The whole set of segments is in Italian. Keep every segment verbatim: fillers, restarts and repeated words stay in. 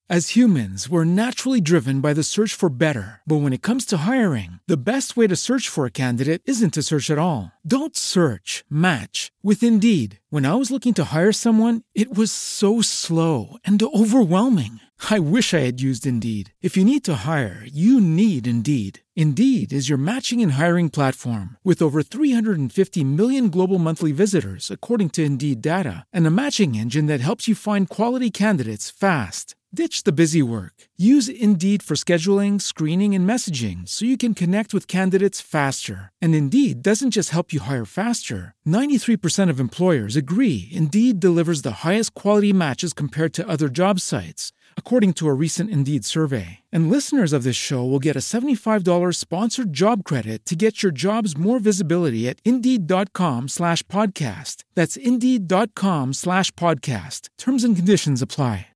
As humans, we're naturally driven by the search for better. But when it comes to hiring, the best way to search for a candidate isn't to search at all. Don't search, match with Indeed. When I was looking to hire someone, it was so slow and overwhelming. I wish I had used Indeed. If you need to hire, you need Indeed. Indeed is your matching and hiring platform with over three hundred fifty million global monthly visitors, according to Indeed data, and a matching engine that helps you find quality candidates fast. Ditch the busy work. Use Indeed for scheduling, screening, and messaging so you can connect with candidates faster. And Indeed doesn't just help you hire faster. ninety-three percent of employers agree Indeed delivers the highest quality matches compared to other job sites, according to a recent Indeed survey. And listeners of this show will get a seventy-five dollars sponsored job credit to get your jobs more visibility at Indeed.com slash podcast. That's Indeed.com slash podcast. Terms and conditions apply.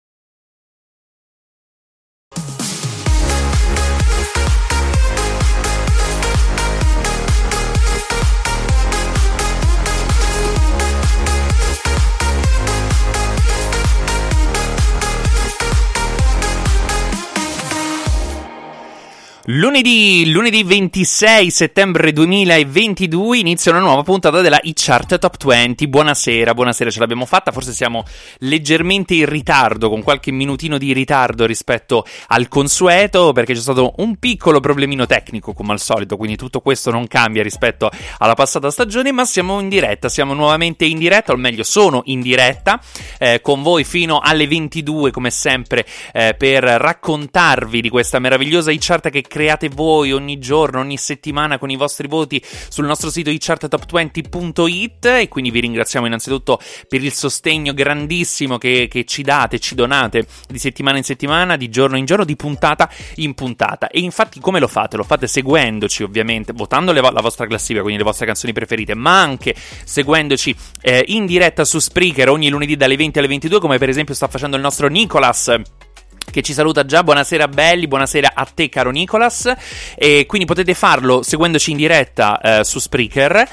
Lunedì, lunedì ventisei settembre duemilaventidue inizia una nuova puntata della iChart Top venti. Buonasera, buonasera, ce l'abbiamo fatta, forse siamo leggermente in ritardo, con qualche minutino di ritardo rispetto al consueto, perché c'è stato un piccolo problemino tecnico come al solito, quindi tutto questo non cambia rispetto alla passata stagione, ma siamo in diretta, siamo nuovamente in diretta, o meglio sono in diretta, eh, con voi fino alle ventidue come sempre, eh, per raccontarvi di questa meravigliosa iChart che create voi ogni giorno, ogni settimana con i vostri voti sul nostro sito i chart top venti punto it, e quindi vi ringraziamo innanzitutto per il sostegno grandissimo che, che ci date, ci donate di settimana in settimana, di giorno in giorno, di puntata in puntata. E infatti come lo fate? Lo fate seguendoci, ovviamente, votando le, la vostra classifica, quindi le vostre canzoni preferite, ma anche seguendoci eh, in diretta su Spreaker ogni lunedì dalle venti alle ventidue, come per esempio sta facendo il nostro Nicolas, che ci saluta già. Buonasera belli, buonasera a te caro Nicolas. E quindi potete farlo seguendoci in diretta eh, su Spreaker,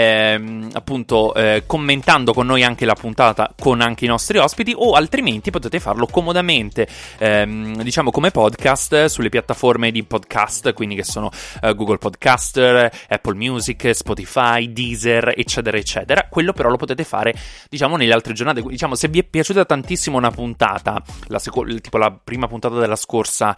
eh, appunto eh, commentando con noi anche la puntata con anche i nostri ospiti, o altrimenti potete farlo comodamente eh, diciamo come podcast sulle piattaforme di podcast, quindi che sono eh, Google Podcaster, Apple Music, Spotify, Deezer, eccetera eccetera. Quello però lo potete fare diciamo nelle altre giornate. Diciamo, se vi è piaciuta tantissimo una puntata, la seco- tipo la prima puntata della scorsa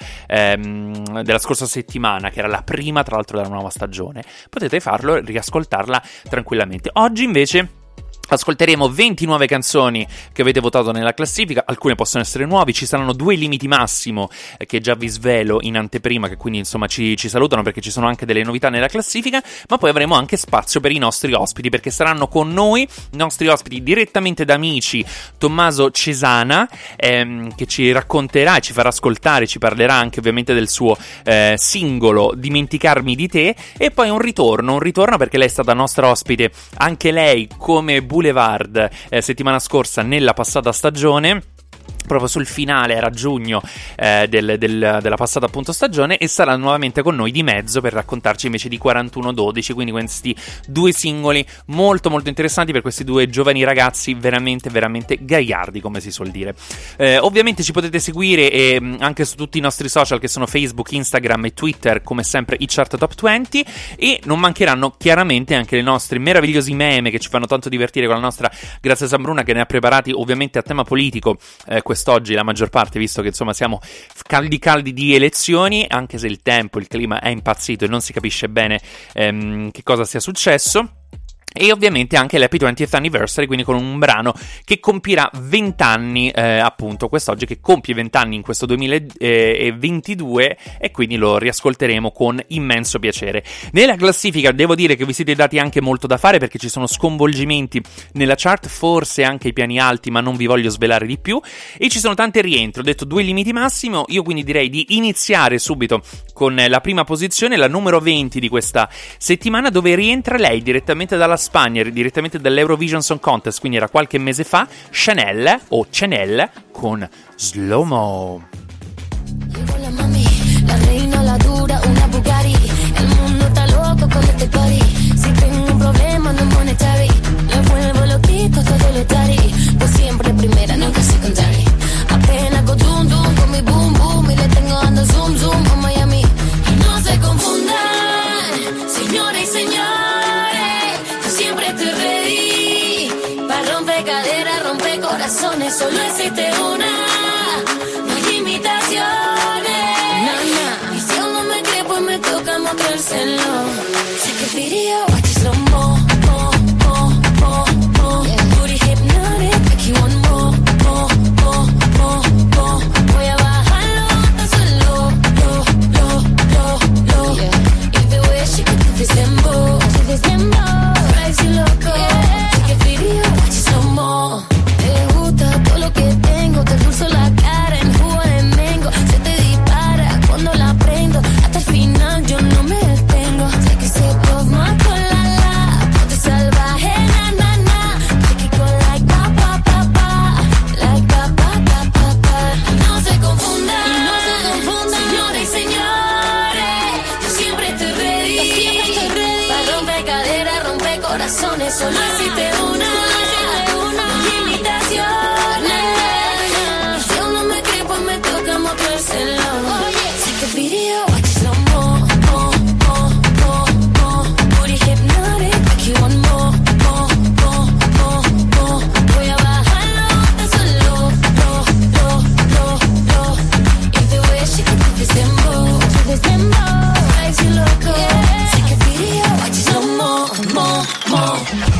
ehm, della scorsa settimana, che era la prima tra l'altro della nuova stagione, potete farlo e riascoltarla tranquillamente. Oggi invece ascolteremo venti nuove canzoni che avete votato nella classifica, alcune possono essere nuovi, ci saranno due limiti massimo eh, che già vi svelo in anteprima, che quindi insomma ci, ci salutano perché ci sono anche delle novità nella classifica, ma poi avremo anche spazio per i nostri ospiti, perché saranno con noi i nostri ospiti direttamente da Amici, Tommaso Cesana, ehm, che ci racconterà e ci farà ascoltare, ci parlerà anche ovviamente del suo eh, singolo Dimenticarmi di te, e poi un ritorno, un ritorno perché lei è stata nostra ospite anche lei come Boulevard eh, settimana scorsa nella passata stagione, proprio sul finale, era giugno eh, del, del, della passata appunto stagione, e sarà nuovamente con noi di mezzo per raccontarci invece di quarantuno dodici, quindi questi due singoli molto molto interessanti per questi due giovani ragazzi veramente veramente gaiardi, come si suol dire. Eh, ovviamente ci potete seguire eh, anche su tutti i nostri social, che sono Facebook, Instagram e Twitter, come sempre iChart Top venti, e non mancheranno chiaramente anche i nostri meravigliosi meme che ci fanno tanto divertire con la nostra Grazia Sambruna, che ne ha preparati ovviamente a tema politico eh, quest'oggi la maggior parte, visto che insomma siamo caldi caldi di elezioni, anche se il tempo, il clima è impazzito e non si capisce bene ehm, che cosa sia successo. E ovviamente anche l'Happy twentieth Anniversary, quindi con un brano che compirà venti anni eh, appunto quest'oggi, che compie venti anni in questo duemilaventidue, e quindi lo riascolteremo con immenso piacere. Nella classifica devo dire che vi siete dati anche molto da fare, perché ci sono sconvolgimenti nella chart, forse anche i piani alti, ma non vi voglio svelare di più, e ci sono tante rientri. Ho detto due limiti massimo, io quindi direi di iniziare subito con la prima posizione, la numero venti di questa settimana, dove rientra lei direttamente dalla Spagna, direttamente dall'Eurovision Song Contest, quindi era qualche mese fa, Chanel o Chanel con Slow Mo. Llegó la mami, la reina, la dura, una Bugatti. El mundo está loco con este party. Si tengo un problema no monetary, le vuelvo loquito todo lo tari. Pues siempre primera, nunca secondary. Apenas go dum dum solo existe una, no hay imitaciones. Y si aún no me cree, pues me toca mostrárselo. Sé que video, watch it slow mo, mo, mo, mo, mo. Booty hypnotic, make you want more, more, more, more, more. Voy a bajarlo hasta suelo, lo, lo, lo, lo. Y the way she could do this dembow, do this dembow, drives you loco. Sé que video, watch it slow mo. Te gusta todo lo que tengo, te dulzo la cara en jugo de mango. Se te dispara cuando la prendo, hasta el final yo no me detengo. Take a sip of my colada, ponte salvaje, na na na. Take it go like pa pa pa pa, like pa pa pa pa pa. No se confundan, y no se confundan, señores y señores. Yo siempre estoy ready, yo siempre estoy ready. Pa' romper caderas, romper corazones, solo existe una, no hay imitaciones. Y si aún no me cree, pues me toca mostrárselo. Sé que video, watch it slow mo, mo, mo, mo, mo. Booty hypnotic, make you want more, more, more, more, more. Voy a bajarlo hasta suelo, lo, lo, lo, lo. Y the way she could do this dembow, do this dembow, drives you loco. Sé que video, watch it slow mo, mo, mo.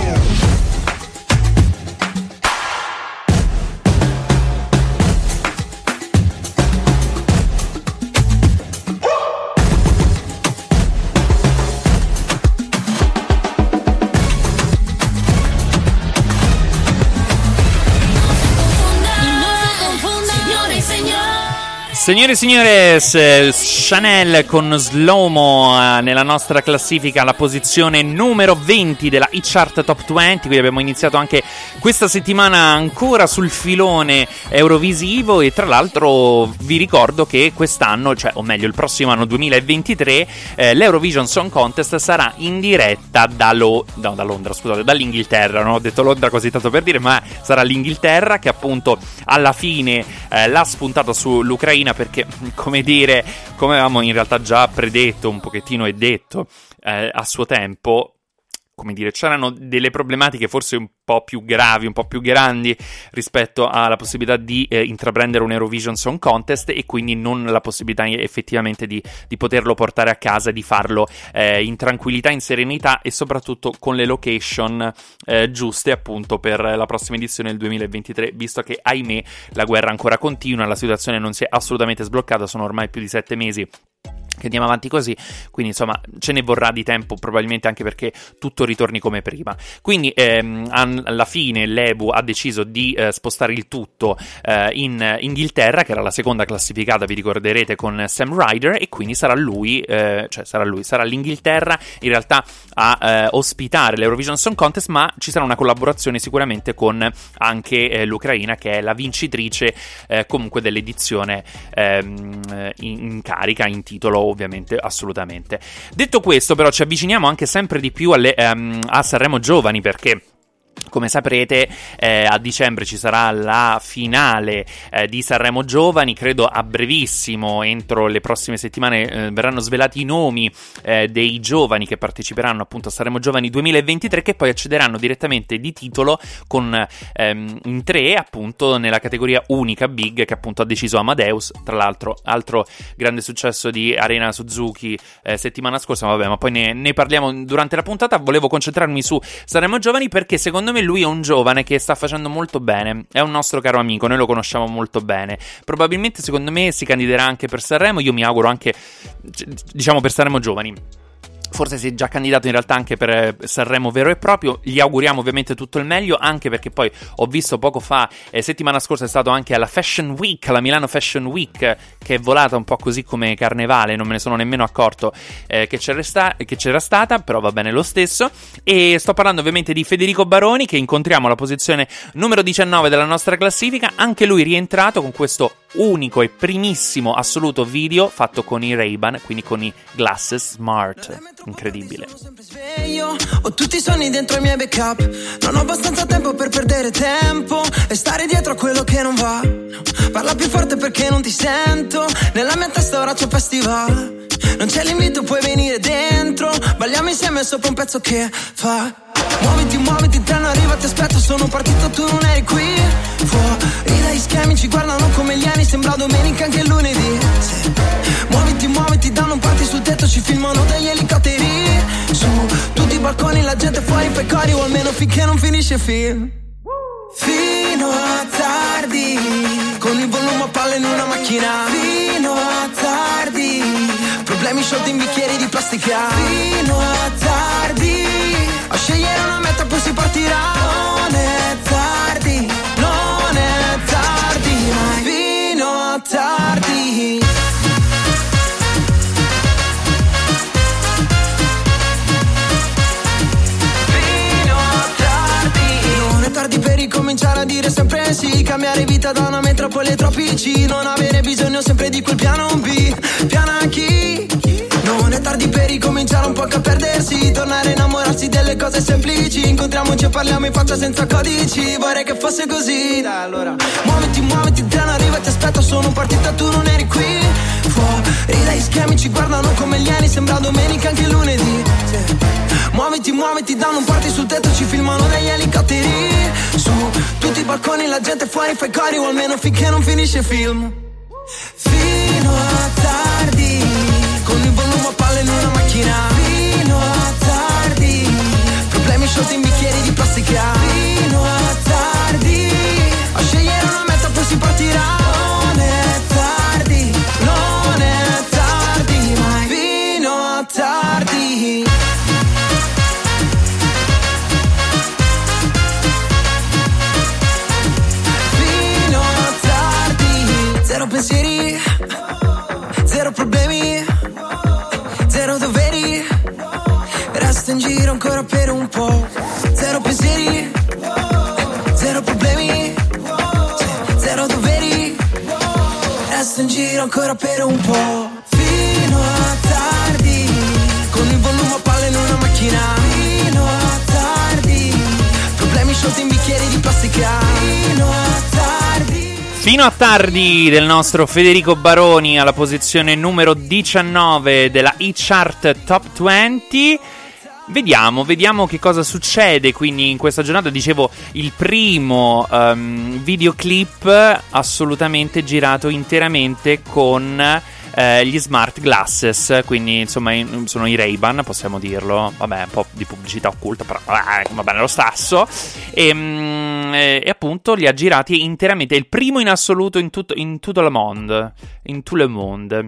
Signore e signori. Signore e signore, Chanel con Slow-Mo eh, nella nostra classifica alla posizione numero venti della Hit Chart Top venti. Quindi abbiamo iniziato anche questa settimana ancora sul filone eurovisivo e tra l'altro vi ricordo che quest'anno, cioè o meglio il prossimo anno duemilaventitré, eh, l'Eurovision Song Contest sarà in diretta da, Lo- no, da Londra, scusate, dall'Inghilterra. Non ho detto Londra così tanto per dire, ma sarà l'Inghilterra che appunto alla fine eh, l'ha spuntato sull'Ucraina, perché, come dire, come avevamo in realtà già predetto un pochettino e detto eh, a suo tempo, come dire, c'erano delle problematiche forse un po' più gravi, un po' più grandi rispetto alla possibilità di eh, intraprendere un Eurovision Song Contest e quindi non la possibilità effettivamente di, di poterlo portare a casa e di farlo eh, in tranquillità, in serenità e soprattutto con le location eh, giuste appunto per la prossima edizione del duemilaventitré, visto che ahimè la guerra ancora continua, la situazione non si è assolutamente sbloccata, sono ormai più di sette mesi che andiamo avanti così, quindi insomma ce ne vorrà di tempo probabilmente anche perché tutto ritorni come prima. Quindi ehm, alla fine l'E B U ha deciso di eh, spostare il tutto eh, in Inghilterra, che era la seconda classificata, vi ricorderete, con Sam Ryder, e quindi sarà lui, eh, cioè sarà lui, sarà l'Inghilterra in realtà a eh, ospitare l'Eurovision Song Contest, ma ci sarà una collaborazione sicuramente con anche eh, l'Ucraina, che è la vincitrice eh, comunque dell'edizione ehm, in, in carica, in titolo ovviamente, assolutamente. Detto questo, però, ci avviciniamo anche sempre di più alle, um, a Sanremo Giovani, perché come saprete eh, a dicembre ci sarà la finale eh, di Sanremo Giovani. Credo a brevissimo, entro le prossime settimane, eh, verranno svelati i nomi eh, dei giovani che parteciperanno appunto a Sanremo Giovani duemilaventitré, che poi accederanno direttamente di titolo con ehm, in tre appunto nella categoria unica Big, che appunto ha deciso Amadeus. Tra l'altro altro grande successo di Arena Suzuki eh, settimana scorsa, ma vabbè, ma poi ne, ne parliamo durante la puntata. Volevo concentrarmi su Sanremo Giovani perché secondo me lui è un giovane che sta facendo molto bene, è un nostro caro amico, noi lo conosciamo molto bene, probabilmente secondo me si candiderà anche per Sanremo, io mi auguro anche, diciamo, per Sanremo Giovani. Forse si è già candidato in realtà anche per Sanremo vero e proprio, gli auguriamo ovviamente tutto il meglio, anche perché poi ho visto poco fa, eh, settimana scorsa è stato anche alla Fashion Week, alla Milano Fashion Week, che è volata un po' così come carnevale, non me ne sono nemmeno accorto eh, che, c'era sta- che c'era stata, però va bene lo stesso. E sto parlando ovviamente di Federico Baroni, che incontriamo alla posizione numero diciannove della nostra classifica, anche lui rientrato con questo unico e primissimo assoluto video fatto con i Ray-Ban, quindi con i glasses smart. Incredibile. Ho tutti i sogni dentro i miei backup, non ho abbastanza tempo per perdere tempo e stare dietro a quello che non va. Parla più forte perché non ti sento, nella mia testa ora c'è un festival. Non c'è l'invito, puoi venire dentro. Balliamo insieme sopra un pezzo che fa. Muoviti, muoviti, il treno arriva, ti aspetto. Sono partito, tu non eri qui. Fuori dagli schemi ci guardano come alieni. Sembra domenica anche lunedì, sì. Muoviti, muoviti, danno un party sul tetto. Ci filmano dagli elicotteri. Su tutti i balconi la gente fuori fa i cori. O almeno finché non finisce il film. Fino a tardi, con il volume a palle in una macchina. Fino a tardi, problemi sciolti in bicchieri di plastica. Fino a tardi, a scegliere una meta poi si partirà. Non è tardi, non è tardi, mai. Fino a tardi. Tardi per ricominciare a dire sempre sì. Cambiare vita da una metropoli ai tropici. Non avere bisogno sempre di quel piano B. Piano a chi? Non è tardi per ricominciare un po' a perdersi. Tornare a innamorarsi delle cose semplici. Incontriamoci e parliamo in faccia senza codici. Vorrei che fosse così. Dai, allora muoviti, muoviti, il treno arriva, ti aspetto. Sono partita, tu non eri qui. Fuori dagli schemi ci guardano come alieni. Sembra domenica anche lunedì, sì. Muoviti, muoviti, danno un party sul tetto. Ci filmano dagli elicotteri. Su tutti i balconi la gente fuori fa i cori. O almeno finché non finisce il film. Fino a tardi, con il volume a palle in una macchina. Fino a tardi, problemi sciolti in bicchieri di plastica. Fino a tardi, a scegliere una meta poi si partirà. Non è tardi, non è tardi, mai. Fino a tardi. Zero pensieri, zero problemi, zero doveri. Resto in giro ancora per un po'. Zero pensieri, zero problemi, zero doveri. Resto in giro ancora per un po'. Fino a tardi, con il volume a palle in una macchina. Fino a tardi, problemi sciolti in bicchieri di plastica. Fino a tardi. Fino a tardi del nostro Federico Baroni alla posizione numero diciannove della iChart Top venti. Vediamo, vediamo che cosa succede quindi in questa giornata. Dicevo, il primo um, videoclip assolutamente girato interamente con eh, gli smart glasses, quindi insomma in, sono i Ray-Ban, possiamo dirlo. Vabbè, un po' di pubblicità occulta, però vabbè, va bene lo stesso. E, mm, e, e appunto li ha girati interamente. È il primo in assoluto in tutto, in tutto le monde. In tout le monde.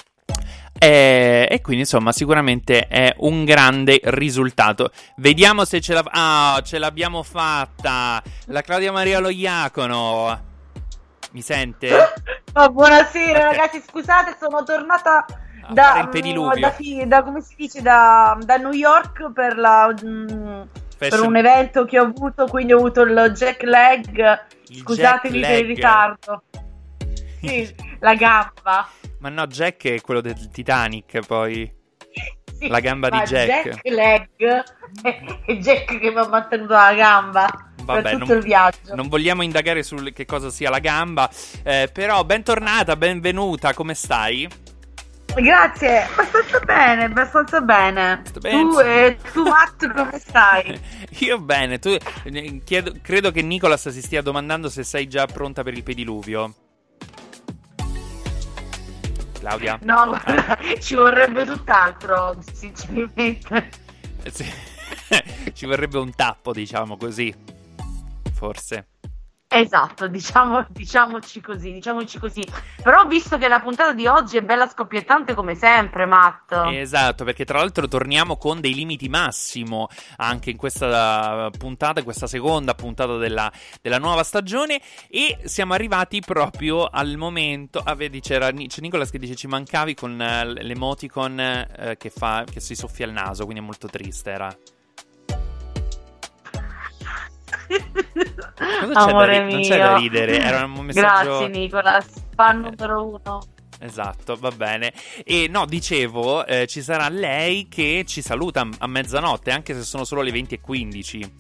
E, e quindi insomma sicuramente è un grande risultato. Vediamo se ce, la, ah, ce l'abbiamo fatta la Claudia Maria Loiacono. Mi sente? Oh, buonasera, okay. Ragazzi, scusate, sono tornata a da, il pediluvio. da, da come si dice da, da New York per, la, mm, per un evento che ho avuto, quindi ho avuto il jet lag. Il Scusatemi jet lag. Per il ritardo. Sì, la gamba. Ma no, Jack è quello del Titanic, poi sì, la gamba di Jack. Jack leg è Jack che mi ha mantenuto la gamba. Vabbè, per tutto non, il viaggio. Non vogliamo indagare su che cosa sia la gamba, eh, però bentornata, benvenuta, come stai? Grazie, abbastanza bene, abbastanza bene. Tu, eh, tu Matt, come stai? Io bene, tu, chiedo, credo che Nicolas si stia domandando se sei già pronta per il pediluvio. Claudia? No, guarda, ah. ci vorrebbe tutt'altro, sinceramente. Sì. Ci vorrebbe un tappo, diciamo così. Forse. Esatto, diciamo, diciamoci così, diciamoci così. Però ho visto che la puntata di oggi è bella scoppiettante come sempre, Matt. Esatto, perché tra l'altro torniamo con dei limiti massimo anche in questa puntata, questa seconda puntata della, della nuova stagione. E siamo arrivati proprio al momento. Ah, vedi, c'era, c'è Nicolas che dice ci mancavi con uh, l'emoticon uh, che fa, che si soffia il naso, quindi è molto triste, era. Cosa Amore c'è da ri- mio. Non c'è da ridere, era un messaggio. Grazie Nicolas, fan numero uno. Esatto, va bene. E no, dicevo, eh, ci sarà lei che ci saluta a mezzanotte, anche se sono solo le venti e quindici.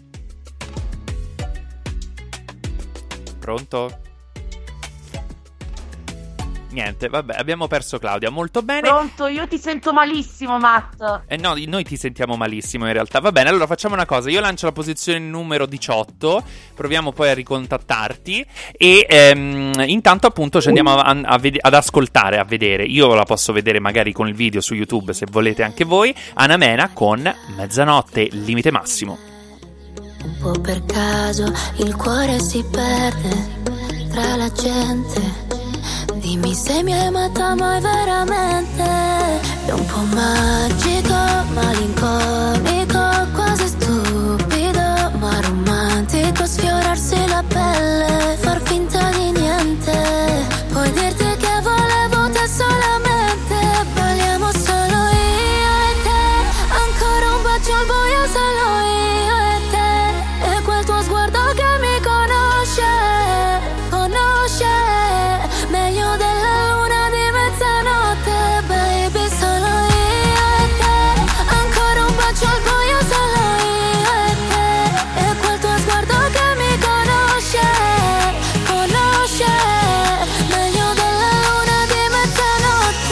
Pronto? Niente, vabbè, abbiamo perso Claudia, molto bene. Pronto, io ti sento malissimo, Matt. Eh no, noi ti sentiamo malissimo in realtà. Va bene, allora facciamo una cosa, io lancio la posizione numero diciotto, proviamo poi a ricontattarti e ehm, intanto appunto ci andiamo a, a ved- ad ascoltare, a vedere. Io la posso vedere magari con il video su YouTube se volete anche voi. Anna Mena con Mezzanotte, limite massimo. Un po' per caso il cuore si perde tra la gente. Dimmi se mi hai amata mai veramente. È un po' magico, malinconico, quasi stupido, ma romantico. Sfiorarsi la pelle, far finta di niente. Poi dirti che volevo te solamente. Balliamo solo io e te. Ancora un bacio al buio, solo io e te. E quel tuo sguardo che mi conosce, conosce meglio della luna di mezzanotte, baby, solo io e te. Ancora un bacio al buio, solo io e te. E quel tuo sguardo che mi conosce, conosce meglio della luna di mezzanotte.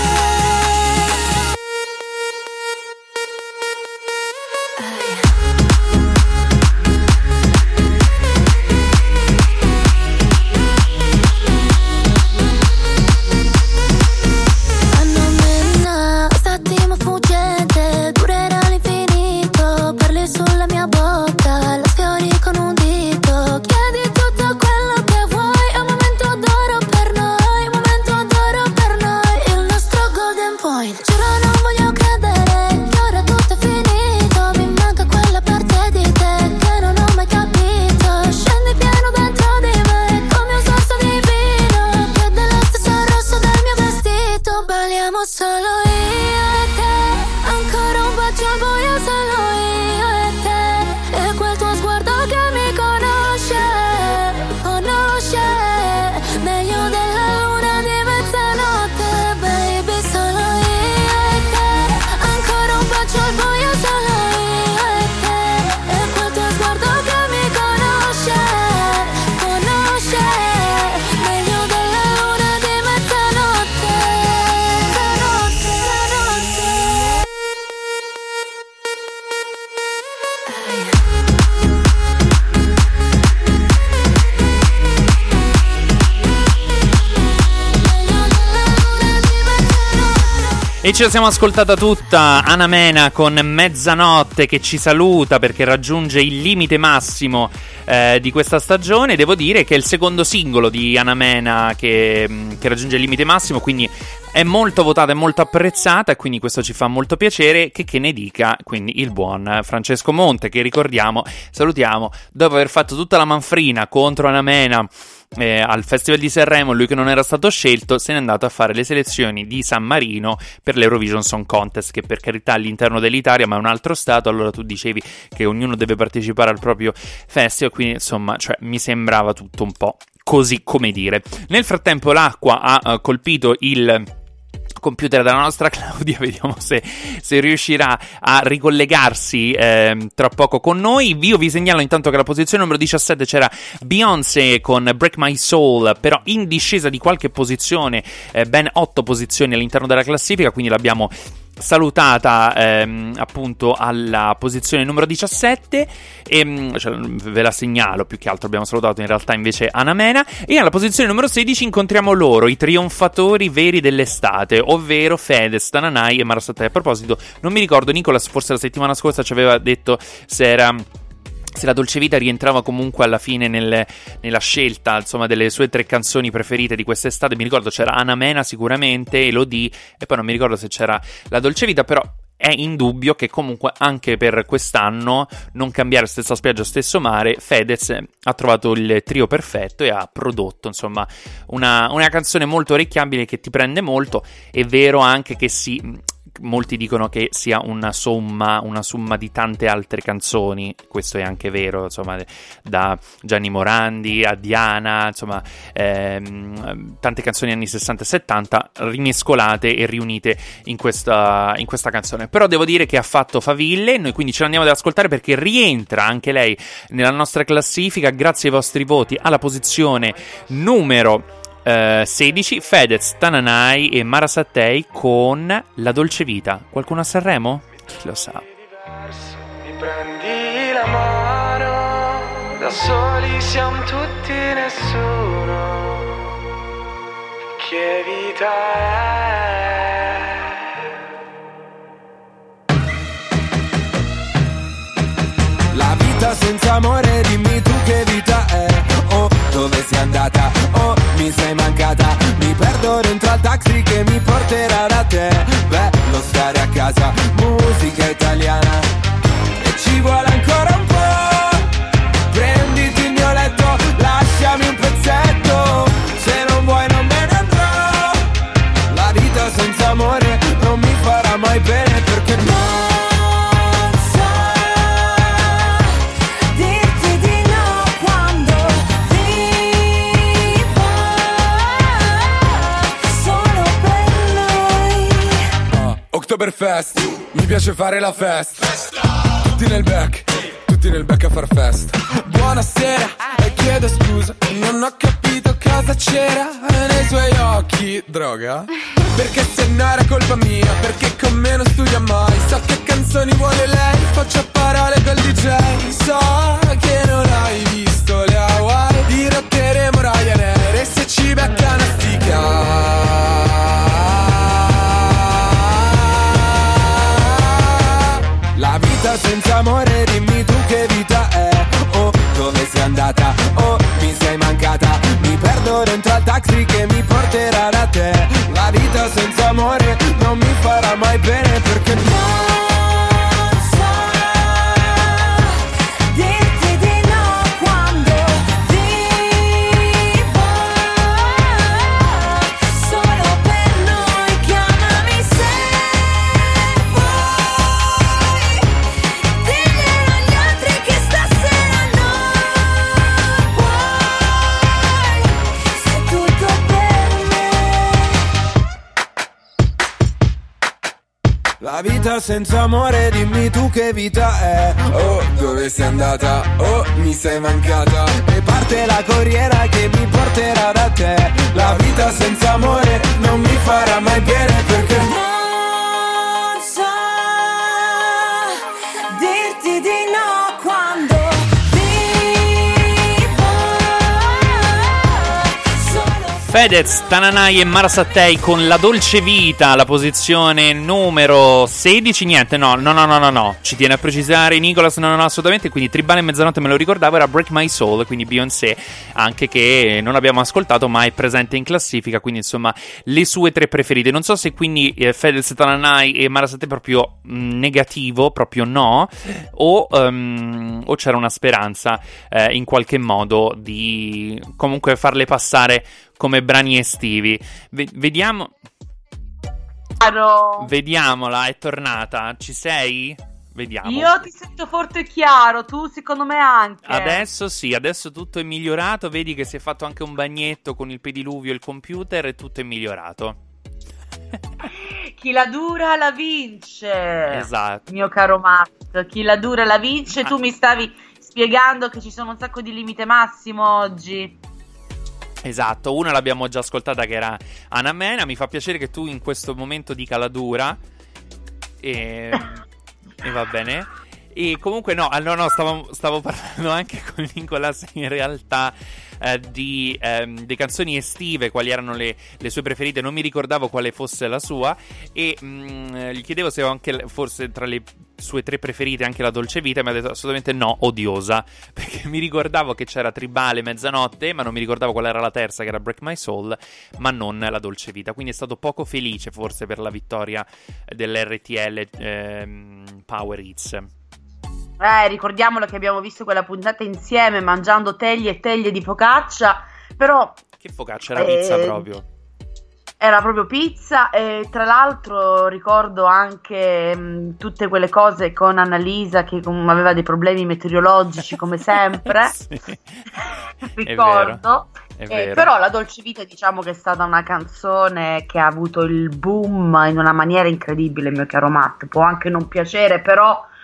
Fenomena, st'attimo fuggente durerà all'infinito. Parli sulla mia bocca, la sfiori con un dito. Chiedi tutto quello che vuoi, è un momento d'oro per noi, un momento d'oro per noi, il nostro golden point. Giuro non voglio credere che ora tutto è finito. Mi manca quella parte di te che non ho mai capito. Scendi pieno dentro di me come un sorso divino, che è dello stesso rosso del mio vestito. Balliamo solo io e te. Ancora un bacio al buio, solo io e te. E quel tuo sguardo che mi conosce, conosce meglio della luna di mezzanotte, baby, solo io e te. Ancora un bacio al buio, solo io e te. E quel tuo sguardo che mi conosce, conosce meglio della luna di mezzanotte, mezzanotte, mezzanotte. E ce la siamo ascoltata tutta, Anna Mena con Mezzanotte, che ci saluta perché raggiunge il limite massimo eh, di questa stagione. Devo dire che è il secondo singolo di Anna Mena che, che raggiunge il limite massimo, quindi è molto votata, è molto apprezzata, e quindi questo ci fa molto piacere. Che, che ne dica quindi il buon Francesco Monte, che ricordiamo, salutiamo, dopo aver fatto tutta la manfrina contro Anna Mena Eh, al Festival di Sanremo, lui che non era stato scelto se n'è andato a fare le selezioni di San Marino per l'Eurovision Song Contest, che per carità all'interno dell'Italia ma è un altro stato. Allora tu dicevi che ognuno deve partecipare al proprio festival, quindi insomma, cioè, mi sembrava tutto un po' così, come dire. Nel frattempo l'acqua ha uh, colpito il computer della nostra Claudia, vediamo se, se riuscirà a ricollegarsi eh, tra poco con noi. Io vi segnalo intanto che alla posizione numero diciassette c'era Beyoncé con Break My Soul, però in discesa di qualche posizione, eh, ben otto posizioni all'interno della classifica, quindi l'abbiamo salutata ehm, appunto alla posizione numero diciassette e, cioè, ve la segnalo, più che altro abbiamo salutato in realtà invece Anna Mena. E alla posizione numero sedici incontriamo loro, i trionfatori veri dell'estate, ovvero Fedez, Tananai e Mara Sattei. A proposito, non mi ricordo, Nicolas forse la settimana scorsa ci aveva detto se era se la Dolce Vita rientrava comunque alla fine nel, nella scelta, insomma, delle sue tre canzoni preferite di quest'estate. Mi ricordo c'era Anna Mena sicuramente, Elodie, e poi non mi ricordo se c'era la Dolce Vita, però è indubbio che comunque anche per quest'anno, non cambiare stessa spiaggia, stesso mare, Fedez ha trovato il trio perfetto e ha prodotto, insomma, una, una canzone molto orecchiabile che ti prende molto. È vero anche che si... molti dicono che sia una somma, una somma di tante altre canzoni, questo è anche vero, insomma, da Gianni Morandi a Diana, insomma, ehm, tante canzoni anni sessanta e settanta rimescolate e riunite in questa, in questa canzone. Però devo dire che ha fatto faville, noi quindi ce l'andiamo ad ascoltare perché rientra anche lei nella nostra classifica grazie ai vostri voti alla posizione numero uh, sedici, Fedez, Tananai e Mara Sattei con La Dolce Vita. Qualcuno a Sanremo? Chi lo sa. Mi prendi la mano, da soli siamo tutti nessuno. Che vita è? La vita senza amore, dimmi tu che vita è. Oh, dove sei andata? Oh, mi sei mancata. Mi perdo dentro al taxi che mi porterà da te. Bello stare a casa, musica italiana. E ci vuole ancora un po'. Prenditi il mio letto, lasciami un pezzetto. Se non vuoi non me ne andrò. La vita senza amore non mi farà mai bene, perché no. Oktoberfest, mi piace fare la festa. Tutti nel back, tutti nel back a far festa. Buonasera, e chiedo scusa, non ho capito cosa c'era nei suoi occhi. Droga? Perché se no era colpa mia, perché con me non studia mai. So che canzoni vuole lei, faccio a parole col D J. So che non hai visto le Hawaii, dirotteremo Ryanair e se ci becca una stica. La vita senza amore, dimmi tu che vita è. Oh, dove sei andata? Oh, mi sei mancata. Mi perdo dentro al taxi che mi porterà da te. La vita senza amore non mi farà mai bene, perché no. La vita senza amore, dimmi tu che vita è. Oh, dove sei andata? Oh, mi sei mancata. E parte la corriera che mi porterà da te. La vita senza amore non mi farà mai bene, perché non so dirti di no quando Fedez, Tananai e Mara Sattei con La Dolce Vita, la posizione numero sedici. Niente, no, no, no, no, no, no. Ci tiene a precisare Nicolas, no, no, no, assolutamente. Quindi Tribale e Mezzanotte me lo ricordavo, era Break My Soul, quindi Beyoncé, anche che non abbiamo ascoltato, ma è presente in classifica, quindi insomma le sue tre preferite. Non so se quindi eh, Fedez, Tananai e Mara Sattei proprio mh, negativo, proprio no, o, um, o c'era una speranza eh, in qualche modo di comunque farle passare come brani estivi. V- vediamo. Chiaro. Vediamola, è tornata. Ci sei? Vediamo. Io ti sento forte e chiaro, tu secondo me anche. Adesso sì, adesso tutto è migliorato. Vedi che si è fatto anche un bagnetto con il pediluvio e il computer e tutto è migliorato. Chi la dura la vince. Esatto. Mio caro Matt, chi la dura la vince. Tu mi stavi spiegando che ci sono un sacco di limite massimo oggi. Esatto, una l'abbiamo già ascoltata che era Anna Mena. Mi fa piacere che tu in questo momento dica la dura e, e va bene. E comunque no, no, no, stavo, stavo parlando anche con Nicolas in realtà eh, di ehm, le canzoni estive, quali erano le, le sue preferite. Non mi ricordavo quale fosse la sua e mh, gli chiedevo se anche forse tra le sue tre preferite anche La Dolce Vita, e mi ha detto assolutamente no, Odiosa, perché mi ricordavo che c'era Tribale, Mezzanotte, ma non mi ricordavo qual era la terza, che era Break My Soul, ma non La Dolce Vita. Quindi è stato poco felice forse per la vittoria dell'R T L ehm, Power Hits. Eh, ricordiamolo che abbiamo visto quella puntata insieme mangiando teglie e teglie di focaccia, però... Che focaccia? Era eh, pizza proprio. Era proprio pizza e tra l'altro ricordo anche mh, tutte quelle cose con Annalisa che com- aveva dei problemi meteorologici come sempre. Sì. Ricordo. È vero, è vero. Eh, però La Dolce Vita diciamo che è stata una canzone che ha avuto il boom in una maniera incredibile, mio caro Matt. Può anche non piacere, però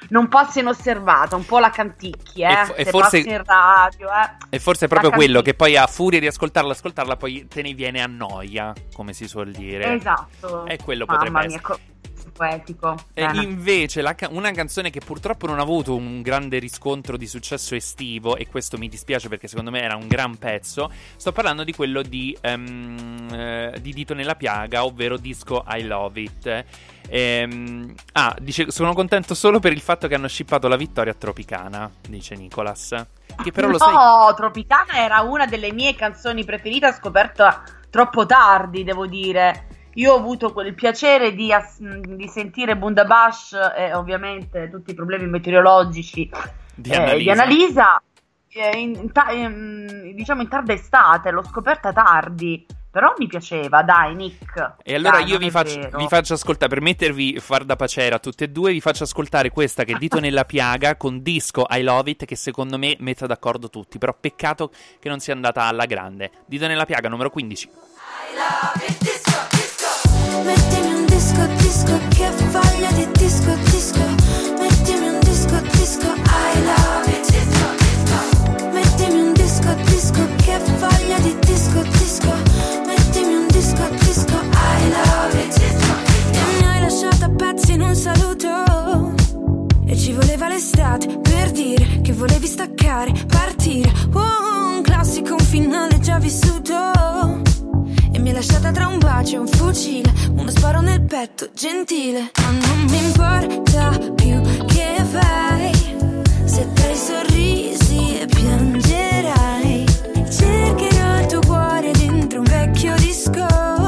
non passa inosservata, un po' la canticchi, eh, e, f- e se forse, passi in radio, eh. E forse è proprio quello, che poi a furia di ascoltarla, ascoltarla, poi te ne viene a noia, come si suol dire. Esatto. E quello Mamma potrebbe mia, essere. co- poetico. E invece la ca- una canzone che purtroppo non ha avuto un grande riscontro di successo estivo, e questo mi dispiace perché secondo me era un gran pezzo, sto parlando di quello di, um, eh, di Dito nella piaga, ovvero Disco I Love It. Ehm, ah, dice: sono contento solo per il fatto che hanno shippato la vittoria a Tropicana, dice Nicolas. Che però no, lo sai... Tropicana era una delle mie canzoni preferite, scoperta troppo tardi, devo dire. Io ho avuto quel piacere di, ass- di sentire Bundabash e ovviamente tutti i problemi meteorologici di eh, Annalisa, di Annalisa eh, in ta- in, diciamo in tarda estate, l'ho scoperta tardi, però mi piaceva, dai Nick. E allora dai, io vi faccio, vi faccio ascoltare, per mettervi far da pacera a tutte e due, vi faccio ascoltare questa che è Dito nella piaga con Disco I Love It, che secondo me mette d'accordo tutti, però peccato che non sia andata alla grande. Dito nella piaga numero quindici. I love it, disco. Mettimi un disco, disco, che voglia di disco, disco. Mettimi un disco, disco, I love it, disco, disco. Mettimi un disco, disco, che voglia di disco, disco. Mettimi un disco, disco, I love it, disco, disco. E mi hai lasciato a pezzi in un saluto, e ci voleva l'estate per dire che volevi staccare, partire. Oh, un classico, un finale già vissuto. E mi hai lasciata tra un bacio e un fucile, uno sparo nel petto, gentile. Ma non mi importa più che fai, se tra i sorrisi e piangerai. Cercherò il tuo cuore dentro un vecchio disco,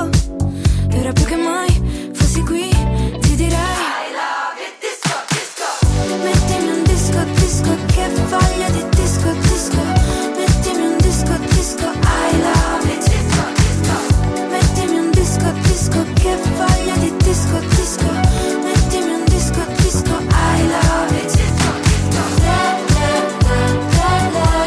e ora più che mai fossi qui ti direi I love it, disco, disco. Mettimi un disco, disco, che voglia di disco, disco. Mettimi un disco, disco, I love it, disco, disco. Mettimi un disco, disco, che voglia di disco, disco. Mettimi un disco, disco, I love it, disco, disco. La, la, la, la, la.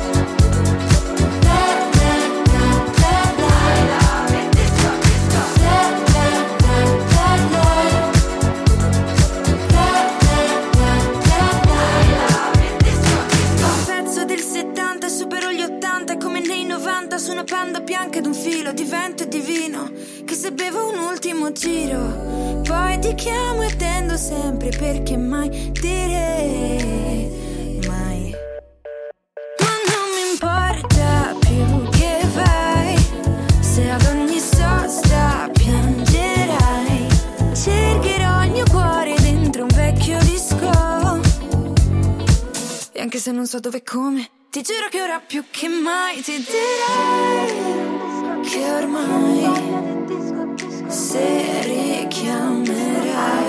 La, la, la, la, la. I love it, disco, disco. La, la, la, la, la. La, la, la, la, la. I love it, disco, disco. Un pezzo del settanta, supero gli ottanta, come nei novanta, su una panda bianca ed un filo di vento e di vino, che se bevo un ultimo giro, poi ti chiamo e tendo sempre, perché mai dire mai. Ma non mi importa più che vai, se ad ogni sosta piangerai. Cercherò il mio cuore dentro un vecchio disco, e anche se non so dove e come, ti giuro che ora più che mai ti direi che ormai se richiamerai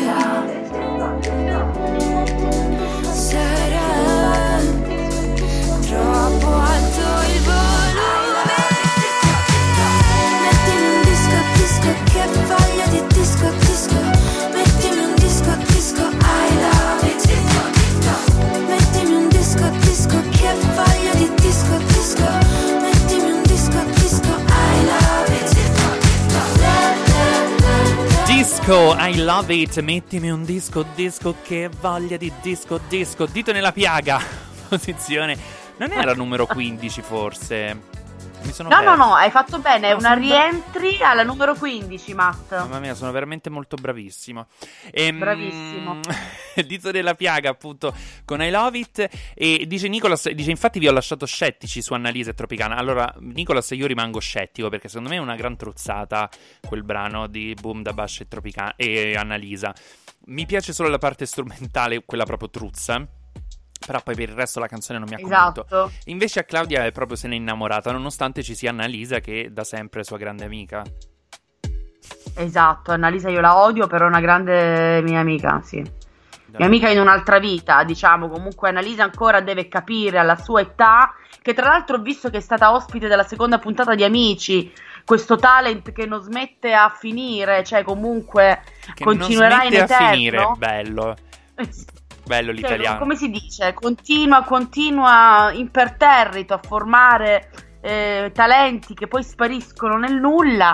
sarà troppo alto il volume. Mettimi un disco, disco, che voglia di disco, disco. Mettimi un disco, disco, I love it, disco, disco. Mettimi un disco, disco, che voglia di disco, disco. Mettimi un disco, disco, I love it, disco, disco. La, la, la, la. Disco I Love It, mettimi un disco, disco, che voglia di disco, disco. Dito nella piaga, posizione, non era numero quindici forse? Mi sono No, perso. no, no, hai fatto bene, è No, una sono bra- rientri alla numero quindici, Matt. Mamma mia, sono veramente molto bravissimo. Ehm, Bravissimo. Dito della piaga, appunto, con I Love It. E dice Nicolas, dice infatti vi ho lasciato scettici su Annalisa e Tropicana. Allora, Nicolas, io rimango scettico, perché secondo me è una gran truzzata quel brano di Boom da Bash e Tropicana e Annalisa. Mi piace solo la parte strumentale, quella proprio truzza, però poi per il resto la canzone non mi ha convinto. Esatto. Invece a Claudia è proprio se n'è innamorata, nonostante ci sia Annalisa che da sempre è sua grande amica. Esatto, Annalisa io la odio, però è una grande mia amica, sì. Da- Mia amica in un'altra vita, diciamo. Comunque Annalisa ancora deve capire alla sua età, che tra l'altro ho visto che è stata ospite della seconda puntata di Amici, questo talent che non smette a finire, cioè comunque che continuerà non in smette eterno. a finire, bello. Bello Cioè, l'italiano. come si dice? Continua, continua imperterrito a formare eh, talenti che poi spariscono nel nulla,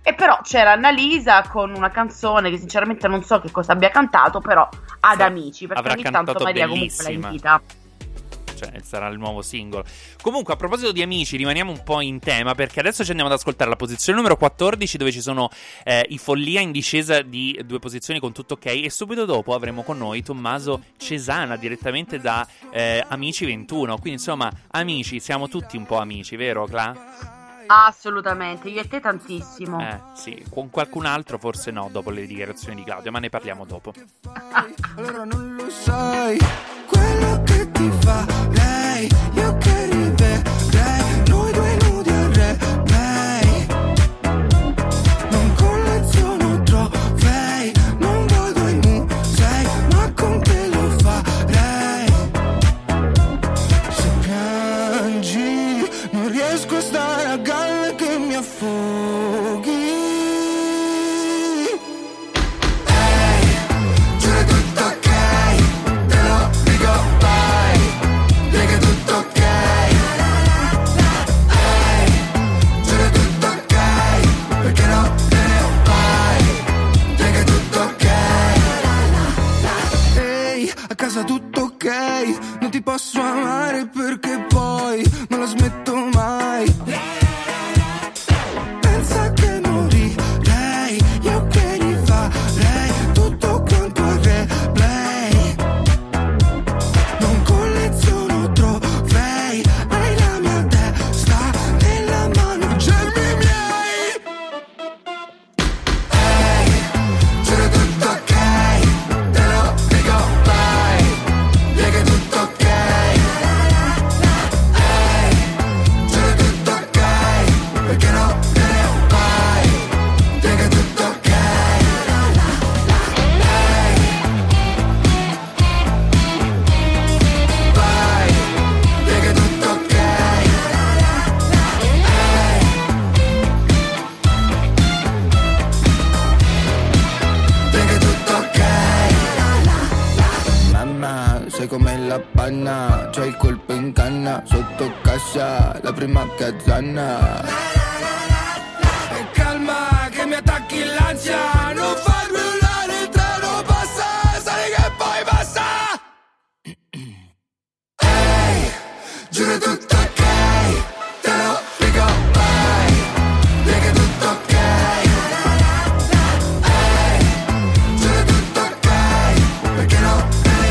E però c'era Annalisa con una canzone che sinceramente non so che cosa abbia cantato, però ad sì, Amici, perché ogni tanto Maria bellissima. comunque la invita. Cioè, sarà il nuovo singolo. Comunque, a proposito di Amici, rimaniamo un po' in tema, perché adesso ci andiamo ad ascoltare la posizione numero quattordici, dove ci sono eh, i Follia in discesa di due posizioni con Tutto Ok, e subito dopo avremo con noi Tommaso Cesana direttamente da eh, Amici ventuno. Quindi insomma, amici, siamo tutti un po' amici, vero Cla? Assolutamente, io e te tantissimo. Eh sì, con qualcun altro forse no, dopo le dichiarazioni di Claudia, ma ne parliamo dopo. Allora non lo sai quello che ti fa lei, io che rivedrei noi due nudi al replay. Non colleziono trofei, non vado ai musei, ma con te lo farei. Se piangi non riesco a stare a galla che mi affoghi. Tutto ok, non ti posso amare perché poi non la smetto mai. Pensa che morirei, io che rifarei tutto quanto a replay. Non colleziono trofei, hai la mia testa nella mano, i germi miei. Ehi, giuro tutto ok, te lo dico mai. Tutto ok, ehi, giuro tutto ok, perché no te ne vai, dica tutto ok, ehi, vai, dica tutto ok, ehi, dica tutto ok. Mamma, sei come la panna, c'ho il colpo in canna, sotto casa, la prima cazzana. E calma che mi attacchi l'ansia, non far rullare il treno, passa, sai che poi passa. Ehi, giuro tutto ok, te lo dico mai, dica tutto ok. Ehi, giuro tutto ok, perché no?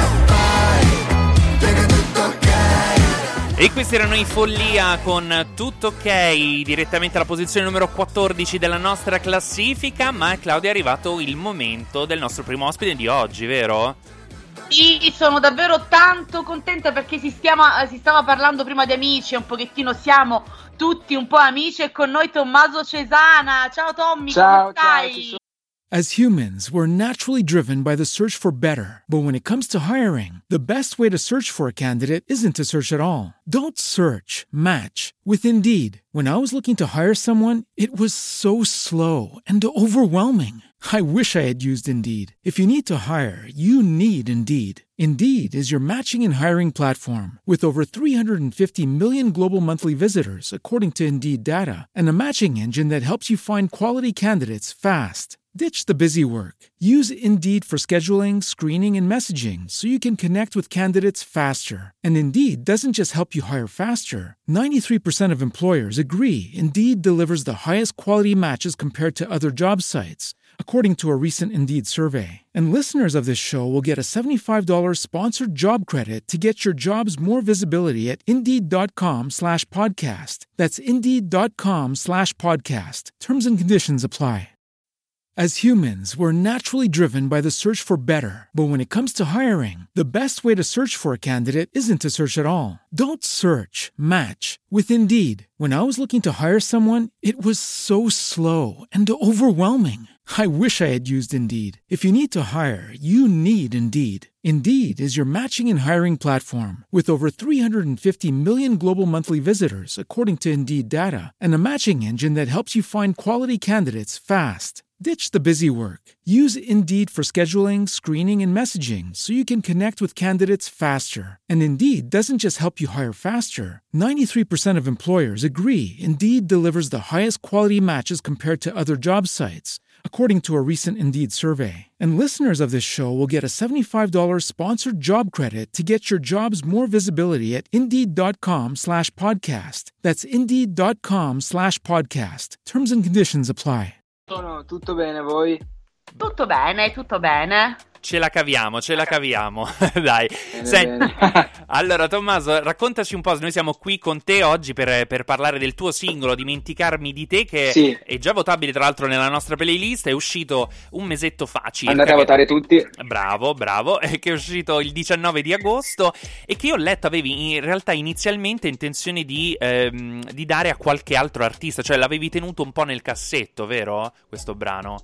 E questi erano i Follia con Tutto Ok, direttamente alla posizione numero quattordici della nostra classifica. Ma Claudia, è arrivato il momento del nostro primo ospite di oggi, vero? Sì, sono davvero tanto contenta perché si, stiama, si stava parlando prima di Amici, un pochettino siamo tutti un po' amici, e con noi Tommaso Cesana. Ciao Tommy, ciao, come stai? Ciao, As humans, we're naturally driven by the search for better. But when it comes to hiring, the best way to search for a candidate isn't to search at all. Don't search, match with Indeed. When I was looking to hire someone, it was so slow and overwhelming. I wish I had used Indeed. If you need to hire, you need Indeed. Indeed is your matching and hiring platform with over three hundred fifty million global monthly visitors, according to Indeed data, and a matching engine that helps you find quality candidates fast. Ditch the busy work. Use Indeed for scheduling, screening, and messaging so you can connect with candidates faster. And Indeed doesn't just help you hire faster. ninety-three percent of employers agree Indeed delivers the highest quality matches compared to other job sites, according to a recent Indeed survey. And listeners of this show will get a seventy-five dollars sponsored job credit to get your jobs more visibility at Indeed.com slash podcast. That's Indeed.com slash podcast. Terms and conditions apply. As humans, we're naturally driven by the search for better. But when it comes to hiring, the best way to search for a candidate isn't to search at all. Don't search, match with Indeed. When I was looking to hire someone, it was so slow and overwhelming. I wish I had used Indeed. If you need to hire, you need Indeed. Indeed is your matching and hiring platform with over three hundred fifty million global monthly visitors, according to Indeed data, and a matching engine that helps you find quality candidates fast. Ditch the busy work. Use Indeed for scheduling, screening, and messaging so you can connect with candidates faster. And Indeed doesn't just help you hire faster. ninety-three percent of employers agree Indeed delivers the highest quality matches compared to other job sites, according to a recent Indeed survey. And listeners of this show will get a seventy-five dollars sponsored job credit to get your jobs more visibility at Indeed.com slash podcast. That's Indeed.com slash podcast. Terms and conditions apply. Sono tutto bene, voi? Tutto bene, tutto bene. Ce la caviamo, ce la caviamo. Dai. Bene, Senti, bene. allora Tommaso, raccontaci un po', noi siamo qui con te oggi per, per parlare del tuo singolo Dimenticarmi di te, che Sì. è già votabile tra l'altro nella nostra playlist, è uscito un mesetto fa circa. Andate a che- votare tutti. Bravo, bravo, eh, che è uscito il diciannove di agosto e che io ho letto avevi in realtà inizialmente intenzione di, ehm, di dare a qualche altro artista, cioè l'avevi tenuto un po' nel cassetto, vero? Questo brano.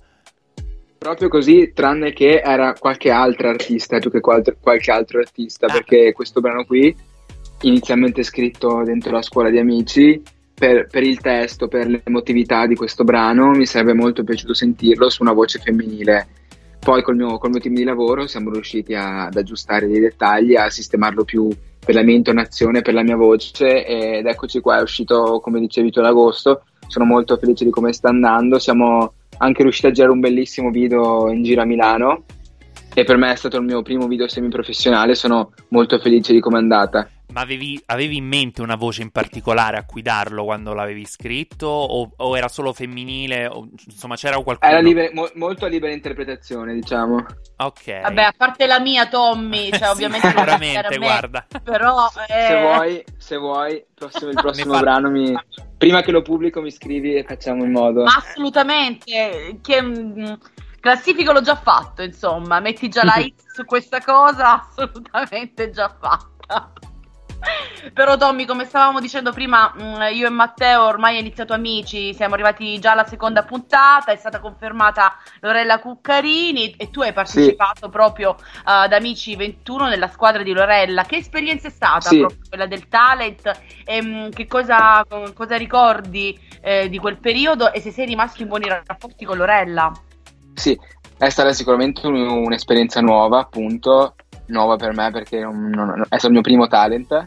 Proprio così, tranne che era qualche altro artista, più che qual- qualche altro artista, Ah. perché questo brano qui, inizialmente scritto dentro la scuola di amici, per, per il testo, per l'emotività di questo brano, mi sarebbe molto piaciuto sentirlo su una voce femminile. Poi col mio, col mio team di lavoro siamo riusciti a- ad aggiustare dei dettagli, a sistemarlo più per la mia intonazione, per la mia voce, ed eccoci qua, è uscito, come dicevi tu, ad agosto. Sono molto felice di come sta andando, siamo anche riusciti a girare un bellissimo video in giro a Milano e per me è stato il mio primo video semiprofessionale, sono molto felice di come è andata. Ma avevi, avevi in mente una voce in particolare a cui darlo quando l'avevi scritto? O, o era solo femminile? O, insomma, c'era qualcuno? Era liber- mo- molto a libera interpretazione, diciamo. Ok. Vabbè, a parte la mia, Tommy, cioè Sì, ovviamente non sicuramente, era a me, guarda. però eh, Se vuoi, se vuoi, il prossimo, il prossimo Ne fa- brano mi... prima che lo pubblico mi scrivi e facciamo in modo. ma assolutamente, che, mh, classifico l'ho già fatto, insomma, metti già la X su questa cosa, assolutamente già fatta. Però Tommy, come stavamo dicendo prima, mh, io e Matteo ormai è iniziato Amici, siamo arrivati già alla seconda puntata, è stata confermata Lorella Cuccarini e tu hai partecipato proprio uh, ad Amici ventuno nella squadra di Lorella. Che esperienza è stata Sì. proprio quella del talent? E, mh, che cosa, cosa ricordi eh, di quel periodo e se sei rimasto in buoni rapporti con Lorella? Sì, è stata sicuramente un- un'esperienza nuova, appunto, nuova per me perché non- non- è stato il mio primo talent.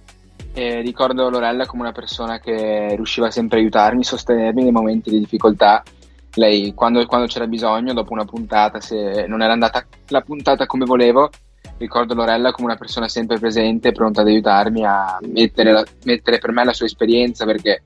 E ricordo Lorella come una persona che riusciva sempre a aiutarmi, sostenermi nei momenti di difficoltà. Lei, quando, quando c'era bisogno, dopo una puntata, se non era andata la puntata come volevo, ricordo Lorella come una persona sempre presente, pronta ad aiutarmi a mettere, la- mettere per me la sua esperienza, perché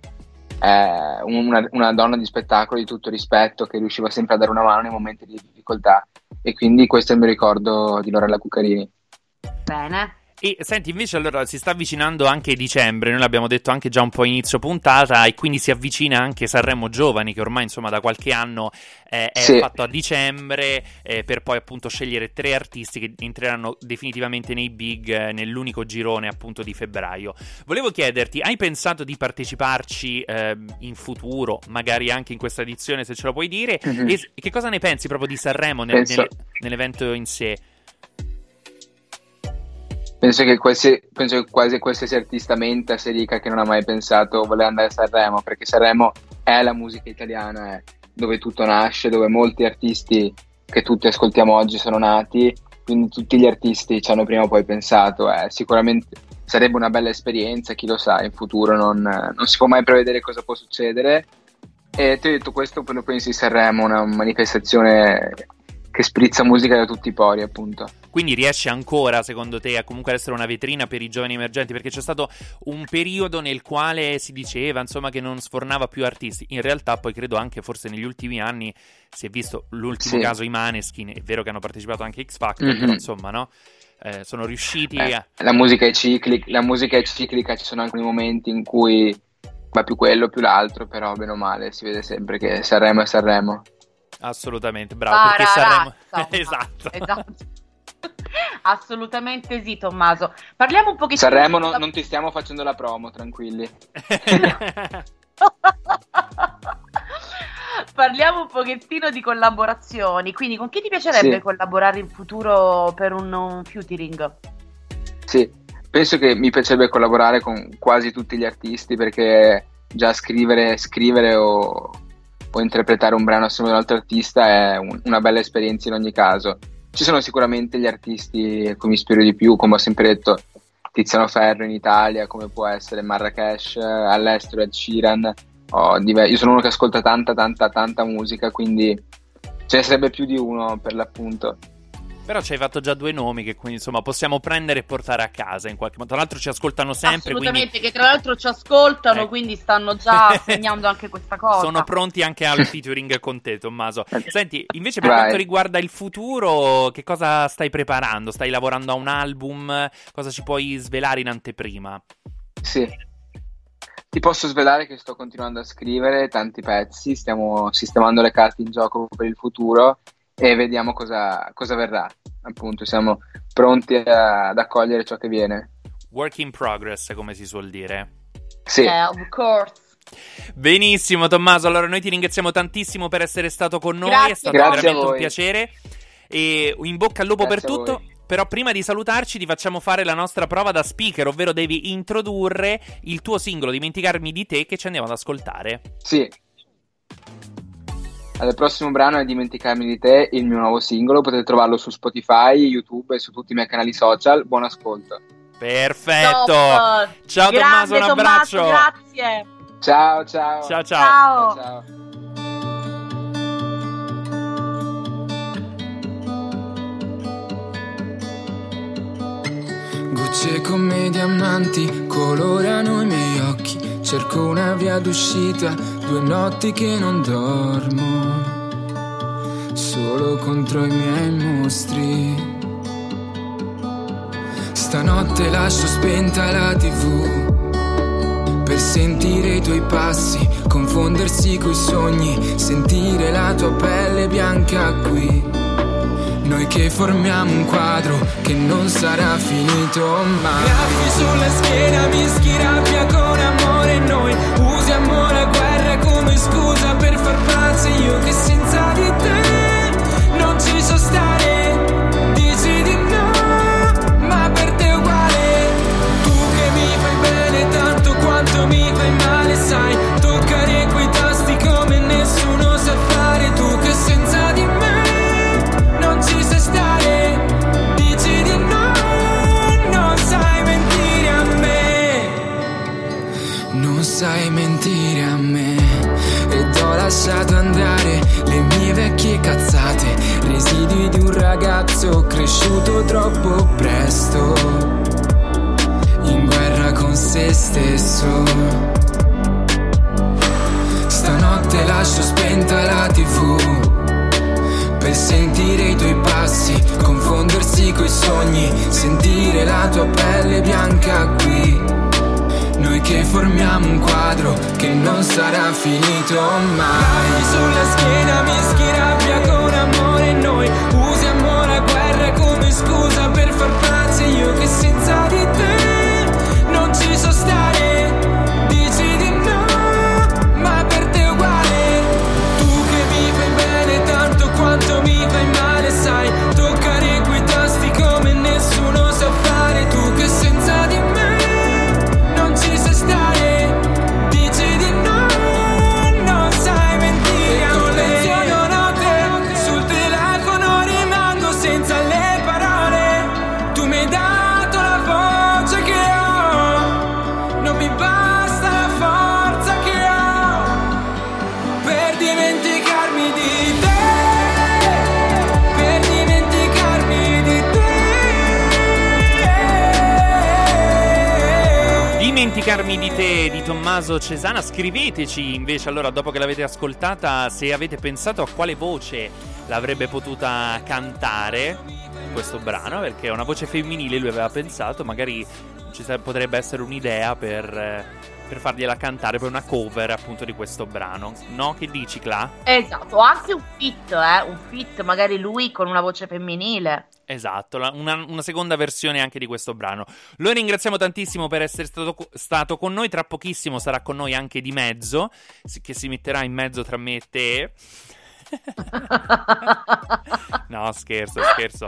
è una, una donna di spettacolo di tutto rispetto, che riusciva sempre a dare una mano nei momenti di difficoltà, e quindi questo è il mio ricordo di Lorella Cuccarini. Bene. E senti, invece allora si sta avvicinando anche dicembre, noi l'abbiamo detto anche già un po' inizio puntata, e quindi si avvicina anche Sanremo Giovani, che ormai insomma da qualche anno eh, è Sì. fatto a dicembre, eh, per poi appunto scegliere tre artisti che entreranno definitivamente nei big eh, nell'unico girone appunto di febbraio. Volevo chiederti, hai pensato di parteciparci eh, in futuro, magari anche in questa edizione se ce lo puoi dire, Mhm. e, e che cosa ne pensi proprio di Sanremo nel- Penso- nel- nell'evento in sé? Penso che, qualsi- penso che quasi qualsiasi artista menta se dica che non ha mai pensato voler andare a Sanremo, perché Sanremo è la musica italiana, è dove tutto nasce, dove molti artisti che tutti ascoltiamo oggi sono nati, quindi tutti gli artisti ci hanno prima o poi pensato. Eh, sicuramente sarebbe una bella esperienza, chi lo sa, in futuro non, non si può mai prevedere cosa può succedere. E ti ho detto questo, quando pensi Sanremo, una manifestazione che sprizza musica da tutti i pori, appunto. Quindi riesce ancora, secondo te, a comunque essere una vetrina per i giovani emergenti? Perché c'è stato un periodo nel quale si diceva, insomma, che non sfornava più artisti. In realtà poi credo anche forse negli ultimi anni si è visto l'ultimo Sì. caso i Maneskin, è vero che hanno partecipato anche a X Factor, Mhm. però insomma, no? Eh, sono riusciti Eh, a... la musica è ciclica, la musica è ciclica, ci sono alcuni momenti in cui va più quello, più l'altro, però bene o male si vede sempre che Sanremo è Sanremo. Assolutamente, bravo, perché Sanremo... esatto. Esatto. Assolutamente sì, Tommaso. Parliamo un pochettino Sanremo no- sulla- non ti stiamo facendo la promo, tranquilli. Parliamo un pochettino di collaborazioni. Quindi, con chi ti piacerebbe Sì. collaborare in futuro per un, un featuring? Sì, penso che mi piacerebbe collaborare con quasi tutti gli artisti, perché già scrivere, scrivere o, o interpretare un brano assieme ad un altro artista è un, una bella esperienza in ogni caso. Ci sono sicuramente gli artisti a cui mi ispiro di più, come ho sempre detto, Tiziano Ferro in Italia, come può essere Marrakesh, all'estero Ed Sheeran. Ho diver- io sono uno che ascolta tanta tanta tanta musica, quindi ce ne sarebbe più di uno per l'appunto. Però ci hai fatto già due nomi che quindi insomma possiamo prendere e portare a casa in qualche modo. Tra l'altro ci ascoltano sempre. Assolutamente, quindi... che tra l'altro ci ascoltano, ecco. Quindi stanno già segnando anche questa cosa. Sono pronti anche al featuring con te, Tommaso. Senti, invece per Vai. quanto riguarda il futuro, che cosa stai preparando? Stai lavorando a un album? Cosa ci puoi svelare in anteprima? Sì, ti posso svelare che sto continuando a scrivere tanti pezzi, stiamo sistemando le carte in gioco per il futuro e vediamo cosa, cosa verrà. Appunto, siamo pronti a, ad accogliere ciò che viene. Work in progress, come si suol dire. Sì. Yeah, of course. Benissimo, Tommaso. Allora, noi ti ringraziamo tantissimo per essere stato con noi. Grazie. È stato Grazie veramente a un voi. piacere. E in bocca al lupo Grazie per a tutto. voi. Però prima di salutarci ti facciamo fare la nostra prova da speaker, ovvero devi introdurre il tuo singolo Dimenticarmi di te che ci andiamo ad ascoltare. Sì. Allora, il prossimo brano è Dimenticarmi di te, il mio nuovo singolo. Potete trovarlo su Spotify, YouTube e su tutti i miei canali social. Buon ascolto. Perfetto. Top. Ciao Grande, Tommaso, un abbraccio. Tommaso, grazie. Ciao, ciao. Ciao ciao. Ciao. Ciao. Gocce come diamanti colorano i miei occhi. Cerco una via d'uscita, due notti che non dormo, solo contro i miei mostri. Stanotte lascio spenta la tivù per sentire i tuoi passi, confondersi coi sogni, sentire la tua pelle bianca qui. Noi che formiamo un quadro che non sarà finito mai. Graffi sulla schiena, mischi rabbia con amore. Noi usiamo la guerra come scusa per far pace. Io che senza di te non ci so stare. Dici di no, ma per te è uguale. Tu che mi fai bene tanto quanto mi fai male. Sai toccare quei tasti come nessuno sa fare. Tu che senza di me non ci sai stare, dici di no, non sai mentire a me, non sai mentire a me. Ed ho lasciato andare le mie vecchie cazzate, residui di un ragazzo cresciuto troppo presto, in guerra con se stesso. Stanotte lascio spenta la tivù per sentire i tuoi passi, confondersi coi sogni, sentire la tua pelle bianca qui. Noi che formiamo un quadro che non sarà finito mai. Sulla schiena mischi rabbia con amore. Noi usiamo la guerra come scusa per far pace. Io che senza di te non ci so stare. Dici di no, ma per te è uguale. Tu che mi fai bene tanto quanto mi fai male. Sai toccare quei tasti come nessuno sa fare. Tu che senza di me non ci sai stare. Dici di no, non sai mentire. Colleziono note sul telefono, rimango senza le parole. Tu mi hai dato la voce che ho, non mi basta la forza che ho per dimenticarmi di te. Dimenticarmi di te di Tommaso Cesana. Scriveteci invece allora, dopo che l'avete ascoltata, se avete pensato a quale voce l'avrebbe potuta cantare questo brano, perché è una voce femminile, lui aveva pensato, magari ci potrebbe essere un'idea per, per fargliela cantare, per una cover appunto di questo brano, no? Che dici, Cla? Esatto, anche un feat, eh, un feat magari lui con una voce femminile. Esatto, una, una seconda versione anche di questo brano. Lo ringraziamo tantissimo per essere stato, stato con noi. Tra pochissimo sarà con noi anche Di Mezzo, che si metterà in mezzo tra me e te. No, scherzo, scherzo.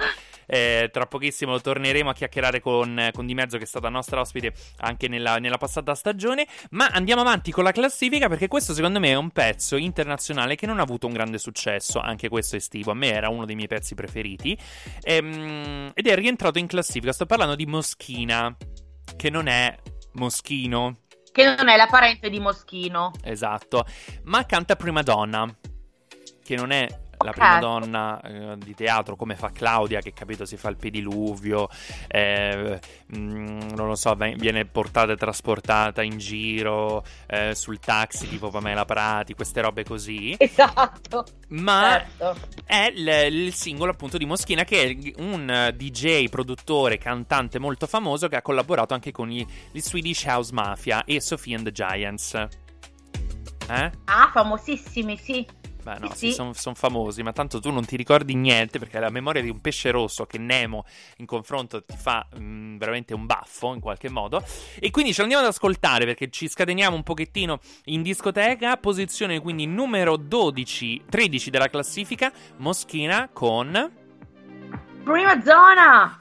Eh, tra pochissimo torneremo a chiacchierare con, con Di Mezzo, che è stata nostra ospite anche nella, nella passata stagione. Ma andiamo avanti con la classifica, perché questo secondo me è un pezzo internazionale che non ha avuto un grande successo, anche questo estivo. A me era uno dei miei pezzi preferiti, ehm, ed è rientrato in classifica. Sto parlando di Moschina, che non è Moschino, che non è la parente di Moschino. Esatto, ma canta Prima Donna, che non è la Okay. prima donna eh, di teatro come fa Claudia, che capito si fa il pediluvio, eh, mh, non lo so, viene portata e trasportata in giro eh, sul taxi tipo Pamela Prati, queste robe così. Esatto. Ma Certo. è il, il singolo appunto di Moschina, che è un D J, produttore, cantante molto famoso, che ha collaborato anche con gli, gli Swedish House Mafia e Sophie and the Giants. Eh? Ah, famosissimi, sì. Beh, no, Sì, sì, sì. sono son famosi, ma tanto tu non ti ricordi niente, perché hai la memoria di un pesce rosso che Nemo in confronto ti fa mh, veramente un baffo in qualche modo. E quindi ce l'andiamo ad ascoltare, perché ci scateniamo un pochettino in discoteca. Posizione quindi numero dodici, tredici della classifica, Moschina con Prima Donna.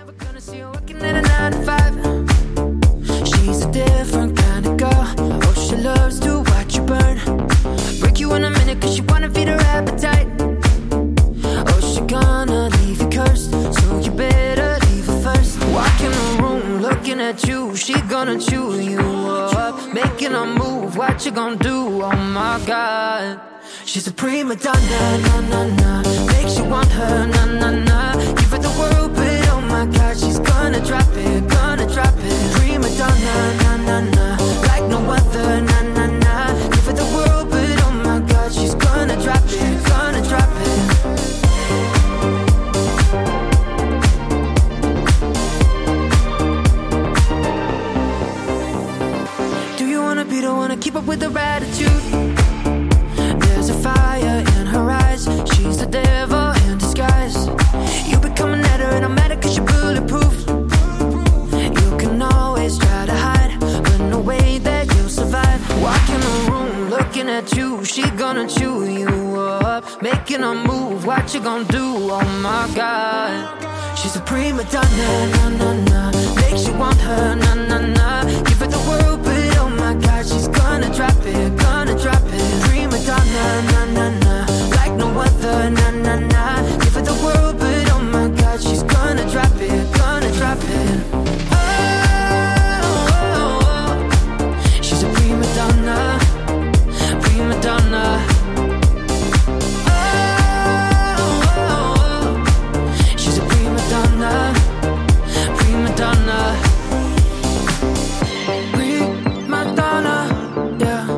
She's a different kind of girl. Oh, she loves to watch you burn. Break you in a minute cause she wanna feed her appetite. Oh, she gonna leave you cursed, so you better leave her first. Walk in the room looking at you, she gonna chew you up. Making a move, what you gonna do? Oh my God. She's a prima donna, na na na. Makes you want her, na na na. Give her the world, but oh my God, she's gonna drop it, gonna drop it. Prima donna, na na na. Like no other, na na na. Give her the world, but oh my God, she's gonna drop it, gonna drop it. Do you wanna be the one to keep up with her attitude? There's a fire in her eyes. She's the devil in disguise. You be coming at her and I'm mad cause you're bulletproof. You can always try to hide, but no way that you'll survive. Walk in the room looking at you, she gonna chew you up. Making a move, what you gonna do? Oh my God. She's a prima donna, na na na. Makes you want her, na na na. Give her the world, but oh my God, she's gonna drop it, gonna drop it. Prima donna, na na na. Like no other, na na na. Give her the world, but oh my God, she's gonna drop it, gonna drop it. Oh, oh, oh. She's a prima donna, prima donna. Oh, oh, oh. She's a prima donna, prima donna. Prima donna, yeah.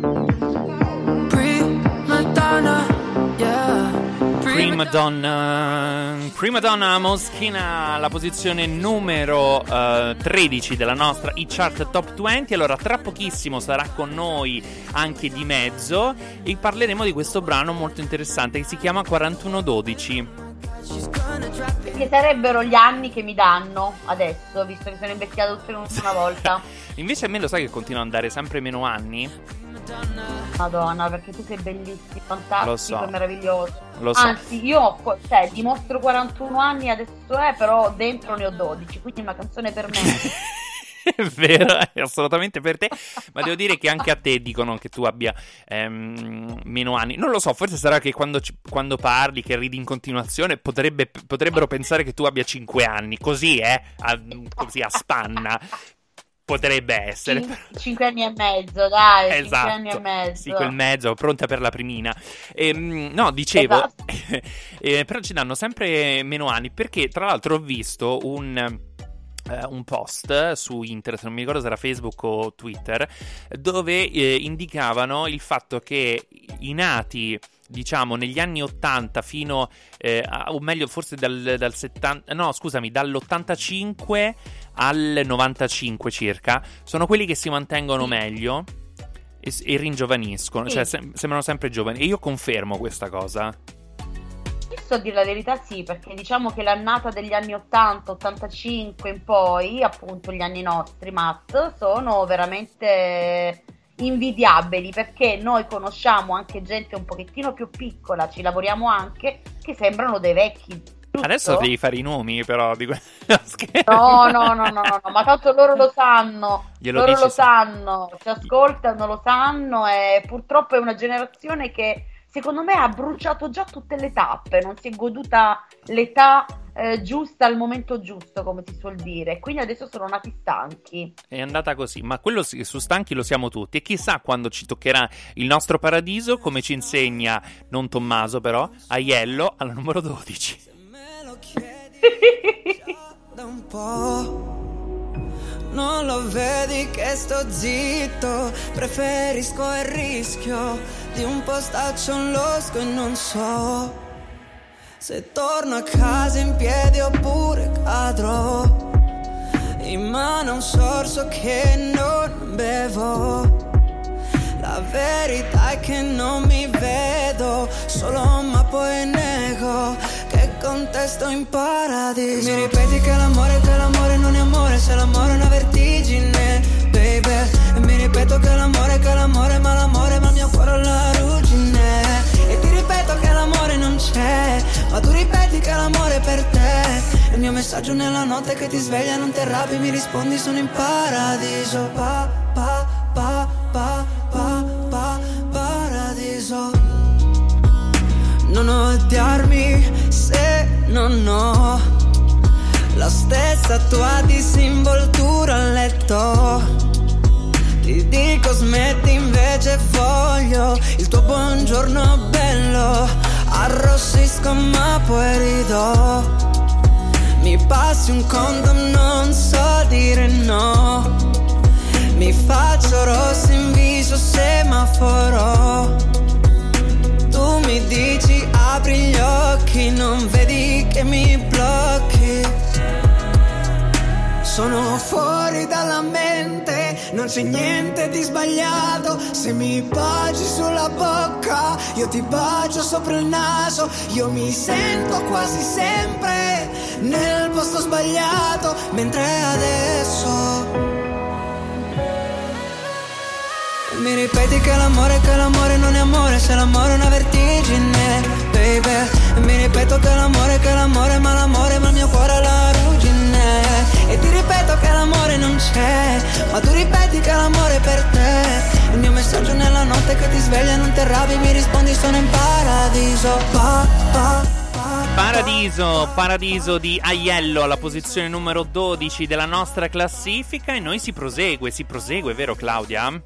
Prima donna, yeah. Prima Donna, Prima Donna Moschina, la posizione numero uh, tredici della nostra e-chart Top venti. Allora, tra pochissimo sarà con noi anche Di Mezzo e parleremo di questo brano molto interessante che si chiama quarantuno dodici. Che sarebbero gli anni che mi danno adesso, visto che sono invecchiato tutte in una volta. Invece a me lo sai che continua ad andare sempre meno anni? Madonna, perché tu sei bellissimo, fantastico, Lo so. e meraviglioso. Lo so. Anzi, io ho qu- cioè, dimostro quarantuno anni adesso, è, però dentro ne ho dodici, quindi è una canzone per me. È vero, è assolutamente per te. Ma devo dire che anche a te dicono che tu abbia ehm, meno anni. Non lo so, forse sarà che quando, ci- quando parli, che ridi in continuazione, potrebbe- potrebbero pensare che tu abbia cinque anni. Così, eh? A, così a spanna. Potrebbe essere. Cin- cinque anni e mezzo, dai, Esatto. cinque anni e mezzo. Sì, quel mezzo, pronta per la primina. Ehm, no, dicevo, Esatto. eh, però ci danno sempre meno anni, perché tra l'altro ho visto un... eh, un post su internet, non mi ricordo se era Facebook o Twitter, dove eh, indicavano il fatto che i nati, diciamo, negli anni ottanta fino eh, a, o meglio forse dal, dal settanta, no scusami, dall'ottantacinque al novantacinque circa, sono quelli che si mantengono meglio e, e ringiovaniscono, Sì. cioè sem- sembrano sempre giovani, e io confermo questa cosa. Io a dire la verità sì, perché diciamo che l'annata degli anni ottanta, ottantacinque in poi, appunto gli anni nostri, Matt, sono veramente invidiabili, perché noi conosciamo anche gente un pochettino più piccola, ci lavoriamo anche, che sembrano dei vecchi. giusto? Adesso devi fare i nomi, però, di que- no, no, no, no, no, no, ma tanto loro lo sanno, Glielo loro dici, lo sì. sanno, ci ascoltano, lo sanno e purtroppo è una generazione che secondo me ha bruciato già tutte le tappe, non si è goduta l'età eh, giusta al momento giusto, come si suol dire, quindi adesso sono nati stanchi. È andata così, ma quello sì, su stanchi lo siamo tutti. E chissà quando ci toccherà il nostro paradiso, come ci insegna non Tommaso, però, Aiello alla numero dodici. Da un po' non lo vedi che sto zitto, preferisco il rischio di un postaccio losco e non so se torno a casa in piedi oppure cadrò in mano a un sorso che non bevo. La verità è che non mi vedo solo, ma poi nego che con te sto in paradiso. Mi ripeti che l'amore, che l'amore non è amore, se l'amore è una vertigine, baby. E mi ripeto che l'amore, che l'amore, ma l'amore, ma il mio cuore è la ruggine. E ti ripeto che l'amore non c'è, ma tu ripeti che l'amore è per te. Il mio messaggio nella notte che ti sveglia, non ti arrabbi, mi rispondi sono in paradiso. Pa, pa, pa, pa, pa, pa, paradiso. Non odiarmi se non ho la stessa tua disinvoltura a letto. Ti dico smetti invece voglio il tuo buongiorno bello. Arrossisco ma poi ridò. Mi passi un condom, non so dire no. Mi faccio rosso in viso, semaforo. Tu mi dici apri gli occhi, non vedi che mi blocchi. Sono fuori dalla mente, non c'è niente di sbagliato. Se mi baci sulla bocca, io ti bacio sopra il naso. Io mi sento quasi sempre nel posto sbagliato, mentre adesso mi ripeti che l'amore, che l'amore non è amore, se l'amore è una vertigine, baby. E mi ripeto che l'amore, che l'amore, ma l'amore, ma il mio cuore è la ruggine. E ti ripeto che l'amore non c'è, ma tu ripeti che l'amore è per te. Il mio messaggio nella notte che ti sveglia, non ti arrabbi, mi rispondi sono in paradiso. Pa, pa, pa, Paradiso, Paradiso di Aiello alla posizione numero dodici della nostra classifica. E noi si prosegue, si prosegue, vero Claudia?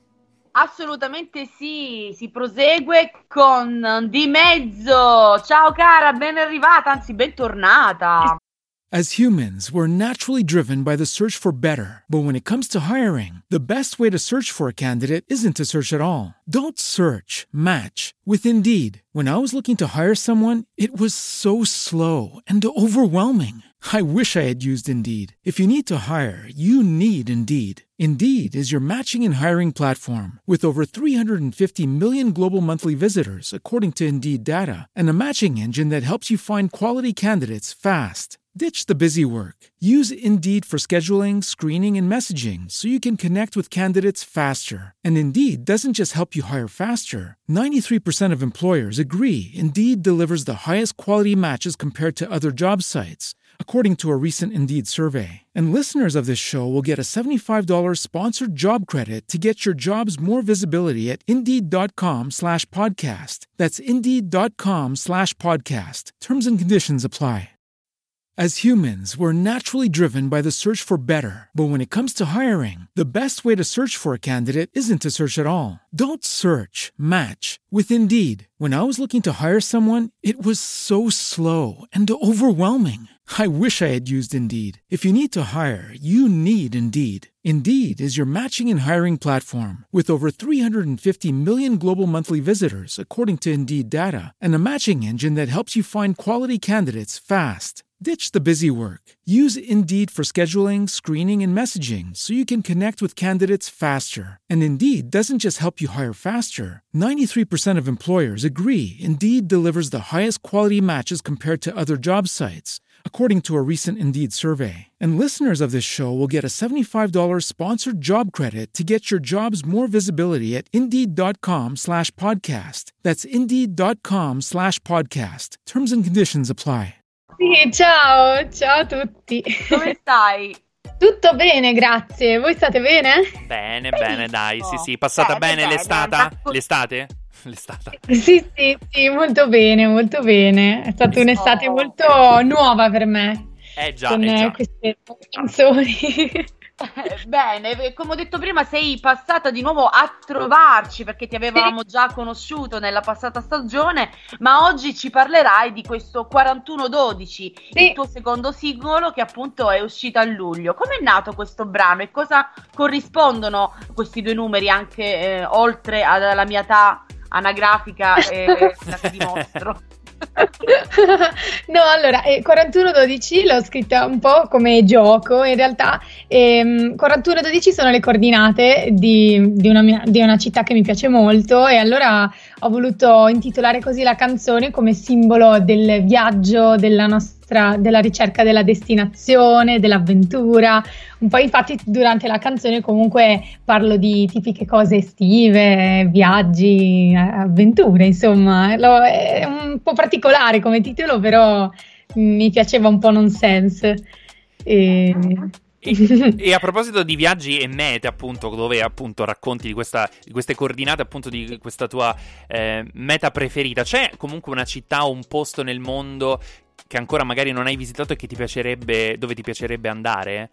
Assolutamente sì, si prosegue con Di Mezzo. Ciao cara, ben arrivata, anzi bentornata. As humans, we're naturally driven by the search for better. But when it comes to hiring, the best way to search for a candidate isn't to search at all. Don't search, match with Indeed. When I was looking to hire someone, it was so slow and overwhelming. I wish I had used Indeed. If you need to hire, you need Indeed. Indeed is your matching and hiring platform with over three hundred fifty million global monthly visitors, according to Indeed data, and a matching engine that helps you find quality candidates fast. Ditch the busy work. Use Indeed for scheduling, screening, and messaging so you can connect with candidates faster. And Indeed doesn't just help you hire faster. ninety-three percent of employers agree Indeed delivers the highest quality matches compared to other job sites, according to a recent Indeed survey. And listeners of this show will get a seventy-five dollars sponsored job credit to get your jobs more visibility at Indeed.com slash podcast. That's Indeed.com slash podcast. Terms and conditions apply. As humans, we're naturally driven by the search for better. But when it comes to hiring, the best way to search for a candidate isn't to search at all. Don't search, match with Indeed. When I was looking to hire someone, it was so slow and overwhelming. I wish I had used Indeed. If you need to hire, you need Indeed. Indeed is your matching and hiring platform with over three hundred fifty million global monthly visitors, according to Indeed data, and a matching engine that helps you find quality candidates fast. Ditch the busy work. Use Indeed for scheduling, screening, and messaging so you can connect with candidates faster. And Indeed doesn't just help you hire faster. ninety-three percent of employers agree Indeed delivers the highest quality matches compared to other job sites, according to a recent Indeed survey. And listeners of this show will get a seventy-five dollars sponsored job credit to get your jobs more visibility at Indeed.com slash podcast. That's Indeed.com slash podcast. Terms and conditions apply. Sì, ciao, ciao a tutti. Come stai? Tutto bene, grazie. Voi state bene? Bene, bene, dai, sì, sì. Passata Bene, bene bene, l'estate? ma- L'estate? L'estate. Sì, sì, sì, molto bene, molto bene. È stata un'estate Oh. molto nuova per me, Eh già, con eh eh, già. queste canzoni. Eh, Bene, come ho detto prima, sei passata di nuovo a trovarci perché ti avevamo già conosciuto nella passata stagione, ma oggi ci parlerai di questo quarantuno dodici, Sì. il tuo secondo singolo che appunto è uscito a luglio. Com'è nato questo brano e cosa corrispondono questi due numeri anche eh, oltre alla mia età anagrafica e la che dimostro? No, allora, eh, quarantuno dodici l'ho scritta un po' come gioco, in realtà ehm, quarantuno dodici sono le coordinate di, di, una mia- di una città che mi piace molto, e allora ho voluto intitolare così la canzone come simbolo del viaggio, della nostra, della ricerca della destinazione, dell'avventura. Un po', infatti, durante la canzone comunque parlo di tipiche cose estive, viaggi, eh, avventure, insomma. Lo- è un po' particolare come titolo, però mi piaceva un po' nonsense. E... E, e a proposito di viaggi e mete, appunto, dove appunto racconti di, questa, di queste coordinate, appunto, di questa tua eh, meta preferita, c'è comunque una città o un posto nel mondo che ancora magari non hai visitato e che ti piacerebbe, dove ti piacerebbe andare?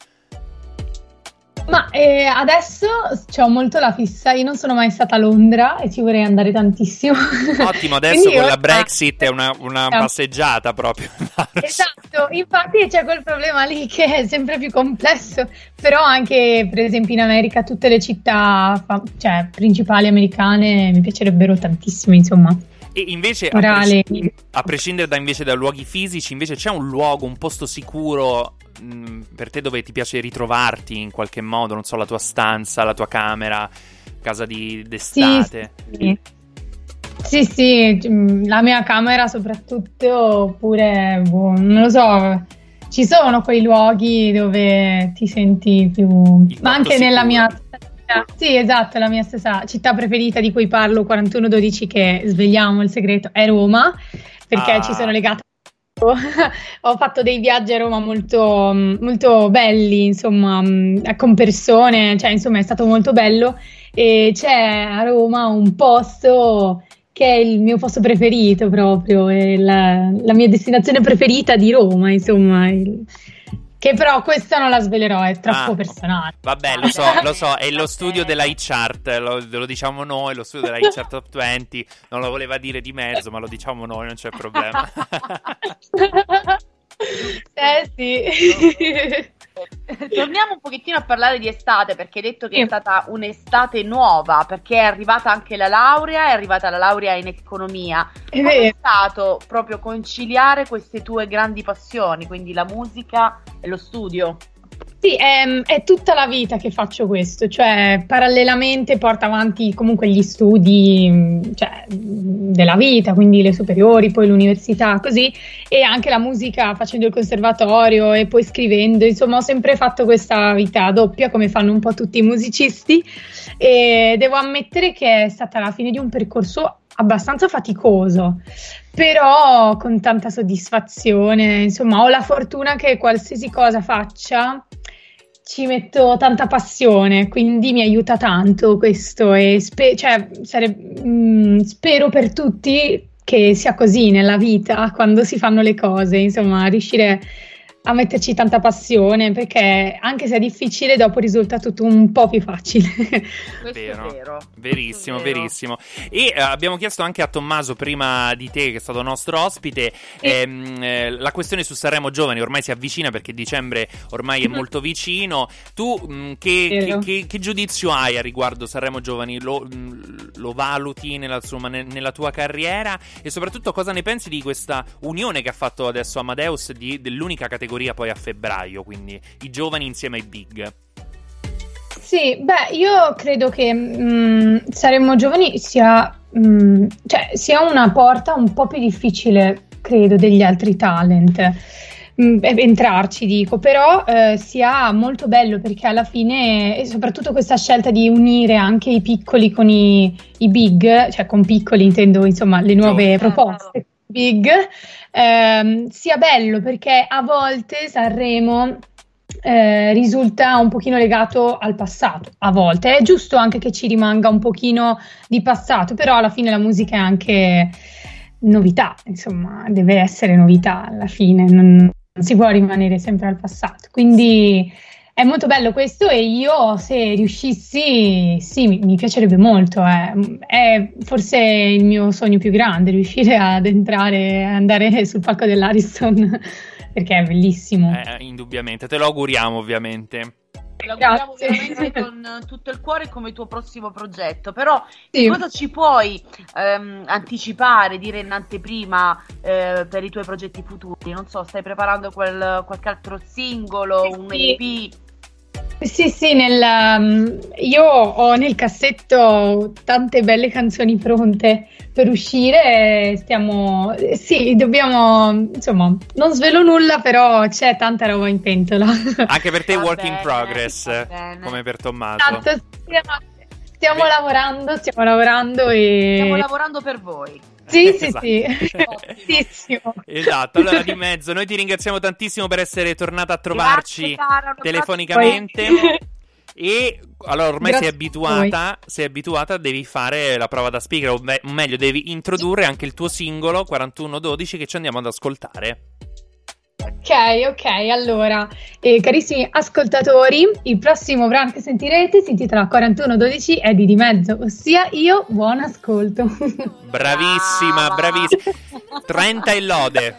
Ma eh, adesso c'ho molto la fissa, io non sono mai stata a Londra e ci vorrei andare tantissimo. Ottimo, adesso Quindi con la ora- Brexit è una, una passeggiata proprio. Esatto, infatti c'è quel problema lì che è sempre più complesso, però anche per esempio in America tutte le città fa- cioè, principali americane mi piacerebbero tantissimo, insomma. E invece, a, Orale. presci- a prescindere da, invece da luoghi fisici, invece c'è un luogo, un posto sicuro mh, per te dove ti piace ritrovarti in qualche modo, non so, la tua stanza, la tua camera, casa di d'estate? Sì, sì, sì, mm, la mia camera soprattutto, oppure, boh, non lo so, ci sono quei luoghi dove ti senti più... Ma anche sicuro. nella mia... Sì, esatto, la mia stessa città preferita di cui parlo, quarantuno dodici, che sveliamo il segreto, è Roma, perché Ah. ci sono legata. Ho fatto dei viaggi a Roma molto, molto belli, insomma, mh, con persone, cioè insomma è stato molto bello, e c'è a Roma un posto che è il mio posto preferito proprio, è la, la mia destinazione preferita di Roma, insomma, il- che però questa non la svelerò, è troppo Ah, personale. Vabbè, lo so, lo so, è lo studio della iChart, lo, lo diciamo noi, lo studio della iChart Top venti, non lo voleva dire di mezzo, ma lo diciamo noi, non c'è problema. Eh sì. Torniamo un pochettino a parlare di estate, perché hai detto che Sì. è stata un'estate nuova, perché è arrivata anche la laurea, è arrivata la laurea in economia. È Come è vero. stato proprio conciliare queste tue grandi passioni, quindi la musica e lo studio? Sì, è, è tutta la vita che faccio questo, cioè parallelamente porto avanti comunque gli studi, mh, cioè, mh, della vita, quindi le superiori, poi l'università, così, e anche la musica facendo il conservatorio e poi scrivendo, insomma ho sempre fatto questa vita doppia come fanno un po' tutti i musicisti, e devo ammettere che è stata la fine di un percorso abbastanza faticoso, però con tanta soddisfazione. Insomma, ho la fortuna che qualsiasi cosa faccia ci metto tanta passione, quindi mi aiuta tanto questo, e spe- cioè, sare- mh, spero per tutti che sia così nella vita quando si fanno le cose, insomma, riuscire a metterci tanta passione, perché anche se è difficile dopo risulta tutto un po' più facile. Questo Vero. è vero. Verissimo, Questo è vero. verissimo. E eh, abbiamo chiesto anche a Tommaso, prima di te, che è stato nostro ospite, ehm, eh, la questione su Sanremo Giovani. Ormai si avvicina, perché dicembre ormai è molto vicino. Tu mh, che, che, Vero. che- che giudizio hai a riguardo Sanremo Giovani? Lo, mh, lo valuti nella, insomma, ne- nella tua carriera? E soprattutto cosa ne pensi di questa unione che ha fatto adesso Amadeus di- dell'unica categoria poi a febbraio, quindi i giovani insieme ai big? Sì, beh, io credo che mh, Saremo Giovani sia, mh, cioè, sia una porta un po' più difficile, credo, degli altri talent. Mh, eh, entrarci, dico, però eh, sia molto bello, perché alla fine, e soprattutto questa scelta di unire anche i piccoli con i, i big, cioè con piccoli intendo, insomma, le nuove Certo. proposte, big, ehm, sia bello perché a volte Sanremo eh, risulta un pochino legato al passato, a volte è giusto anche che ci rimanga un pochino di passato, però alla fine la musica è anche novità, insomma deve essere novità alla fine, non, non si può rimanere sempre al passato, quindi è molto bello questo e io se riuscissi, sì, mi, mi piacerebbe molto, eh. È forse il mio sogno più grande, riuscire ad entrare, andare sul palco dell'Ariston, perché è bellissimo. Eh, indubbiamente, te lo auguriamo ovviamente. Lo auguriamo veramente con tutto il cuore come tuo prossimo progetto, però sì. Cosa ci puoi ehm, anticipare, dire in anteprima eh, per i tuoi progetti futuri? Non so, stai preparando quel, qualche altro singolo, sì, un sì. E P? Sì, sì, nel, um, io ho nel cassetto tante belle canzoni pronte per uscire, stiamo, sì, dobbiamo, insomma, non svelo nulla, però c'è tanta roba in pentola. Anche per te Va work bene, in progress, va bene. come per Tommaso. Esatto, stiamo, stiamo lavorando, stiamo lavorando e... Stiamo lavorando per voi. Sì, sì, Esatto. sì, Ottissimo. Esatto, allora Di Mezzo, noi ti ringraziamo tantissimo per essere tornata a trovarci Grazie, cara, telefonicamente. E allora ormai Grazie sei abituata, sei abituata, devi fare la prova da speaker, o me- meglio, devi introdurre anche il tuo singolo quarantuno dodici che ci andiamo ad ascoltare. Ok, ok, allora, eh, carissimi ascoltatori, il prossimo brano che sentirete si intitola quarantuno dodici, è di Di Mezzo, ossia io, buon ascolto. Bravissima, Brava. bravissima. trenta e lode.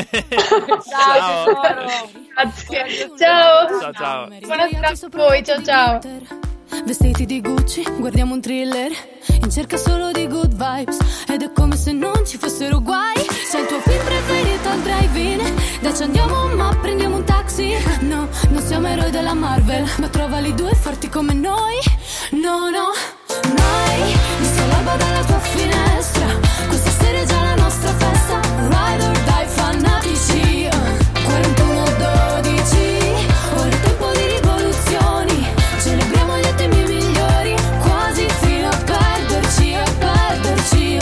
Ciao, Ciao. tesoro. Grazie, ciao. Ciao, ciao. Buonasera a voi, ciao ciao. Vestiti di Gucci, guardiamo un thriller in cerca solo di good vibes ed è come se non ci fossero guai. Se il tuo film preferito al drive-in, dai ci andiamo ma prendiamo un taxi. No, non siamo eroi della Marvel, ma trova lì due forti come noi. No, no, mai visto l'alba dalla tua finestra. Questa sera è già la nostra festa. Ride or die fanatici. quarantuno dodici, ora è tempo di rivoluzioni. Celebriamo gli attimi migliori, quasi fino a perderci, a perderci.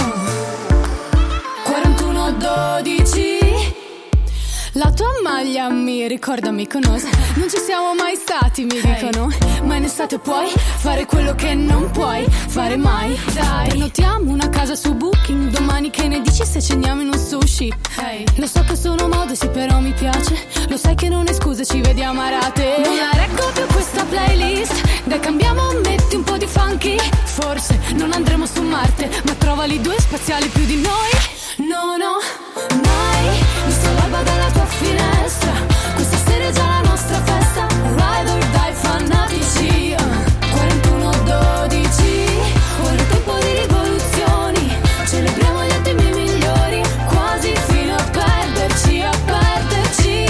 quarantuno dodici. La tua maglia mi ricorda Mykonos. Non ci siamo mai stati, mi dicono. Ma in estate puoi fare quello che non puoi fare mai. Dai, prenotiamo una casa su Booking. Domani che ne dici se cendiamo in un sushi? Hey. Lo so che sono mode, sì però mi piace. Lo sai che non è scusa, ci vediamo a rate. Non la reggo più questa playlist. Dai cambiamo, metti un po' di funky. Forse non andremo su Marte, ma trova lì due spaziali più di noi. No, no, mai visto l'alba dalla tua finestra. Questa sera è già la nostra festa. Ride or die fanatici. quarantuno dodici, ora è tempo di rivoluzioni. Celebriamo gli attimi migliori, quasi fino a perderci, a perderci.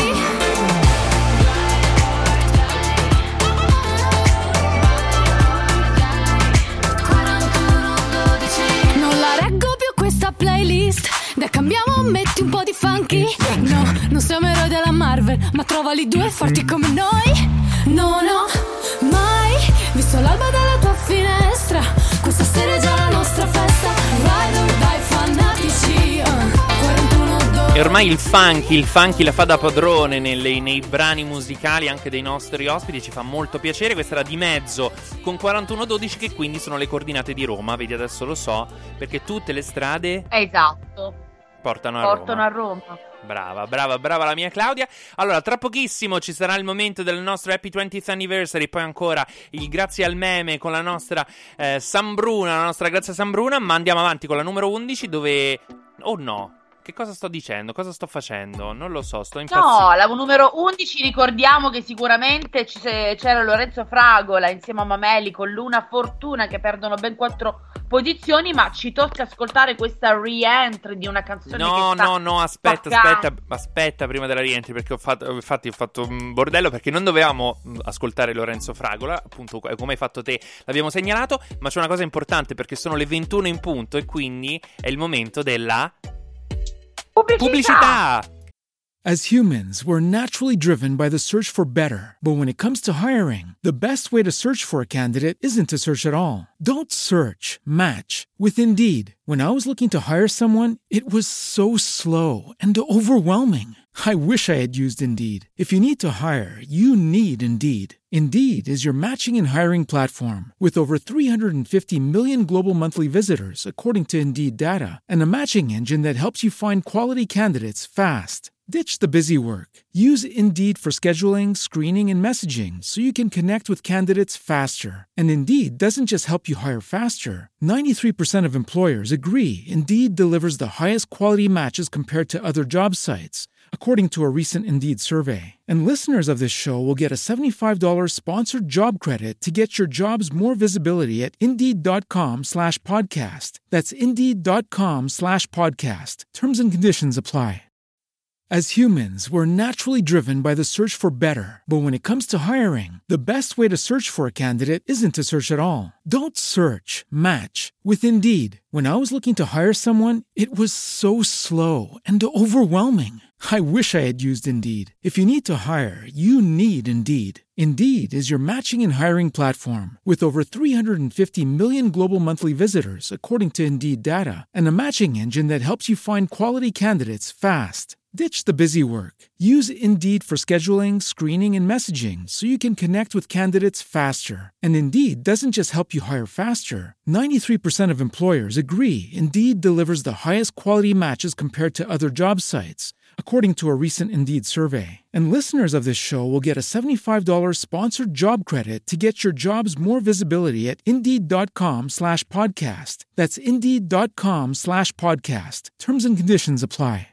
quarantuno dodici. Non la reggo più questa playlist. Dai cambiamo, metti un po' di funky. No, non siamo eroi della Marvel, ma trova lì due forti come noi. No, no, mai visto l'alba dalla tua finestra. Questa sera è già la nostra festa. Ride or die fanatici. quarantuno dodici. E ormai il funky, il funky la fa da padrone nelle, nei brani musicali anche dei nostri ospiti, ci fa molto piacere. Questa era Di Mezzo con quarantuno dodici, che quindi sono le coordinate di Roma, vedi adesso lo so, perché tutte le strade Esatto, portano a portano Roma. a Roma. Brava, brava, brava la mia Claudia. Allora, tra pochissimo ci sarà il momento del nostro Happy twentieth Anniversary, poi ancora il grazie al meme con la nostra eh, Sambruna, la nostra grazie a Sambruna, ma andiamo avanti con la numero undici dove... Oh no, che cosa sto dicendo? Cosa sto facendo? Non lo so, sto impazzendo. No, la numero undici ricordiamo che sicuramente ci se- c'era Lorenzo Fragola insieme a Mameli con Luna Fortuna che perdono ben quattro posizioni, ma ci tocca ascoltare questa re-entry di una canzone No, che sta no, no, aspetta, spaccando. aspetta, aspetta prima della rientri, perché ho fatto, infatti ho fatto un bordello, perché non dovevamo ascoltare Lorenzo Fragola, appunto come hai fatto te, l'abbiamo segnalato, ma c'è una cosa importante perché sono le ventuno in punto e quindi è il momento della Pubblicità! pubblicità. As humans, we're naturally driven by the search for better. But when it comes to hiring, the best way to search for a candidate isn't to search at all. Don't search, match with Indeed. When I was looking to hire someone, it was so slow and overwhelming. I wish I had used Indeed. If you need to hire, you need Indeed. Indeed is your matching and hiring platform with over three hundred fifty million global monthly visitors, according to Indeed data, and a matching engine that helps you find quality candidates fast. Ditch the busy work. Use Indeed for scheduling, screening, and messaging so you can connect with candidates faster. And Indeed doesn't just help you hire faster. ninety-three percent of employers agree Indeed delivers the highest quality matches compared to other job sites, according to a recent Indeed survey. And listeners of this show will get a seventy-five dollars sponsored job credit to get your jobs more visibility at Indeed.com slash podcast. That's Indeed.com slash podcast. Terms and conditions apply. As humans, we're naturally driven by the search for better. But when it comes to hiring, the best way to search for a candidate isn't to search at all. Don't search, match with Indeed. When I was looking to hire someone, it was so slow and overwhelming. I wish I had used Indeed. If you need to hire, you need Indeed. Indeed is your matching and hiring platform with over three hundred fifty million global monthly visitors, according to Indeed data, and a matching engine that helps you find quality candidates fast. Ditch the busy work. Use Indeed for scheduling, screening, and messaging so you can connect with candidates faster. And Indeed doesn't just help you hire faster. ninety-three percent of employers agree Indeed delivers the highest quality matches compared to other job sites, according to a recent Indeed survey. And listeners of this show will get a seventy-five dollars sponsored job credit to get your jobs more visibility at Indeed.com slash podcast. That's Indeed.com slash podcast. Terms and conditions apply.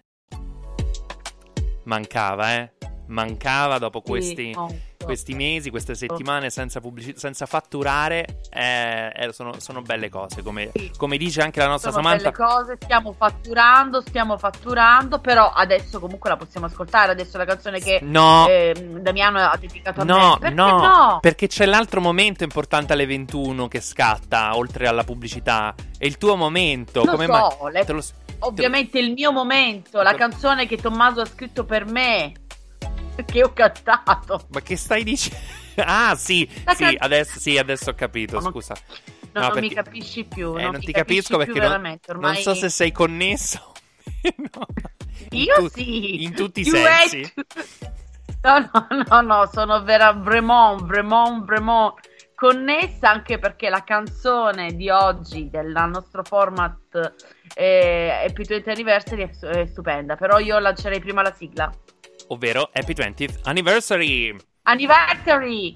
Mancava, eh? Mancava dopo questi, sì, questi mesi, queste settimane senza pubblicità, senza fatturare. Eh, eh, sono, sono belle cose, come, sì. come dice anche la nostra sono Samantha. Belle cose, stiamo fatturando, stiamo fatturando, però adesso comunque la possiamo ascoltare. Adesso la canzone che no. eh, Damiano ha dedicato a no, me. Perché no, no? Perché c'è l'altro momento importante alle ventuno che scatta, oltre alla pubblicità. È il tuo momento. Lo come so, ma- le... te lo... ovviamente il mio momento, la canzone che Tommaso ha scritto per me, che ho cantato. Ma che stai dicendo? Ah sì, La sì, can... adesso, sì, adesso ho capito, non, scusa. No, no, non perché... mi capisci più. Eh, non, non ti capisci capisco perché non, ormai... non so se sei connesso. No. Io tu... sì. In tutti i you sensi. No, no, no, no, sono vera Bremont, Bremont, Bremont. Connessa anche perché la canzone di oggi del nostro format eh, Happy twentieth Anniversary è, è stupenda, però io lancerei prima la sigla, ovvero Happy twentieth Anniversary. Anniversary.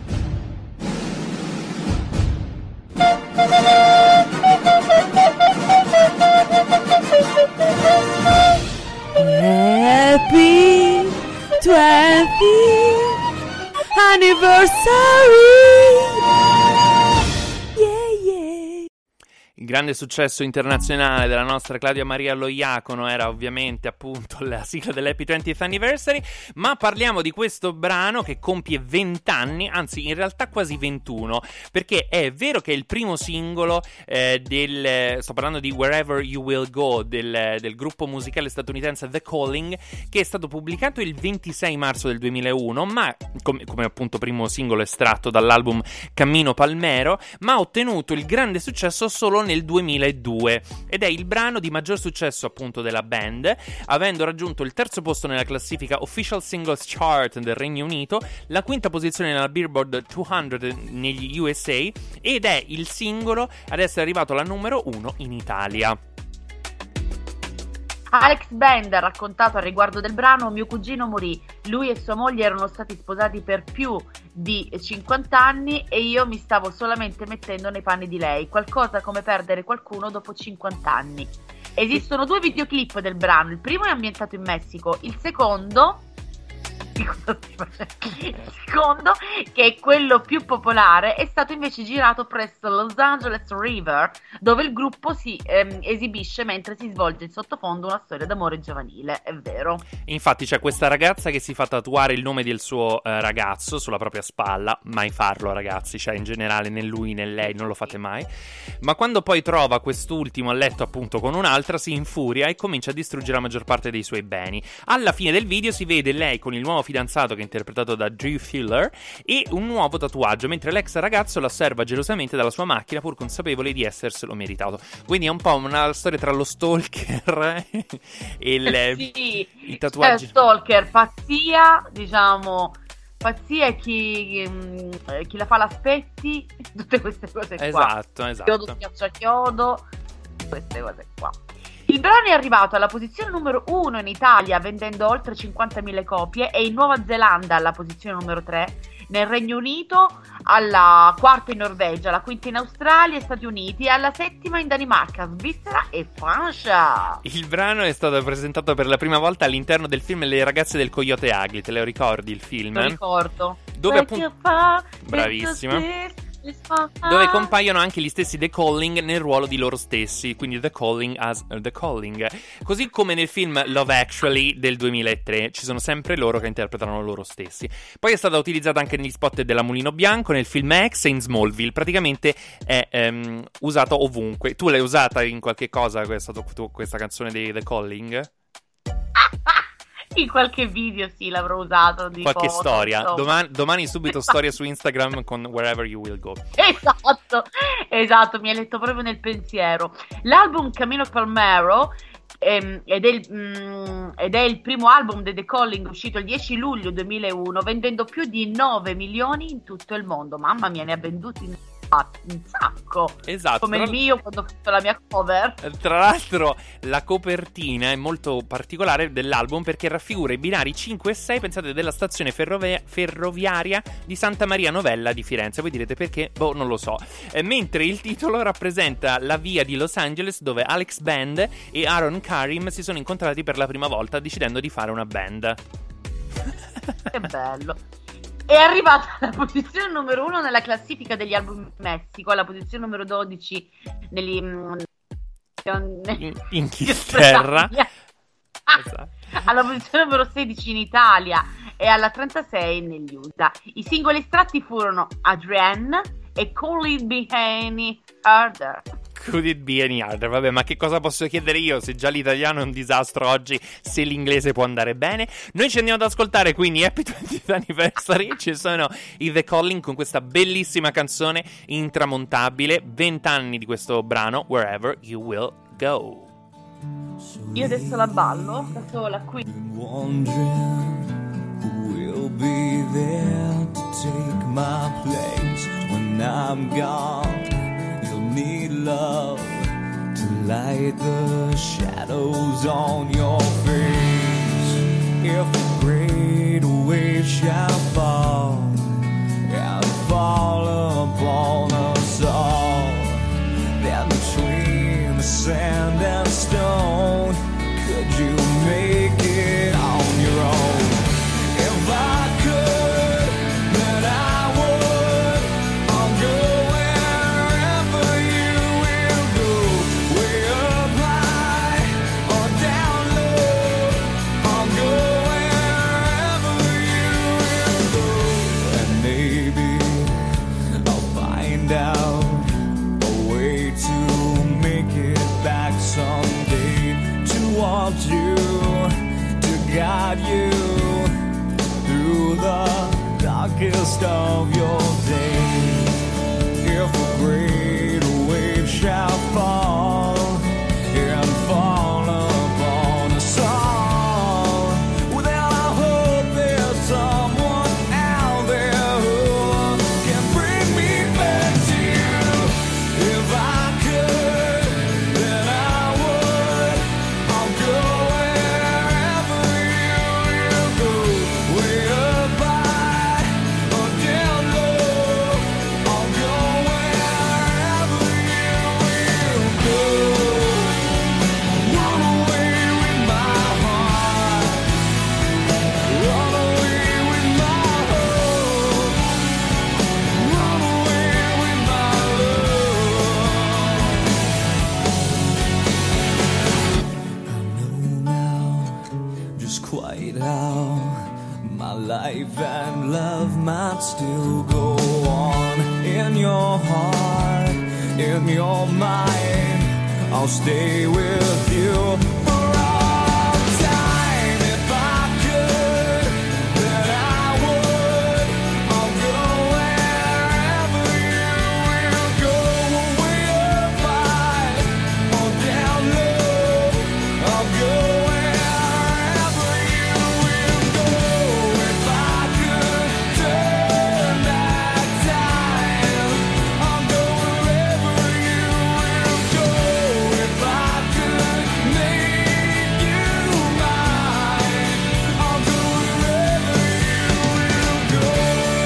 Happy twentieth Anniversary. Yeah, yeah. Il grande successo internazionale della nostra Claudia Maria Loiacono era ovviamente appunto la sigla dell'Happy twentieth Anniversary, ma parliamo di questo brano che compie venti anni, anzi in realtà quasi ventuno, perché è vero che è il primo singolo eh, del, sto parlando di Wherever You Will Go, del, del gruppo musicale statunitense The Calling, che è stato pubblicato il ventisei marzo del duemilauno, ma come, come appunto primo singolo estratto dall'album Cammino Palmero, ma ha ottenuto il grande successo solo nel duemiladue ed è il brano di maggior successo appunto della band, avendo raggiunto il terzo posto nella classifica Official Singles Chart del Regno Unito, la quinta posizione nella Billboard duecento negli U S A ed è il singolo ad essere arrivato alla numero uno in Italia. Alex Band ha raccontato al riguardo del brano: mio cugino morì, lui e sua moglie erano stati sposati per più di cinquanta anni e io mi stavo solamente mettendo nei panni di lei, qualcosa come perdere qualcuno dopo cinquanta anni. Esistono due videoclip del brano, il primo è ambientato in Messico, il secondo di cosa stai facendo. Il secondo, che è quello più popolare, è stato invece girato presso Los Angeles River, dove il gruppo si ehm, esibisce mentre si svolge in sottofondo una storia d'amore giovanile, è vero. Infatti c'è questa ragazza che si fa tatuare il nome del suo eh, ragazzo sulla propria spalla, mai farlo ragazzi, cioè in generale né lui né lei, non lo fate mai, ma quando poi trova quest'ultimo a letto appunto con un'altra si infuria e comincia a distruggere la maggior parte dei suoi beni. Alla fine del video si vede lei con il nuovo fidanzato che è interpretato da Drew Fuller e un nuovo tatuaggio, mentre l'ex ragazzo la osserva gelosamente dalla sua macchina pur consapevole di esserselo meritato. Quindi è un po' una storia tra lo stalker e il, sì, il tatuaggio. Cioè, stalker, pazzia, diciamo, pazzia e chi, chi, chi la fa l'aspetti, tutte queste cose qua. Esatto, esatto. Chiodo schiaccia chiodo, queste cose qua. Il brano è arrivato alla posizione numero uno in Italia vendendo oltre cinquantamila copie e in Nuova Zelanda alla posizione numero tre, nel Regno Unito alla quarta in Norvegia, alla quinta in Australia e Stati Uniti e alla settima in Danimarca, Svizzera e Francia. Il brano è stato presentato per la prima volta all'interno del film Le ragazze del Coyote Ugly, te lo ricordi il film? Lo ricordo. Dove appunto... Bravissima. Dove compaiono anche gli stessi The Calling nel ruolo di loro stessi, quindi The Calling as The Calling. Così come nel film Love Actually del duemilatré, ci sono sempre loro che interpretano loro stessi. Poi è stata utilizzata anche negli spot della Mulino Bianco, nel film X e in Smallville. Praticamente è um, usata ovunque. Tu l'hai usata in qualche cosa questa, questa canzone dei The Calling? In qualche video sì, l'avrò usato di qualche foto, storia insomma. domani, domani subito esatto. Storia su Instagram con Wherever You Will Go. Esatto, esatto, mi hai letto proprio nel pensiero. L'album Camino Palmero ehm, ed, è il, mm, ed è il primo album di The Calling uscito il dieci luglio duemilauno, vendendo più di nove milioni in tutto il mondo. Mamma mia, ne ha venduti in un sacco, esatto, come tra... il mio quando ho fatto la mia cover. Tra l'altro la copertina è molto particolare dell'album perché raffigura i binari cinque e sei, pensate, della stazione ferrovia- ferroviaria di Santa Maria Novella di Firenze. Voi direte perché? Boh, non lo so. Eh, mentre il titolo rappresenta la via di Los Angeles dove Alex Band e Aaron Karim si sono incontrati per la prima volta decidendo di fare una band. Che bello. È arrivata alla posizione numero uno nella classifica degli album in Messico, alla posizione numero dodici negli, in Inghilterra, esatto. Alla posizione numero sedici in Italia e alla trentasei negli U S A. I singoli estratti furono Adrienne e Could It Be Any Harder. Could it be any harder? Vabbè, ma che cosa posso chiedere io se già l'italiano è un disastro oggi, se l'inglese può andare bene? Noi ci andiamo ad ascoltare quindi Happy twentieth Anniversary. Ci sono i The Calling con questa bellissima canzone intramontabile, vent'anni di questo brano, Wherever You Will Go. Io adesso la ballo da sola qui. We'll be there to take my place when I'm gone. Need love to light the shadows on your face. If a great wave shall fall and fall upon us all, then between the sand and stone, could you make it on your own? If I could, then I would. I'll go. You to guide you through the darkest of your days. If a great wave shall fall and fall upon us all, well, then I hope there's someone out there who can bring me back to you. If I could, then I would. I'll go. Go. fade out, my life and love might still go on. In your heart, in your mind, I'll stay with you for all time. If I could, then I would. I'll go wherever you will go. Way up high or down low, I'll go wherever you will go. If I could turn back time, I'll go wherever you will go. If I could make you mine, I'll go wherever you will go.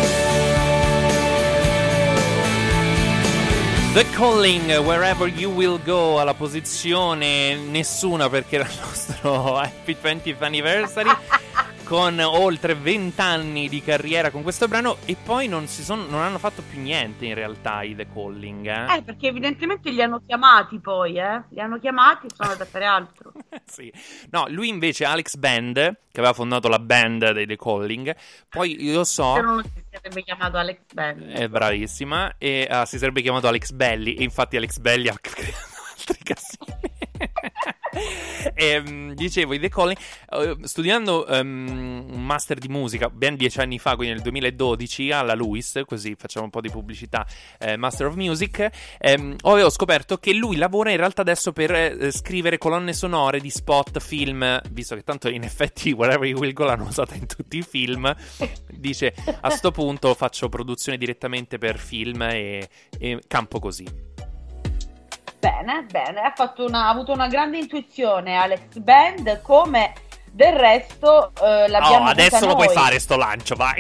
The Calling, Wherever You Will Go, alla posizione nessuna perché era il nostro Happy twentieth Anniversary, con oltre venti anni di carriera con questo brano, e poi non si sono, non hanno fatto più niente in realtà i The Calling, eh? Eh, perché evidentemente li hanno chiamati poi, eh? Li hanno chiamati e sono andati a fare altro. Sì. No, lui invece, Alex Band, che aveva fondato la band dei The Calling, poi io so... Se non si sarebbe chiamato Alex Band. È bravissima, e uh, si sarebbe chiamato Alex Belli, e infatti Alex Belli ha creato altri casini. E, um, dicevo, i The Calling, uh, studiando um, un master di musica ben dieci anni fa, quindi nel duemiladodici alla Lewis, così facciamo un po' di pubblicità, eh, Master of Music, um, avevo scoperto che lui lavora in realtà adesso per eh, scrivere colonne sonore di spot, film, visto che tanto in effetti Wherever You Will Go l'hanno usata in tutti i film. Dice, a sto punto faccio produzione direttamente per film e, e campo così. Bene, bene, ha, fatto una, ha avuto una grande intuizione Alex Band, come del resto eh, l'abbiamo Oh, adesso lo noi. puoi fare sto lancio, vai.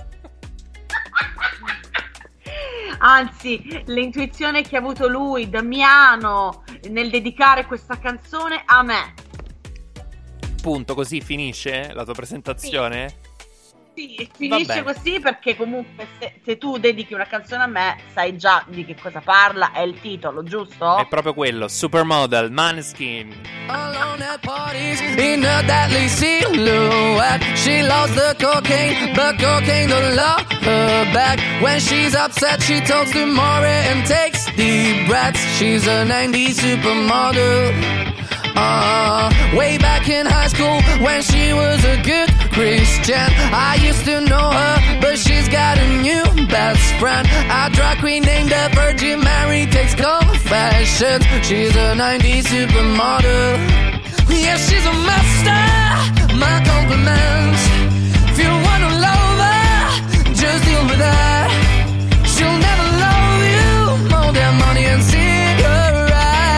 Anzi, l'intuizione che ha avuto lui, Damiano, nel dedicare questa canzone a me. Punto, così finisce la tua presentazione? Sì. Sì, finisce così perché comunque se, se tu dedichi una canzone a me sai già di che cosa parla, è il titolo, giusto? È proprio quello, Supermodel, Maneskin. Alone at parties in a deadly silhouette. She loves the cocaine, but cocaine don't love her back. When she's upset, she talks to Maury and takes deep breaths. She's a nineties supermodel. Uh, way back in high school when she was a good Christian, I used to know her, but she's got a new best friend. A drag queen named the Virgin Mary takes confessions. She's a nineties supermodel. Yeah, she's a master. My compliments. If you wanna love her, just deal with her. She'll never love you more than money and cigarettes.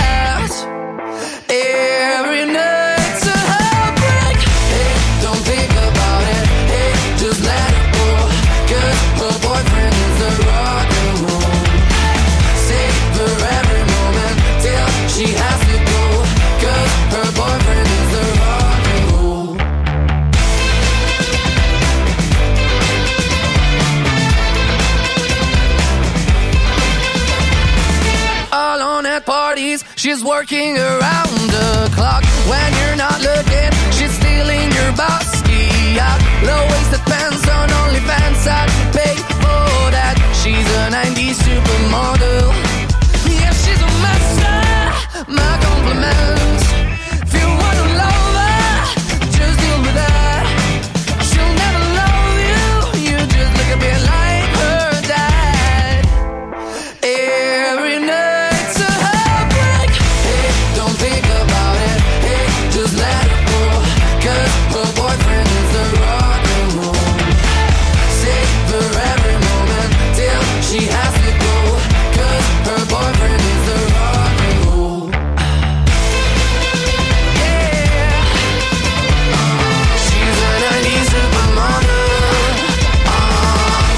Every night's a heartbreak. Hey, don't think about it. Hey, just let it go. 'Cause her boyfriend is the rock and roll. Savor every moment till she has to go. 'Cause her boyfriend is the rock and roll. Alone at parties, she's working around the clock. When you're not looking, she's stealing your bossy out. Low-waisted pants on OnlyFans, I'd pay for that. She's a nineties supermodel. Yeah, she's a master. My compliments. If you wanna love her, just deal with her. She'll never love you. You just look a bit like her dad. Every night. She has to go, 'cause her boyfriend is the rock and roll. Yeah, uh, she's a nineties supermodel. Uh,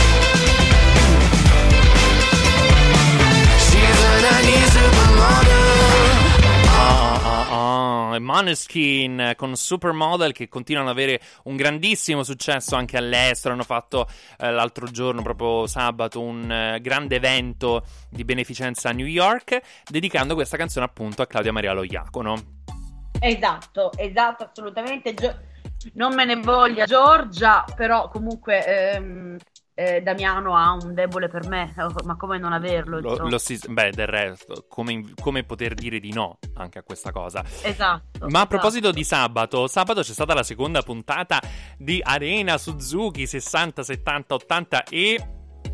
she's a nineties supermodel. Ah, ah, ah. Maneskin con Supermodel, che continuano ad avere un grandissimo successo anche all'estero. Hanno fatto eh, l'altro giorno, proprio sabato, un eh, grande evento di beneficenza a New York, dedicando questa canzone appunto a Claudia Maria Loiacono. Esatto, esatto, assolutamente. Gio- non me ne voglia Giorgia, però comunque ehm, eh, Damiano ha un debole per me, ma come non averlo? Lo, lo si, beh, del resto, come, come poter dire di no anche a questa cosa? Esatto. Ma a proposito di sabato, sabato c'è stata la seconda puntata di Arena Suzuki sessanta, settanta, ottanta e...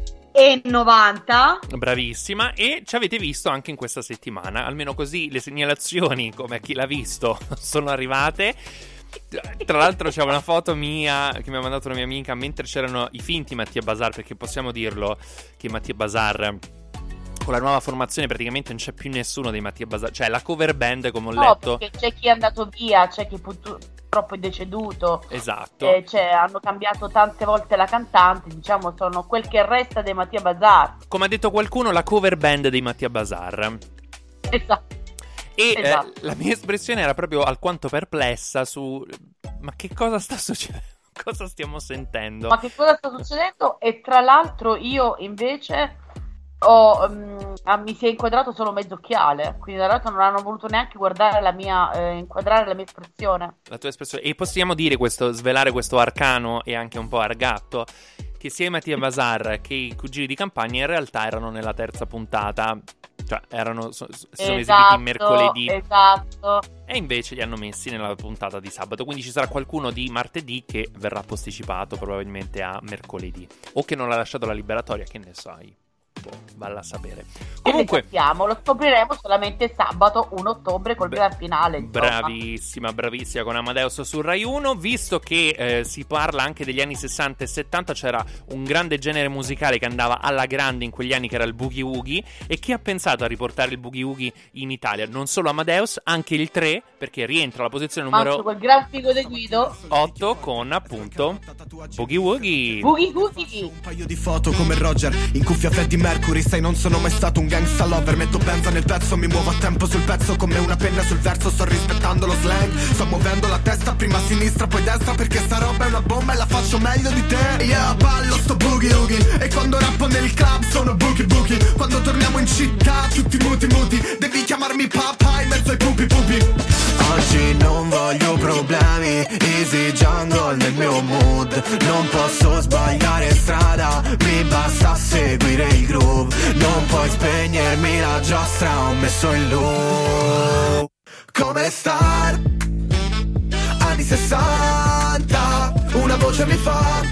E novanta. Bravissima. E ci avete visto anche in questa settimana, almeno così le segnalazioni, come a chi l'ha visto, sono arrivate. Tra l'altro c'è una foto mia che mi ha mandato una mia amica mentre c'erano i finti Mattia Bazar, perché possiamo dirlo che Mattia Bazar con la nuova formazione praticamente non c'è più nessuno dei Mattia Bazar, cioè la cover band, come ho no, letto, perché c'è chi è andato via, c'è chi purtroppo è deceduto, esatto, eh, cioè, hanno cambiato tante volte la cantante, diciamo sono quel che resta dei Mattia Bazar, come ha detto qualcuno, la cover band dei Mattia Bazar. Esatto. E esatto. eh, la mia espressione era proprio alquanto perplessa su ma che cosa sta succedendo, cosa stiamo sentendo, ma che cosa sta succedendo. E tra l'altro io invece ho, um, ah, mi si è inquadrato solo mezzo occhiale, quindi tra l'altro non hanno voluto neanche guardare la mia eh, inquadrare la mia espressione, la tua espressione. E possiamo dire questo, svelare questo arcano e anche un po' argatto, che sia i Mattia Bazar che i Cugini di Campagna in realtà erano nella terza puntata, cioè erano so, si sono esatto, esibiti mercoledì, esatto, e invece li hanno messi nella puntata di sabato, quindi ci sarà qualcuno di martedì che verrà posticipato probabilmente a mercoledì, o che non ha lasciato la liberatoria, che ne sai, boh, valla a sapere. Comunque e sappiamo, lo scopriremo solamente sabato primo ottobre col gran finale, insomma. Bravissima, bravissima con Amadeus su Rai uno. Visto che eh, si parla anche degli anni sessanta e settanta, c'era un grande genere musicale che andava alla grande in quegli anni, che era il Boogie Woogie. E chi ha pensato a riportare il Boogie Woogie in Italia? Non solo Amadeus, anche il tre, perché rientra alla posizione numero anche quel gran figo di Guido otto con appunto Boogie Woogie. Boogie Woogie. Un paio di foto come Roger in cuffia Freddie Mercury, sai non sono mai stato un gangsta lover, metto benza nel pezzo, mi muovo a tempo sul pezzo come una penna sul verso, sto rispettando lo slang, sto muovendo la testa prima a sinistra poi destra, perché sta roba è una bomba e la faccio meglio di te. Yeah, ballo sto boogie woogie e quando rappo nel club sono boogie boogie, quando torniamo in città tutti muti muti, devi chiamarmi papà in mezzo ai pupi pupi. Oggi non voglio problemi, easy jungle nel mio mood, non posso sbagliare strada, mi basta seguire il groove, non puoi spegnermi la giostra, ho messo in loop. Come star, anni sessanta, una voce mi fa,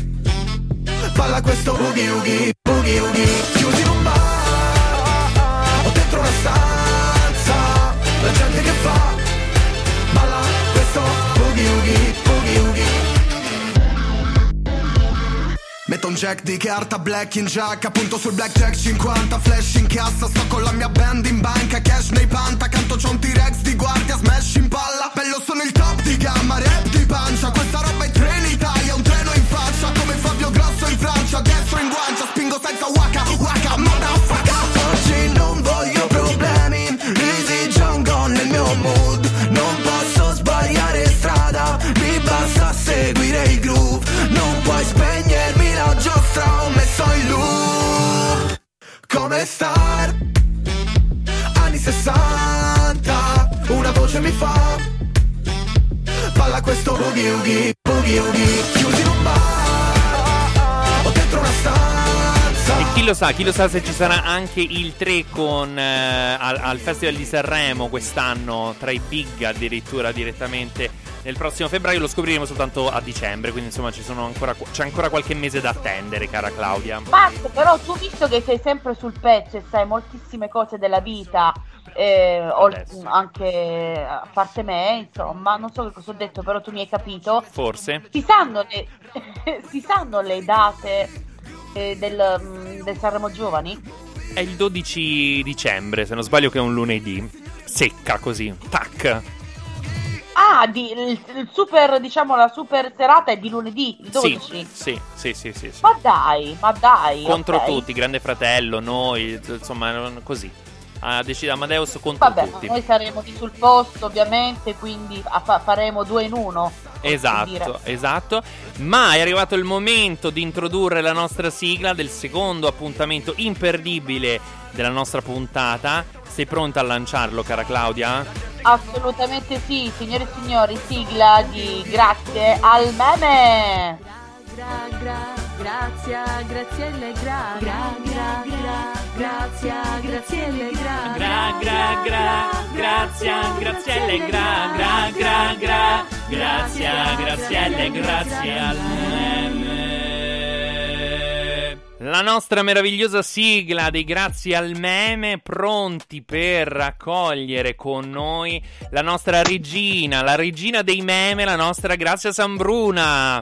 balla questo boogie woogie, boogie woogie, chiusi in un bar, o dentro una stanza, la gente che fa, balla questo boogie woogie, boogie woogie. Metto un jack di carta black in giacca, punto sul blackjack cinquanta, flash in cassa, sto con la mia band in banca, cash nei panta, canto c'ho un T-Rex di guardia, smash in palla, bello sono il top di gamma, rap di pancia, questa roba è Trenitalia, un treno in faccia, come Fabio Grosso in Francia, destro in guancia, spingo senza waka, waka, motherfucker. Oggi non voglio problemi, easy jungle nel mio mood, non posso sbagliare strada, mi basta seguire il groove, non puoi spegnermi la giostra, ho messo in loop. Come star, anni sessanta, una voce mi fa, balla questo boogie woogie, boogie woogie, chiusi in un bar, o dentro una stanza. E chi lo sa, chi lo sa se ci sarà anche il tre con eh, al, al Festival di Sanremo quest'anno, tra i big addirittura direttamente nel prossimo febbraio, lo scopriremo soltanto a dicembre, quindi insomma ci sono ancora, c'è ancora qualche mese da attendere, cara Claudia. Max, però tu, visto che sei sempre sul pezzo e sai moltissime cose della vita, eh, anche a parte me, insomma, non so che cosa ho detto, però tu mi hai capito. Forse. Si sanno le, si sanno le date eh, del, del Sanremo Giovani? È il dodici dicembre, se non sbaglio, che è un lunedì. Secca così, tac. Ah, di, il, il super, diciamo, la super serata è di lunedì, il dodici? Sì, sì, sì, sì, sì. Ma dai, ma dai. Contro okay. tutti, Grande Fratello, noi, insomma, così. Ha deciso Amadeus contro Vabbè, tutti. Noi saremo lì sul posto, ovviamente, quindi fa- faremo due in uno. Esatto, esatto. Ma è arrivato il momento di introdurre la nostra sigla del secondo appuntamento imperdibile della nostra puntata. Sei pronta a lanciarlo, cara Claudia? Assolutamente sì, signore e signori, sigla di Grazie al meme. Gra, gra, grazia, grazielle, gra, gra, gra, gra, grazia, grazielle, gra, Gra, gra, gra, grazia, grazielle, gra, gra, gra, gra, grazia, grazielle, grazie al meme. La nostra meravigliosa sigla dei Grazie al meme, pronti per raccogliere con noi la nostra regina, la regina dei meme, la nostra Grazia Sambruna.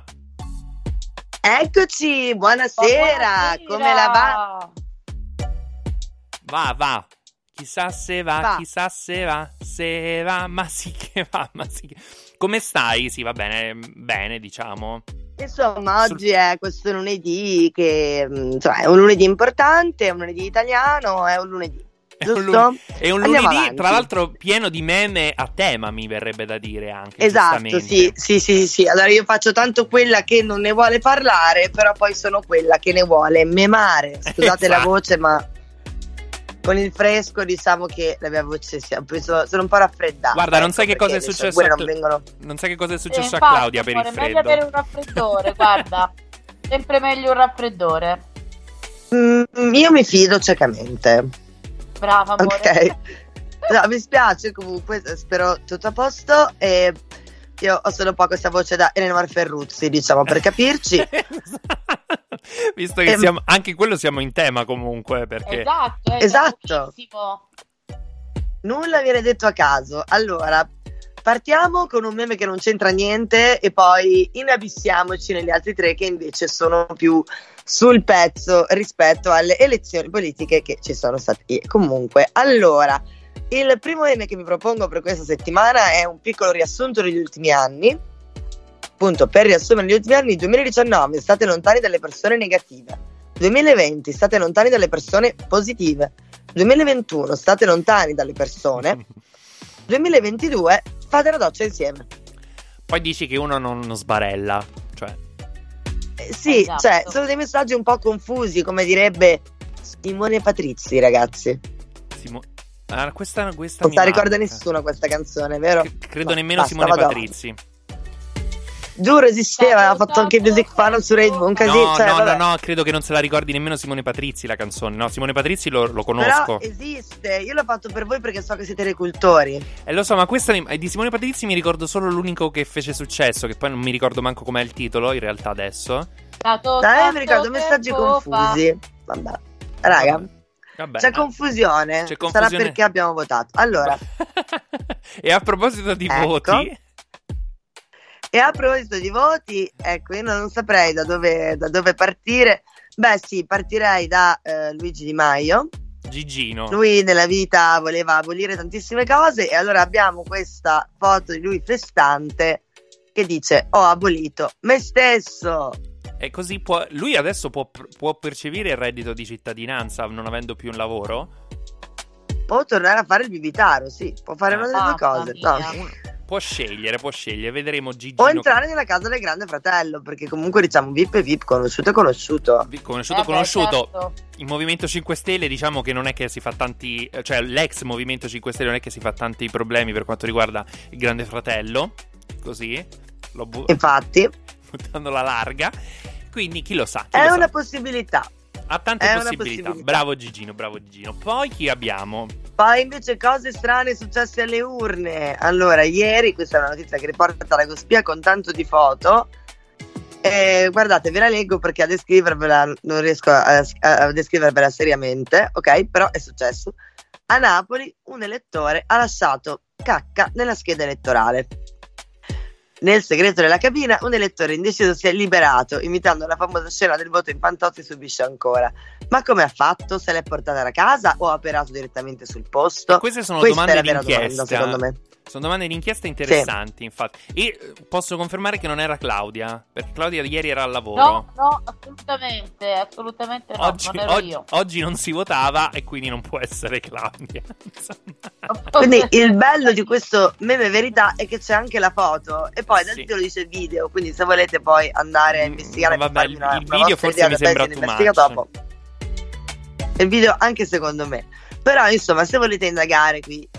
Eccoci, buonasera, Buonasera. come la va? Va, va. Chissà se va, Va. chissà se va, se va, ma sì che va, ma sì che... Come stai? Sì, va bene, bene, diciamo. Insomma, Sul- oggi è questo lunedì che, mh, insomma, è un lunedì importante, è un lunedì italiano, è un lunedì, È un, giusto? lun- è un Andiamo lunedì, avanti. tra l'altro, pieno di meme a tema, mi verrebbe da dire anche. Esatto, giustamente. sì, sì, sì, sì. Allora io faccio tanto quella che non ne vuole parlare, però poi sono quella che ne vuole memare. Scusate la Esatto. voce, ma con il fresco diciamo che la mia voce si è, sono, sono un po' raffreddata. Guarda, non ecco, sai che cosa è perché le successo sciagure a non Cla- vengono... Non sai che cosa è Eh, successo infatti, a Claudia per il amore, meglio avere freddo. un raffreddore, guarda. Sempre meglio un raffreddore. Mm, io mi fido ciecamente. Brava, amore. Ok. No, mi spiace comunque, spero tutto a posto. E io ho solo un po' questa voce da Eleonora Ferruzzi, diciamo, per capirci. Visto che Ehm. siamo, anche quello siamo in tema comunque, perché... Esatto, è Esatto. bellissimo. Nulla viene detto a caso. Allora, partiamo con un meme che non c'entra niente e poi inabissiamoci negli altri tre che invece sono più sul pezzo rispetto alle elezioni politiche che ci sono state. Comunque, allora, il primo meme che vi propongo per questa settimana è un piccolo riassunto degli ultimi anni. Appunto, per riassumere gli ultimi anni, duemiladiciannove state lontani dalle persone negative, duemilaventi state lontani dalle persone positive, duemilaventuno state lontani dalle persone, duemilaventidue fate la doccia insieme. Poi dici che uno non, non sbarella, cioè... Eh, sì, Esatto. cioè, sono dei messaggi un po' confusi, come direbbe Simone Patrizi, ragazzi. Simo- ah, questa, questa Non mi sta ricorda manca. nessuno questa canzone, vero? C- credo No, nemmeno basta, Simone vado Patrizi. Giuro esisteva, ha fatto anche Music Fan su Radio, un casino. No, cioè, no, vabbè. no, no, credo che non se la ricordi nemmeno Simone Patrizi la canzone. No, Simone Patrizi lo, lo Però conosco. esiste, io l'ho fatto per voi perché so che siete dei cultori. E lo so, ma questa mi- di Simone Patrizi mi ricordo solo l'unico che fece successo, che poi non mi ricordo manco com'è il titolo, in realtà adesso. Stato Dai, tanto mi ricordo messaggi tempo fa. confusi. Vabbè, raga, Vabbè. c'è confusione. C'è Sarà confusione. perché abbiamo votato. Allora, E a proposito di Ecco. voti, e a proposito di voti, ecco, io non saprei da dove, da dove partire. Beh, sì, partirei da eh, Luigi Di Maio. Gigino. Lui nella vita voleva abolire tantissime cose e allora abbiamo questa foto di lui festante che dice: ho abolito me stesso. E così può, lui adesso può, può percepire il reddito di cittadinanza non avendo più un lavoro? Può tornare a fare il bibitaro, sì, può fare una delle due Mamma cose. mia. No. Può scegliere, può scegliere. Vedremo Gigino. O entrare nella casa del grande fratello, perché comunque diciamo V I P e V I P, conosciuto e conosciuto. Conosciuto, Eh beh, conosciuto. certo. Il Movimento cinque Stelle, diciamo che non è che si fa tanti, cioè l'ex Movimento cinque Stelle non è che si fa tanti problemi per quanto riguarda il Grande Fratello, così, l'ho bu- Infatti, buttando la larga. Quindi chi lo sa? Chi è lo una sa. possibilità. Ha tante è una possibilità. possibilità. Bravo Gigino, bravo Gigino. Poi chi abbiamo? Poi invece cose strane successe alle urne. Allora, ieri, questa è una notizia che riporta la Gospia con tanto di foto. Eh, guardate, ve la leggo perché a descrivervela non riesco a, a, a descrivervela seriamente, ok? Però è successo. A Napoli un elettore ha lasciato cacca nella scheda elettorale. Nel segreto della cabina un elettore indeciso si è liberato, imitando la famosa scena del voto in Fantozzi subisce ancora. Ma come ha fatto? Se l'è portata a casa o ha operato direttamente sul posto? Queste sono Questa domande è la di vera domanda, inchiesta. secondo me. Sono domande di inchiesta interessanti, infatti. E eh, posso confermare che non era Claudia, perché Claudia ieri era al lavoro. No, no, assolutamente, assolutamente no, Oggi, non ero oggi- io. oggi non si votava e quindi non può essere Claudia. Insomma. Quindi il bello di questo meme verità è che c'è anche la foto e poi dal Sì. titolo dice video, quindi se volete poi andare a investigare Mm, vabbè, farvi il- una- il una video vostra forse idea mi da sembra pezzi too investiga much. dopo. Il video anche secondo me. Però insomma, se volete indagare qui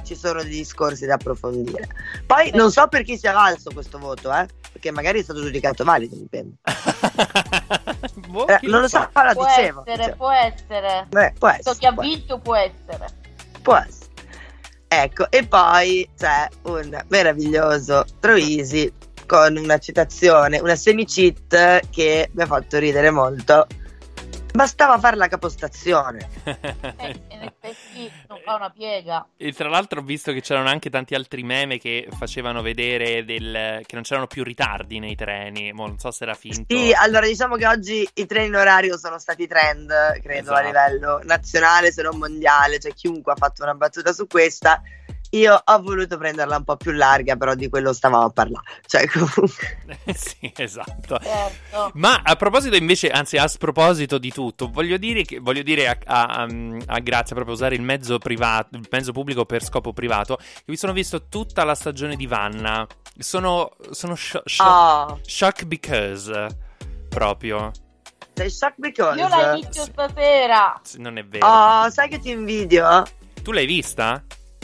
ci sono dei discorsi da approfondire. Poi non so per chi sia valso questo voto, eh, perché magari è stato giudicato valido, dipende. boh, eh, non lo so, ma la può dicevo. essere, dicevo. può essere. Beh, può essere. Chi ha può vinto può essere. Può essere. Ecco, e poi c'è un meraviglioso Troisi con una citazione, una semi-cheat che mi ha fatto ridere molto. Bastava fare la capostazione. Eh, in effetti non fa una piega. E tra l'altro ho visto che c'erano anche tanti altri meme che facevano vedere del... che non c'erano più ritardi nei treni. Mo non so se era finto. Sì, allora diciamo che oggi i treni in orario sono stati trend, credo, Esatto. a livello nazionale, se non mondiale. Cioè chiunque ha fatto una battuta su questa. Io ho voluto prenderla un po' più larga, però di quello stavamo a parlare. Cioè, comunque. Sì, esatto. Certo. Ma a proposito invece, anzi a sproposito di tutto, voglio dire, che, voglio dire a, a, a Grazia, proprio usare il mezzo privato, il mezzo pubblico per scopo privato, che mi sono visto tutta la stagione di Vanna. Sono, sono sho- sho- Oh. shock because, proprio. Sei shock because? Io la inizio stasera. Non è vero. Oh, sai che ti invidio? Tu l'hai vista?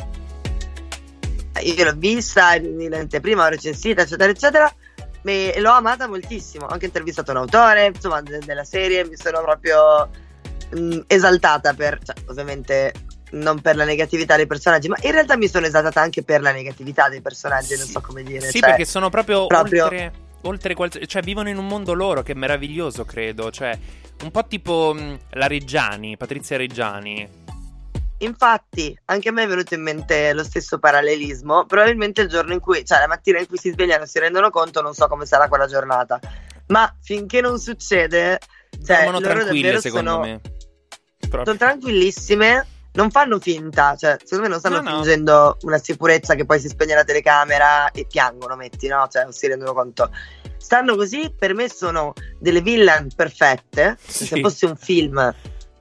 Io l'ho vista in anteprima, ho recensita, eccetera, eccetera. E l'ho amata moltissimo. Ho anche intervistato un autore, insomma, de- della serie. Mi sono proprio mh, esaltata per, cioè, ovviamente non per la negatività dei personaggi, ma in realtà mi sono esaltata anche per la negatività dei personaggi, non so come dire. Sì, cioè, perché sono proprio, proprio... oltre, oltre quals- cioè vivono in un mondo loro che è meraviglioso, credo. Cioè, un po' tipo mh, la Reggiani, Patrizia Reggiani. Infatti, anche a me è venuto in mente lo stesso parallelismo. Probabilmente il giorno in cui, cioè la mattina in cui si svegliano e si rendono conto, non so come sarà quella giornata. Ma finché non succede, cioè, Dormono loro tranquille, davvero secondo sono, me. Proprio. sono tranquillissime, non fanno finta. Cioè, secondo me non stanno No, no. fingendo una sicurezza che poi si spegne la telecamera e piangono, metti, no? Cioè, non si rendono conto. Stanno così, per me sono delle villain perfette. Sì. Se fosse un film,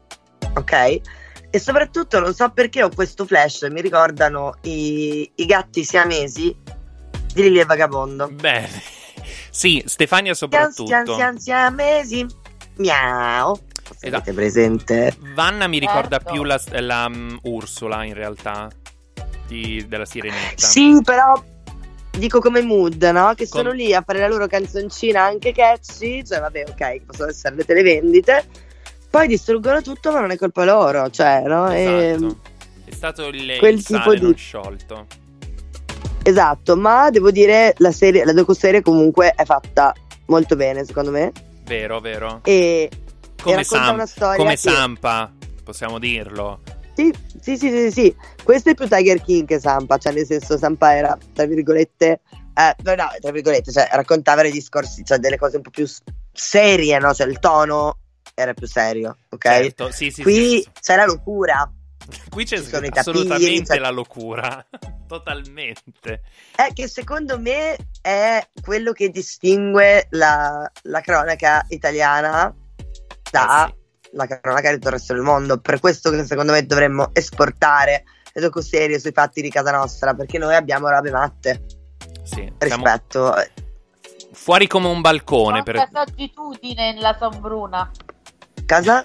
ok? E soprattutto non so perché ho questo flash, mi ricordano i, i gatti siamesi di Lily e Vagabondo. Bene. Sì, Stefania Siam, soprattutto. siam, siam, siamesi. Miau. Esatto. Avete presente? Vanna mi ricorda Certo. più la, la um, Ursula, in realtà, di, della Sirenetta. Sì, però dico come mood, no? Che Com- sono lì a fare la loro canzoncina anche catchy. Cioè vabbè, ok, possono essere le televendite. Poi distruggono tutto, ma non è colpa loro, cioè, no? Esatto. E... È stato il, quel il tipo sale di- non sciolto. Esatto, ma devo dire la serie, la docuserie comunque è fatta molto bene, secondo me. Vero, vero. E, e Come, racconta Sam- una storia come che- Sampa, possiamo dirlo. Sì, sì, sì, sì, sì. Questo è più Tiger King che Sampa, cioè nel senso Sampa era, tra virgolette, eh, no, no, tra virgolette, cioè raccontava dei discorsi, cioè delle cose un po' più s- serie, no? Cioè il tono era più serio, ok? Certo, sì, sì, Qui sì, sì. c'è la locura. Qui c'è ci sono i assolutamente tapiri, cioè- la locura. Totalmente. È che secondo me è quello che distingue la, la cronaca italiana da Eh sì. la cronaca di tutto il resto del mondo. Per questo che secondo me dovremmo esportare le docuserie sui fatti di casa nostra, perché noi abbiamo robe matte Sì, siamo rispetto. fuori come un balcone. Quanta Per... saggitudine nella Sambruna. Casa?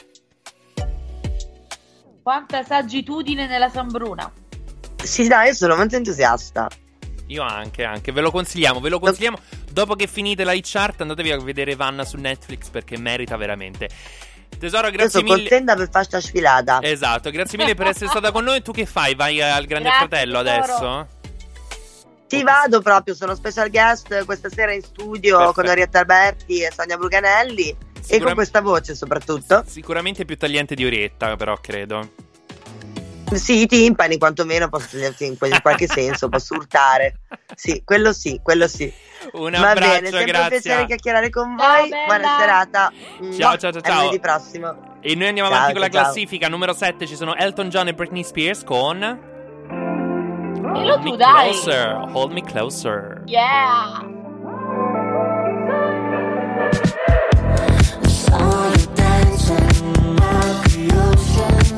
Quanta saggitudine nella Sambruna. Sì, dai, io sono molto entusiasta. Io anche, anche. Ve lo consigliamo, ve lo consigliamo. Dopo che finite la chart, andatevi a vedere Vanna su Netflix perché merita veramente. Tesoro, Io grazie sono mille. contenta per fare sta sfilata. Esatto, grazie mille per essere stata con noi. Tu che fai? Vai al Grande Grazie, Fratello tesoro. adesso? Sì, vado proprio, sono special guest questa sera in studio Perfetto. con Orietta Alberti e Sonia Bruganelli e Sicura- con questa voce soprattutto. Sicuramente più tagliente di Orietta, però credo. Sì, i timpani quantomeno posso dirti in, in qualche senso, posso urtare. Sì, quello sì, quello sì. Un Va abbraccio, bene, sempre un grazie. piacere chiacchierare con Ciao, voi. bella. Buona serata. Ciao, ciao, ciao, A ciao. lunedì prossimo. E noi andiamo Ciao, avanti con la ciao, ciao. classifica. Numero sette ci sono Elton John e Britney Spears con Dillo Hold tu, Me dai. Closer. Hold Me Closer. Yeah. Saw you dancing at the ocean,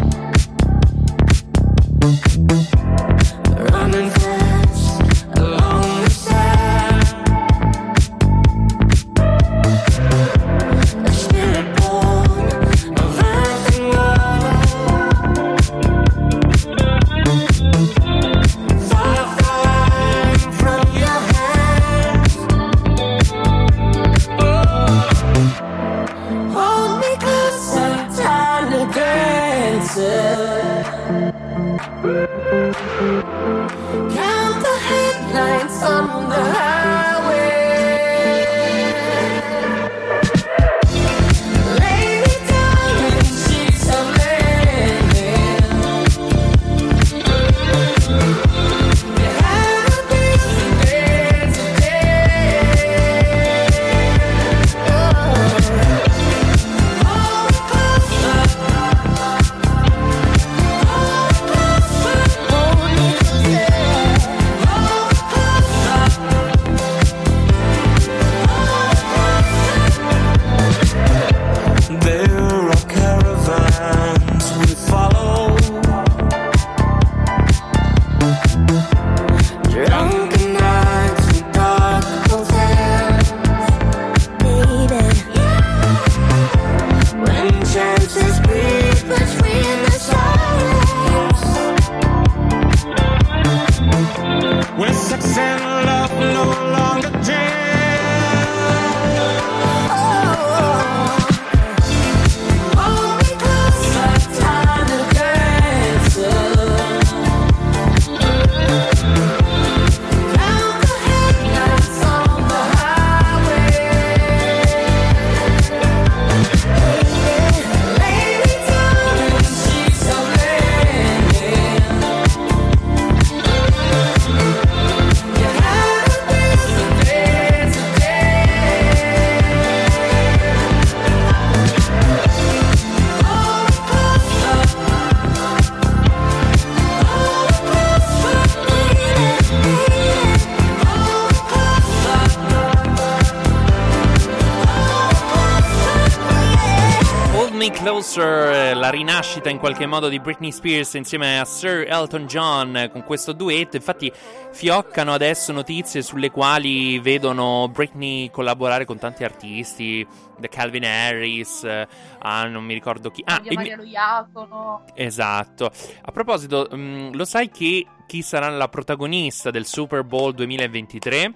running fast along the sand. A spirit born of earth and water. Me Closer, la rinascita in qualche modo di Britney Spears insieme a Sir Elton John con questo duetto. Infatti fioccano adesso notizie sulle quali vedono Britney collaborare con tanti artisti, da Calvin Harris a non mi ricordo chi. Ah, Maria Lo Iacono. Esatto. A proposito, mh, lo sai che chi sarà la protagonista del Super Bowl duemilaventitré?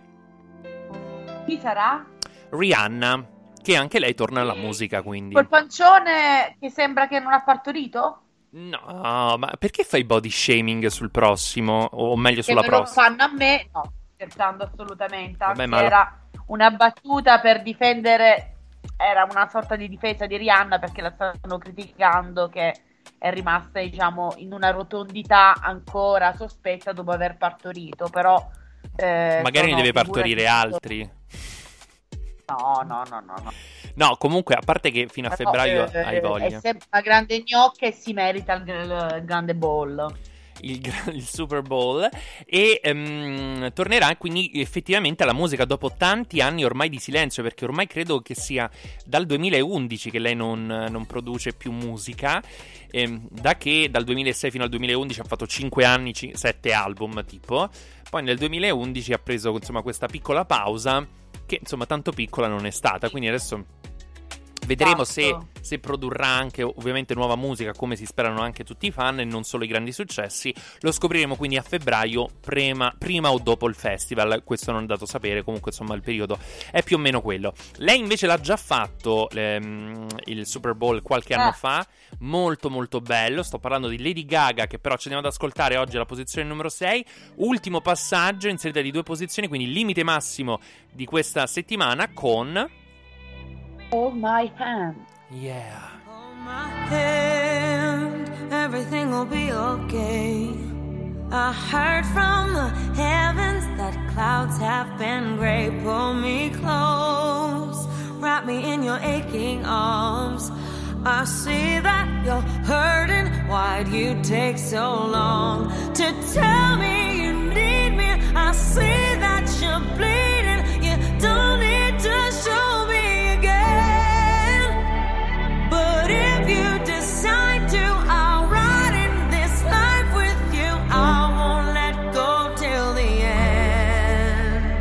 Chi sarà? Rihanna, che anche lei torna alla musica, quindi. Quel pancione che sembra che non ha partorito? No, ma perché fai body shaming sul prossimo? O meglio sulla che me prossima? Lo fanno a me? No, scherzando assolutamente. Vabbè, Anzi, ma era la... una battuta per difendere, era una sorta di difesa di Rihanna perché la stanno criticando che è rimasta, diciamo, in una rotondità ancora sospetta dopo aver partorito, però... Eh, magari ne deve partorire di... altri. No, no, no, no, no. No, comunque, a parte che fino a Però, febbraio eh, hai voglia. È sempre una grande gnocca e si merita il, il grande ball. Il, il Super Bowl. E um, tornerà quindi effettivamente alla musica dopo tanti anni ormai di silenzio, perché ormai credo che sia dal duemilaundici che lei non, non produce più musica. Ehm, da che dal duemilasei fino al duemilaundici ha fatto cinque anni, sette album tipo. Poi nel duemilaundici ha preso insomma questa piccola pausa, che insomma tanto piccola non è stata, quindi adesso vedremo se, se produrrà anche ovviamente nuova musica, come si sperano anche tutti i fan e non solo i grandi successi. Lo scopriremo quindi a febbraio, prima, prima o dopo il festival, questo non è dato sapere, comunque insomma il periodo è più o meno quello. Lei invece l'ha già fatto ehm, il Super Bowl qualche anno eh. fa, molto molto bello. Sto parlando di Lady Gaga, che però ci andiamo ad ascoltare oggi alla posizione numero sei, ultimo passaggio, inserita di due posizioni, quindi limite massimo di questa settimana con Hold My Hand. Yeah. Hold my hand, everything will be okay. I heard from the heavens that clouds have been gray. Pull me close, wrap me in your aching arms. I see that you're hurting, why'd you take so long to tell me you need me? I see that you're bleeding, you don't need to show me. But if you decide to, I'll ride in this life with you. I won't let go till the end.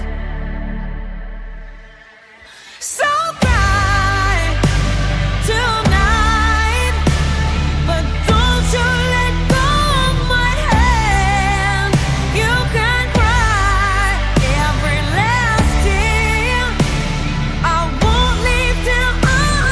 So cry tonight, but don't you let go of my hand. You can cry every last tear. I won't leave till I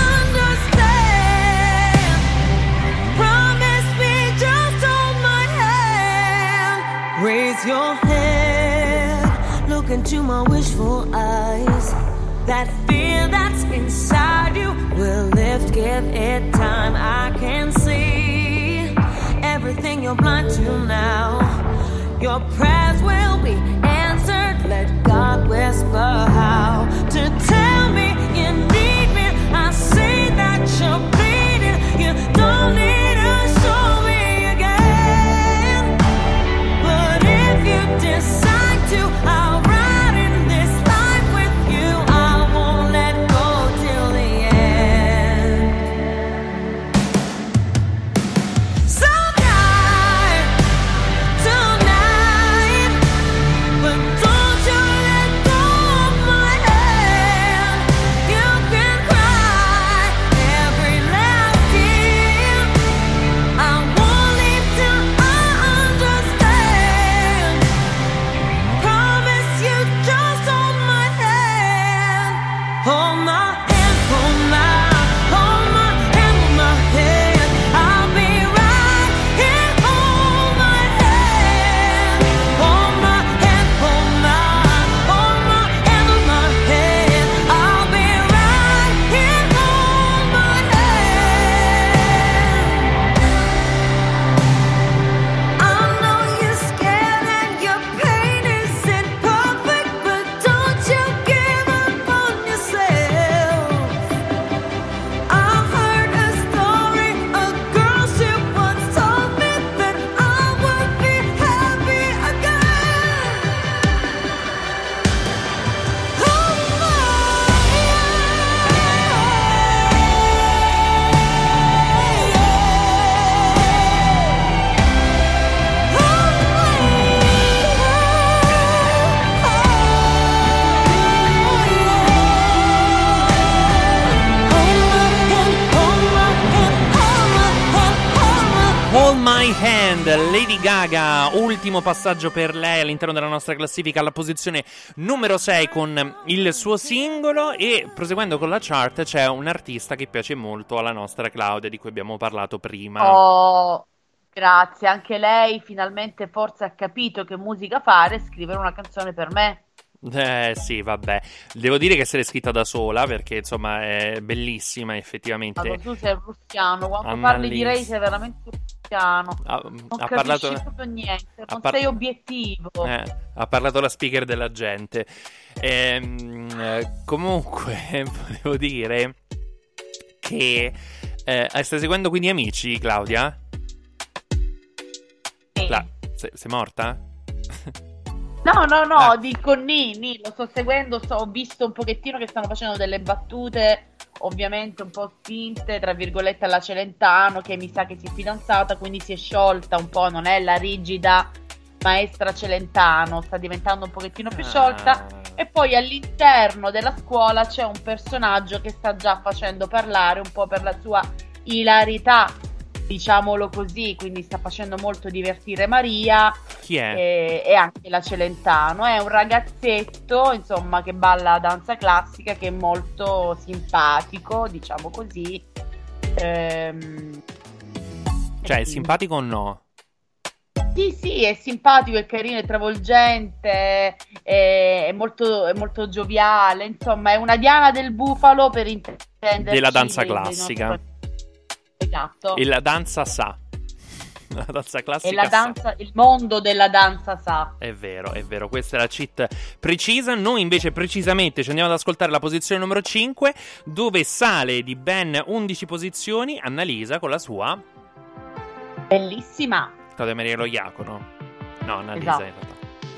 raise your head, look into my wishful eyes. That fear that's inside you will lift, give it time. I can see everything you're blind to now. Your prayers will be answered, let God whisper how to tell me you need me. I see that you're bleeding, you don't need to show me again. If you decide to, I'll ride in this life with you. I won't let go till the end. So die tonight, but don't you let go of my hand. My Hand, Lady Gaga, ultimo passaggio per lei all'interno della nostra classifica alla posizione numero sei con il suo singolo. E proseguendo con la chart c'è un artista che piace molto alla nostra Claudia, di cui abbiamo parlato prima. Oh, grazie, anche lei finalmente forse ha capito che musica fare, scrivere una canzone per me. Eh sì, vabbè, devo dire che se l'è scritta da sola, perché insomma è bellissima effettivamente. Ma tu sei un russiano, quando Annalisa. Parli di lei sei veramente russiano, ha, non ha capisci parlato... proprio niente, non par... sei obiettivo. Eh, ha parlato la speaker della gente. Ehm, eh, comunque, volevo dire che eh, stai seguendo quindi Amici, Claudia? Sì. Cla- sei, sei morta? No, no, no, Ah. dico ni, ni, lo sto seguendo, sto- ho visto un pochettino che stanno facendo delle battute, ovviamente un po' spinte, tra virgolette, alla Celentano, che mi sa che si è fidanzata, quindi si è sciolta un po', non è la rigida maestra Celentano, sta diventando un pochettino più sciolta. E poi all'interno della scuola c'è un personaggio che sta già facendo parlare un po' per la sua ilarità, diciamolo così, quindi sta facendo molto divertire Maria. Chi è? E, e anche la Celentano. È un ragazzetto, insomma, che balla danza classica, che è molto simpatico, diciamo così. Ehm, Cioè, è simpatico o no? Sì, sì, è simpatico, è carino, è travolgente, è, è molto, è molto gioviale, insomma, è una Diana del Bufalo, per intenderci. Della danza dei- dei classica. nostri- Esatto. E la danza sa. La danza classica E la sa. danza, il mondo della danza sa. È vero, è vero, questa è la cheat precisa. Noi invece precisamente ci andiamo ad ascoltare la posizione numero cinque, dove sale di ben undici posizioni Annalisa con la sua Bellissima. Claudia Maria Lo Iacono. No, Annalisa Esatto. in realtà.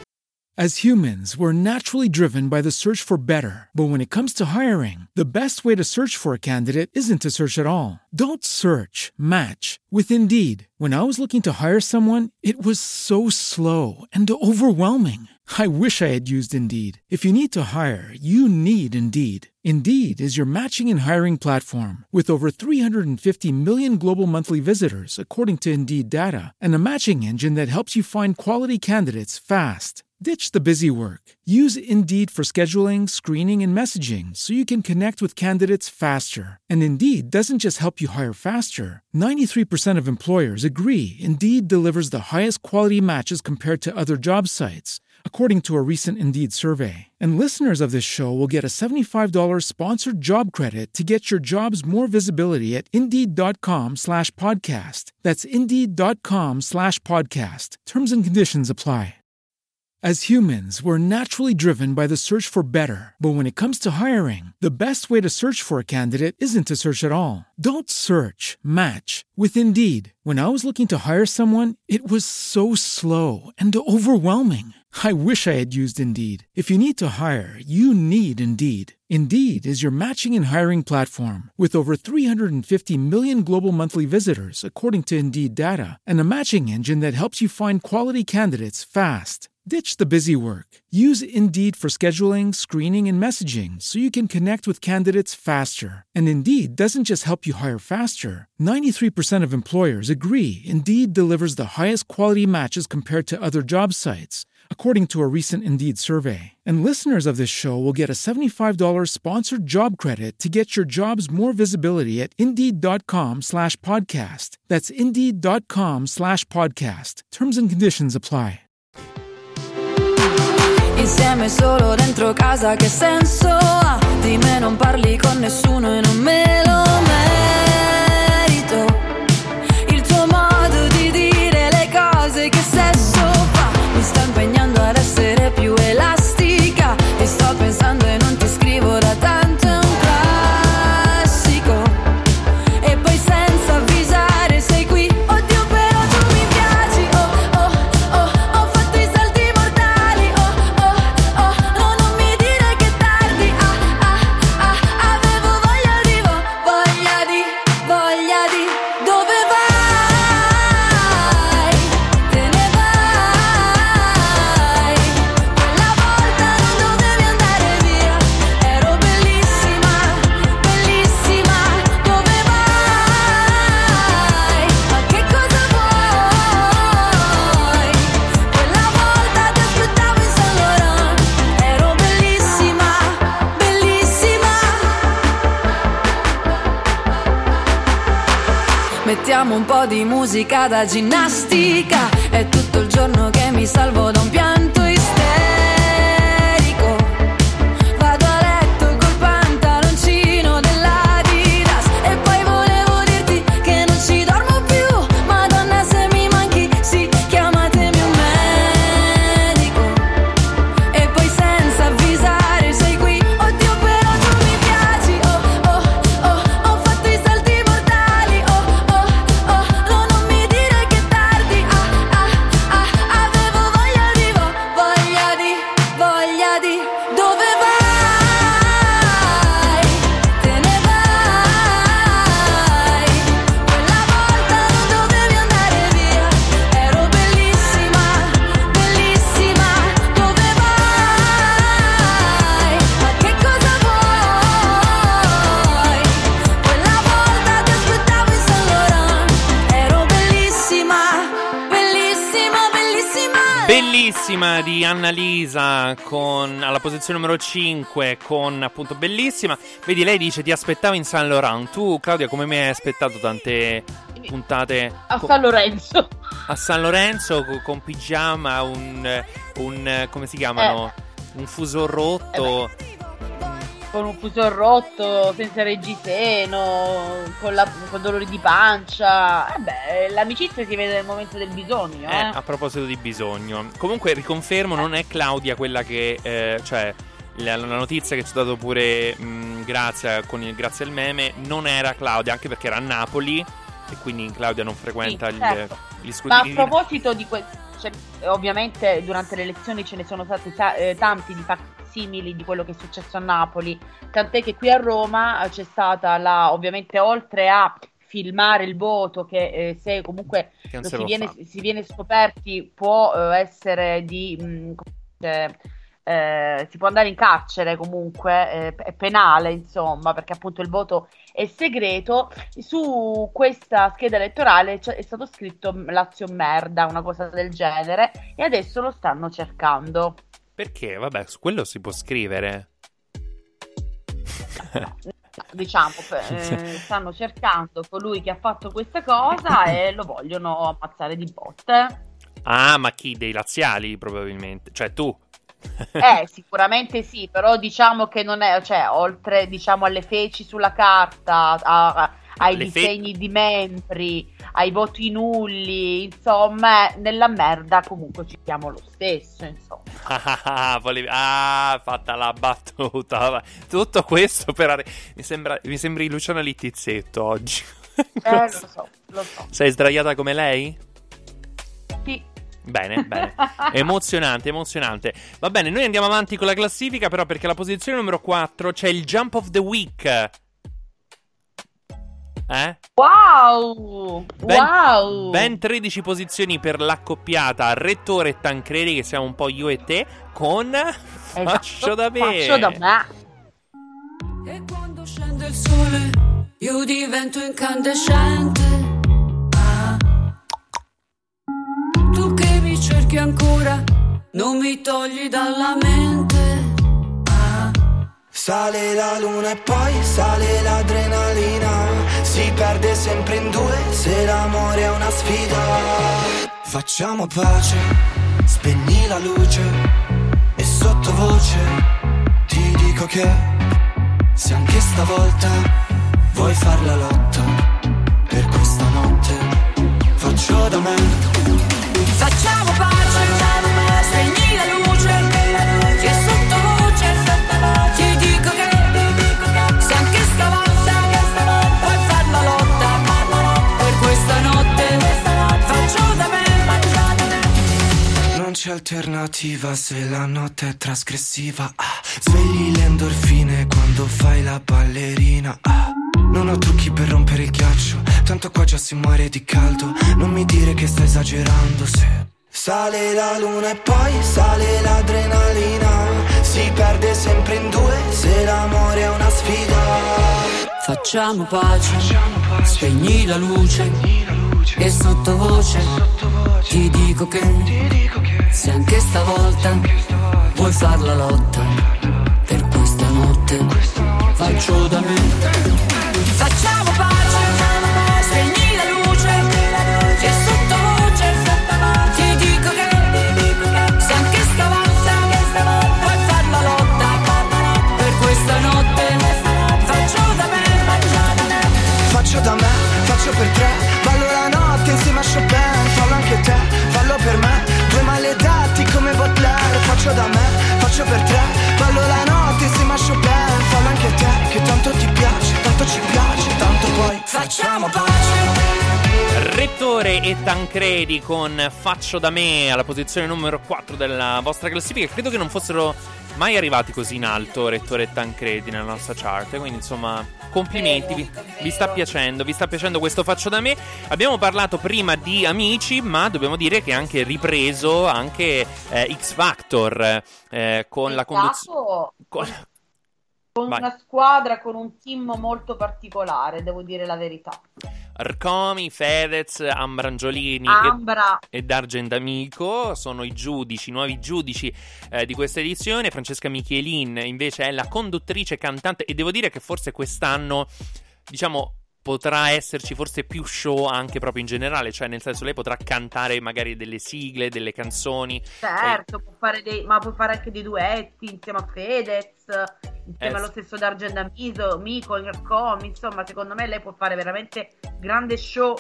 As humans, we're naturally driven by the search for better. But when it comes to hiring, the best way to search for a candidate isn't to search at all. Don't search, match with Indeed. When I was looking to hire someone, it was so slow and overwhelming. I wish I had used Indeed. If you need to hire, you need Indeed. Indeed is your matching and hiring platform with over three hundred fifty million global monthly visitors, according to Indeed data, and a matching engine that helps you find quality candidates fast. Ditch the busy work. Use Indeed for scheduling, screening, and messaging so you can connect with candidates faster. And Indeed doesn't just help you hire faster. ninety-three percent of employers agree Indeed delivers the highest quality matches compared to other job sites, according to a recent Indeed survey. And listeners of this show will get a seventy-five dollars sponsored job credit to get your jobs more visibility at Indeed.com slash podcast. That's Indeed.com slash podcast. Terms and conditions apply. As humans, we're naturally driven by the search for better. But when it comes to hiring, the best way to search for a candidate isn't to search at all. Don't search, match with Indeed. When I was looking to hire someone, it was so slow and overwhelming. I wish I had used Indeed. If you need to hire, you need Indeed. Indeed is your matching and hiring platform with over three hundred fifty million global monthly visitors, according to Indeed data, and a matching engine that helps you find quality candidates fast. Ditch the busy work. Use Indeed for scheduling, screening, and messaging so you can connect with candidates faster. And Indeed doesn't just help you hire faster. ninety-three percent of employers agree Indeed delivers the highest quality matches compared to other job sites, according to a recent Indeed survey. And listeners of this show will get a seventy-five dollars sponsored job credit to get your jobs more visibility at Indeed.com slash podcast. That's Indeed.com slash podcast. Terms and conditions apply. Insieme solo dentro casa, che senso ha? Di me non parli con nessuno e non me lo merito. Il tuo modo di dire le cose, che sesso fa? Mi sto impegnando ad essere più elastica. Ti sto pensando e non ti scrivo da tanto, è un classico. E poi senza avvisare sei qui. Oddio però tu mi piaci, oh oh oh. Ho fatto i salti mortali, oh oh oh. No, non mi dire che tardi, ah ah ah. Avevo voglia di vo- voglia mettiamo un po' di musica da ginnastica. È tutto il giorno che mi salvo da un pianto isterico. Vado a letto col pantaloncino dell'Adidas e poi volevo dirti che non ci dormo più. Madonna, se mi manchi, sì, chiamatemi un medico. E poi senza avvisare sei qui. Oddio, però tu mi piaci. Oh, oh, oh, ho fatto i salti mortali. Oh, oh, oh, no, non mi dire che tardi. Ah, ah, ah, avevo voglia di, vo- voglia di, voglia di. Dove vai? Te ne vai. Quella volta non dovevi andare via. Ero bellissima, bellissima. Dove vai? Ma che cosa vuoi? Quella volta ti aspettavo in Saint Laurent. Ero bellissima, bellissima, bellissima. Bellissima di Annalisa con alla posizione numero cinque con appunto Bellissima. Vedi, lei dice ti aspettavo in Saint Laurent. Tu, Claudia, come mi hai aspettato tante puntate A co- San Lorenzo. a San Lorenzo co- con pigiama, un, un come si chiamano? Un fuso rotto. Con un fuso rotto, senza reggiseno, con, la, con dolori di pancia. Eh beh, l'amicizia si vede nel momento del bisogno, Eh, eh. a proposito di bisogno. Comunque riconfermo, non è Claudia quella che eh, cioè la, la notizia che ci ha dato pure mh, Grazia con il grazie al meme non era Claudia, anche perché era a Napoli e quindi Claudia non frequenta Sì, gli, certo. gli Ma a scrutini. proposito di questo, cioè, ovviamente durante le elezioni ce ne sono stati ta- eh, tanti di simili di quello che è successo a Napoli, tant'è che qui a Roma eh, c'è stata la, ovviamente oltre a filmare il voto che eh, se comunque Che non lo se si, lo viene, fa. si viene scoperti può eh, essere di mh, come si dice, eh, si può andare in carcere comunque, eh, è penale insomma, perché appunto il voto è segreto. Su questa scheda elettorale c'è- è stato scritto Lazio merda, una cosa del genere, e adesso lo stanno cercando. Perché? Vabbè, su quello si può scrivere. Diciamo, eh, stanno cercando colui che ha fatto questa cosa e lo vogliono ammazzare di botte. Ah, ma chi? Dei laziali probabilmente. Cioè tu. Eh, sicuramente sì, però diciamo che non è, cioè, oltre diciamo alle feci sulla carta, a- a- ai Le fe- disegni di membri, ai voti nulli, insomma, nella merda comunque ci siamo lo stesso, insomma. Ah, volevi- ah, fatta la battuta. Tutto questo per arri- mi sembra mi sembri Luciana Littizzetto oggi. Eh, lo so, lo so. Sei sdraiata come lei? Sì. Bene, bene. Emozionante, emozionante. Va bene, noi andiamo avanti con la classifica, però, perché alla posizione numero quattro c'è il Jump of the Week. Eh? Wow! Ben, wow! ben tredici posizioni per l'accoppiata Rettore e Tancredi, che siamo un po' io e te, con Faccio da me. Faccio da me. E quando scende il sole io divento incandescente. Ah. Tu che mi cerchi ancora non mi togli dalla mente. Ah. Sale la luna e poi sale l'adrenalina. Si perde sempre in due se l'amore è una sfida. Facciamo pace, spegni la luce e sottovoce ti dico che se anche stavolta vuoi far la lotta per questa notte, faccio da me. Facciamo pace, spegni la luce e sottovoce ti dico che se anche stavolta vuoi far la lotta per questa notte, faccio da me. Non c'è alternativa se la notte è trasgressiva. Ah, svegli le endorfine quando fai la ballerina. Ah, non ho trucchi per rompere il ghiaccio, tanto qua già si muore di caldo. Non mi dire che stai esagerando. Se sale la luna e poi sale l'adrenalina. Si perde sempre in due se l'amore è una sfida. Facciamo pace, spegni la luce e sottovoce ti dico che se anche stavolta vuoi far la lotta per questa notte, faccio da me. Facciamo pace, spegni la luce facciamo pace. Rettore e Tancredi con Faccio da me alla posizione numero quattro della vostra classifica. Credo che non fossero mai arrivati così in alto Rettore e Tancredi nella nostra chart, quindi insomma complimenti, vi, vi sta piacendo, vi sta piacendo questo Faccio da me. Abbiamo parlato prima di Amici, ma dobbiamo dire che è anche ripreso anche eh, X Factor eh, con la conduzione con, con una squadra, con un team molto particolare, devo dire la verità. Arcomi, Fedez, Ambrangiolini Ambra. e, e D'Argent Amico sono i giudici, i nuovi giudici eh, di questa edizione. Francesca Michelin invece è la conduttrice, cantante, e devo dire che forse quest'anno, diciamo, potrà esserci forse più show anche proprio in generale, cioè nel senso lei potrà cantare magari delle sigle, delle canzoni. Certo, e... può fare dei, ma può fare anche dei duetti insieme a Fedez, insieme eh, allo stesso D'Argent Amico, Mico, Arcomi, insomma secondo me lei può fare veramente grande show,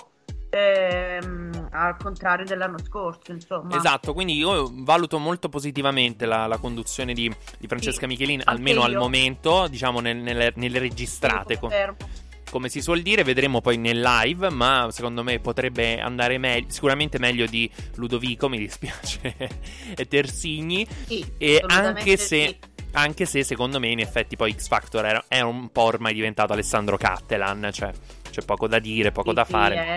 ehm, al contrario dell'anno scorso, insomma. Esatto, quindi io valuto molto positivamente la, la conduzione di, di Francesca sì, Michelin, almeno io. Al momento, diciamo nel, nelle, nelle registrate. Come si suol dire, vedremo poi nel live, ma secondo me potrebbe andare meglio, sicuramente meglio di Ludovico, mi dispiace, e Tersigni, sì, e anche se, sì. anche se secondo me in effetti poi X Factor era, era un po' ormai diventato Alessandro Cattelan, cioè c'è poco da dire, poco sì, da sì, fare. È...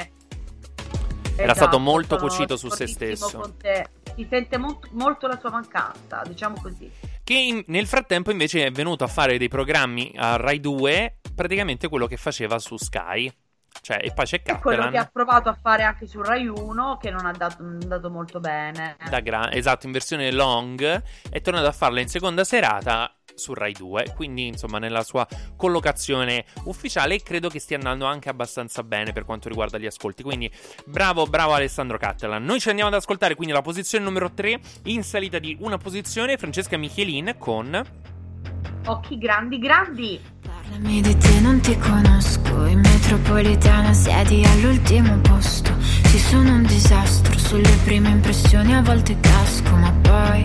Era esatto, stato molto cucito su se stesso. Si sente molto, molto la sua mancanza, diciamo così. Che in, nel frattempo invece è venuto a fare dei programmi a Rai due, praticamente quello che faceva su Sky. Cioè, e poi c'è Cattelan, quello che ha provato a fare anche su Rai uno, che non ha dato, non dato molto bene. Da gra- esatto, in versione long, è tornato a farla in seconda serata su Rai due, quindi insomma nella sua collocazione ufficiale, e credo che stia andando anche abbastanza bene per quanto riguarda gli ascolti, quindi bravo bravo Alessandro Cattelan. Noi ci andiamo ad ascoltare quindi la posizione numero tre, in salita di una posizione, Francesca Michelin con Occhi grandi grandi. Parlami di te, non ti conosco. In metropolitana siedi all'ultimo posto. Sì, sono un disastro, sulle prime impressioni a volte casco, ma poi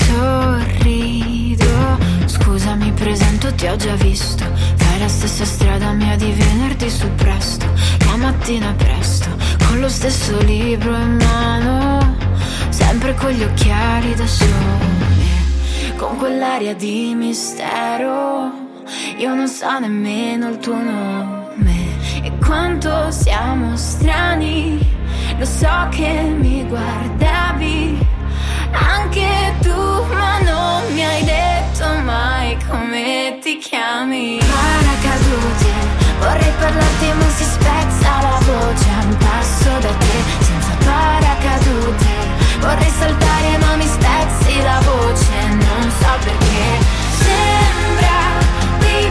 sorrido. Scusa, mi presento, ti ho già visto. Fai la stessa strada mia di venerdì su presto. La mattina presto, con lo stesso libro in mano, sempre con gli occhiali da sole, con quell'aria di mistero. Io non so nemmeno il tuo nome e quanto siamo strani. Lo so che mi guardavi anche tu, ma non mi hai detto mai come ti chiami. Paracadute, vorrei parlarti ma si spezza la voce a un passo da te. Senza paracadute, vorrei saltare ma mi spezzi la voce, non so perché. Sembra di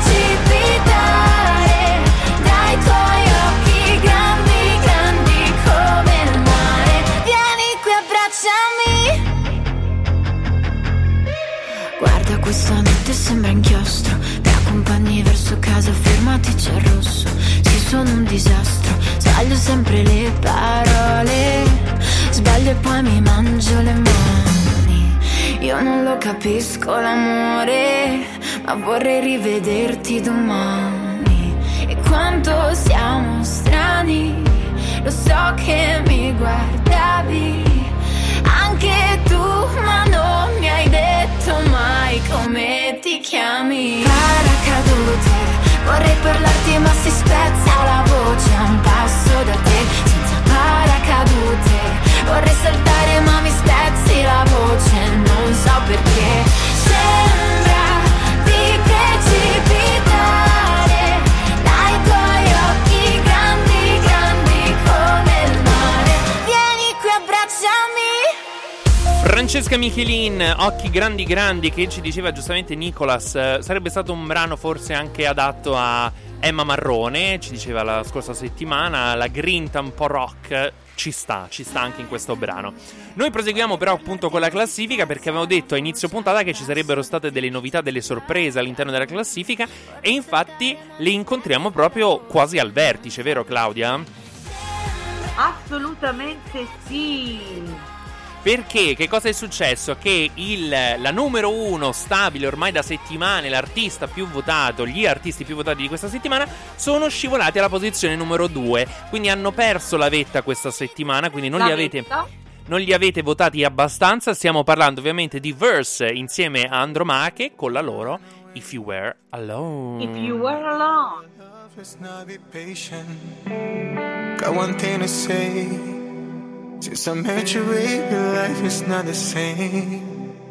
precipitare dai tuoi occhi grandi, grandi come il mare. Vieni qui, abbracciami. Guarda, questa notte sembra inchiostro. Ti accompagni verso casa, fermati, c'è il rosso. Sì, sono un disastro, sbaglio sempre le parole. Sbaglio e poi mi mangio le mani. Io non lo capisco l'amore, ma vorrei rivederti domani. E quanto siamo strani, lo so che mi guardavi anche tu, ma non mi hai detto mai come ti chiami. Paracadute, vorrei parlarti ma si spezza la voce a un passo da te. Senza paracadute, vorrei saltare ma mi spezzi la voce, non so perché. Sembra di precipitare dai tuoi occhi grandi, grandi come il mare. Vieni qui, abbracciami. Francesca Michelin, Occhi grandi grandi, che ci diceva giustamente Nicolas, sarebbe stato un brano forse anche adatto a Emma Marrone, ci diceva la scorsa settimana. La grinta un po' rock ci sta, ci sta anche in questo brano. Noi proseguiamo però appunto con la classifica, perché avevo detto a inizio puntata che ci sarebbero state delle novità, delle sorprese all'interno della classifica, e infatti le incontriamo proprio quasi al vertice, vero Claudia? Assolutamente sì. Perché che cosa è successo? Che il, la numero uno stabile ormai da settimane, l'artista più votato, gli artisti più votati di questa settimana sono scivolati alla posizione numero due. Quindi hanno perso la vetta questa settimana, quindi non La li avete... vetta? Non li avete votati abbastanza. Stiamo parlando ovviamente di Verse insieme a Andromache con la loro If You Were Alone. If You Were Alone. Let's not be patient. Got one thing to say. Since I met you, baby, life is not the same.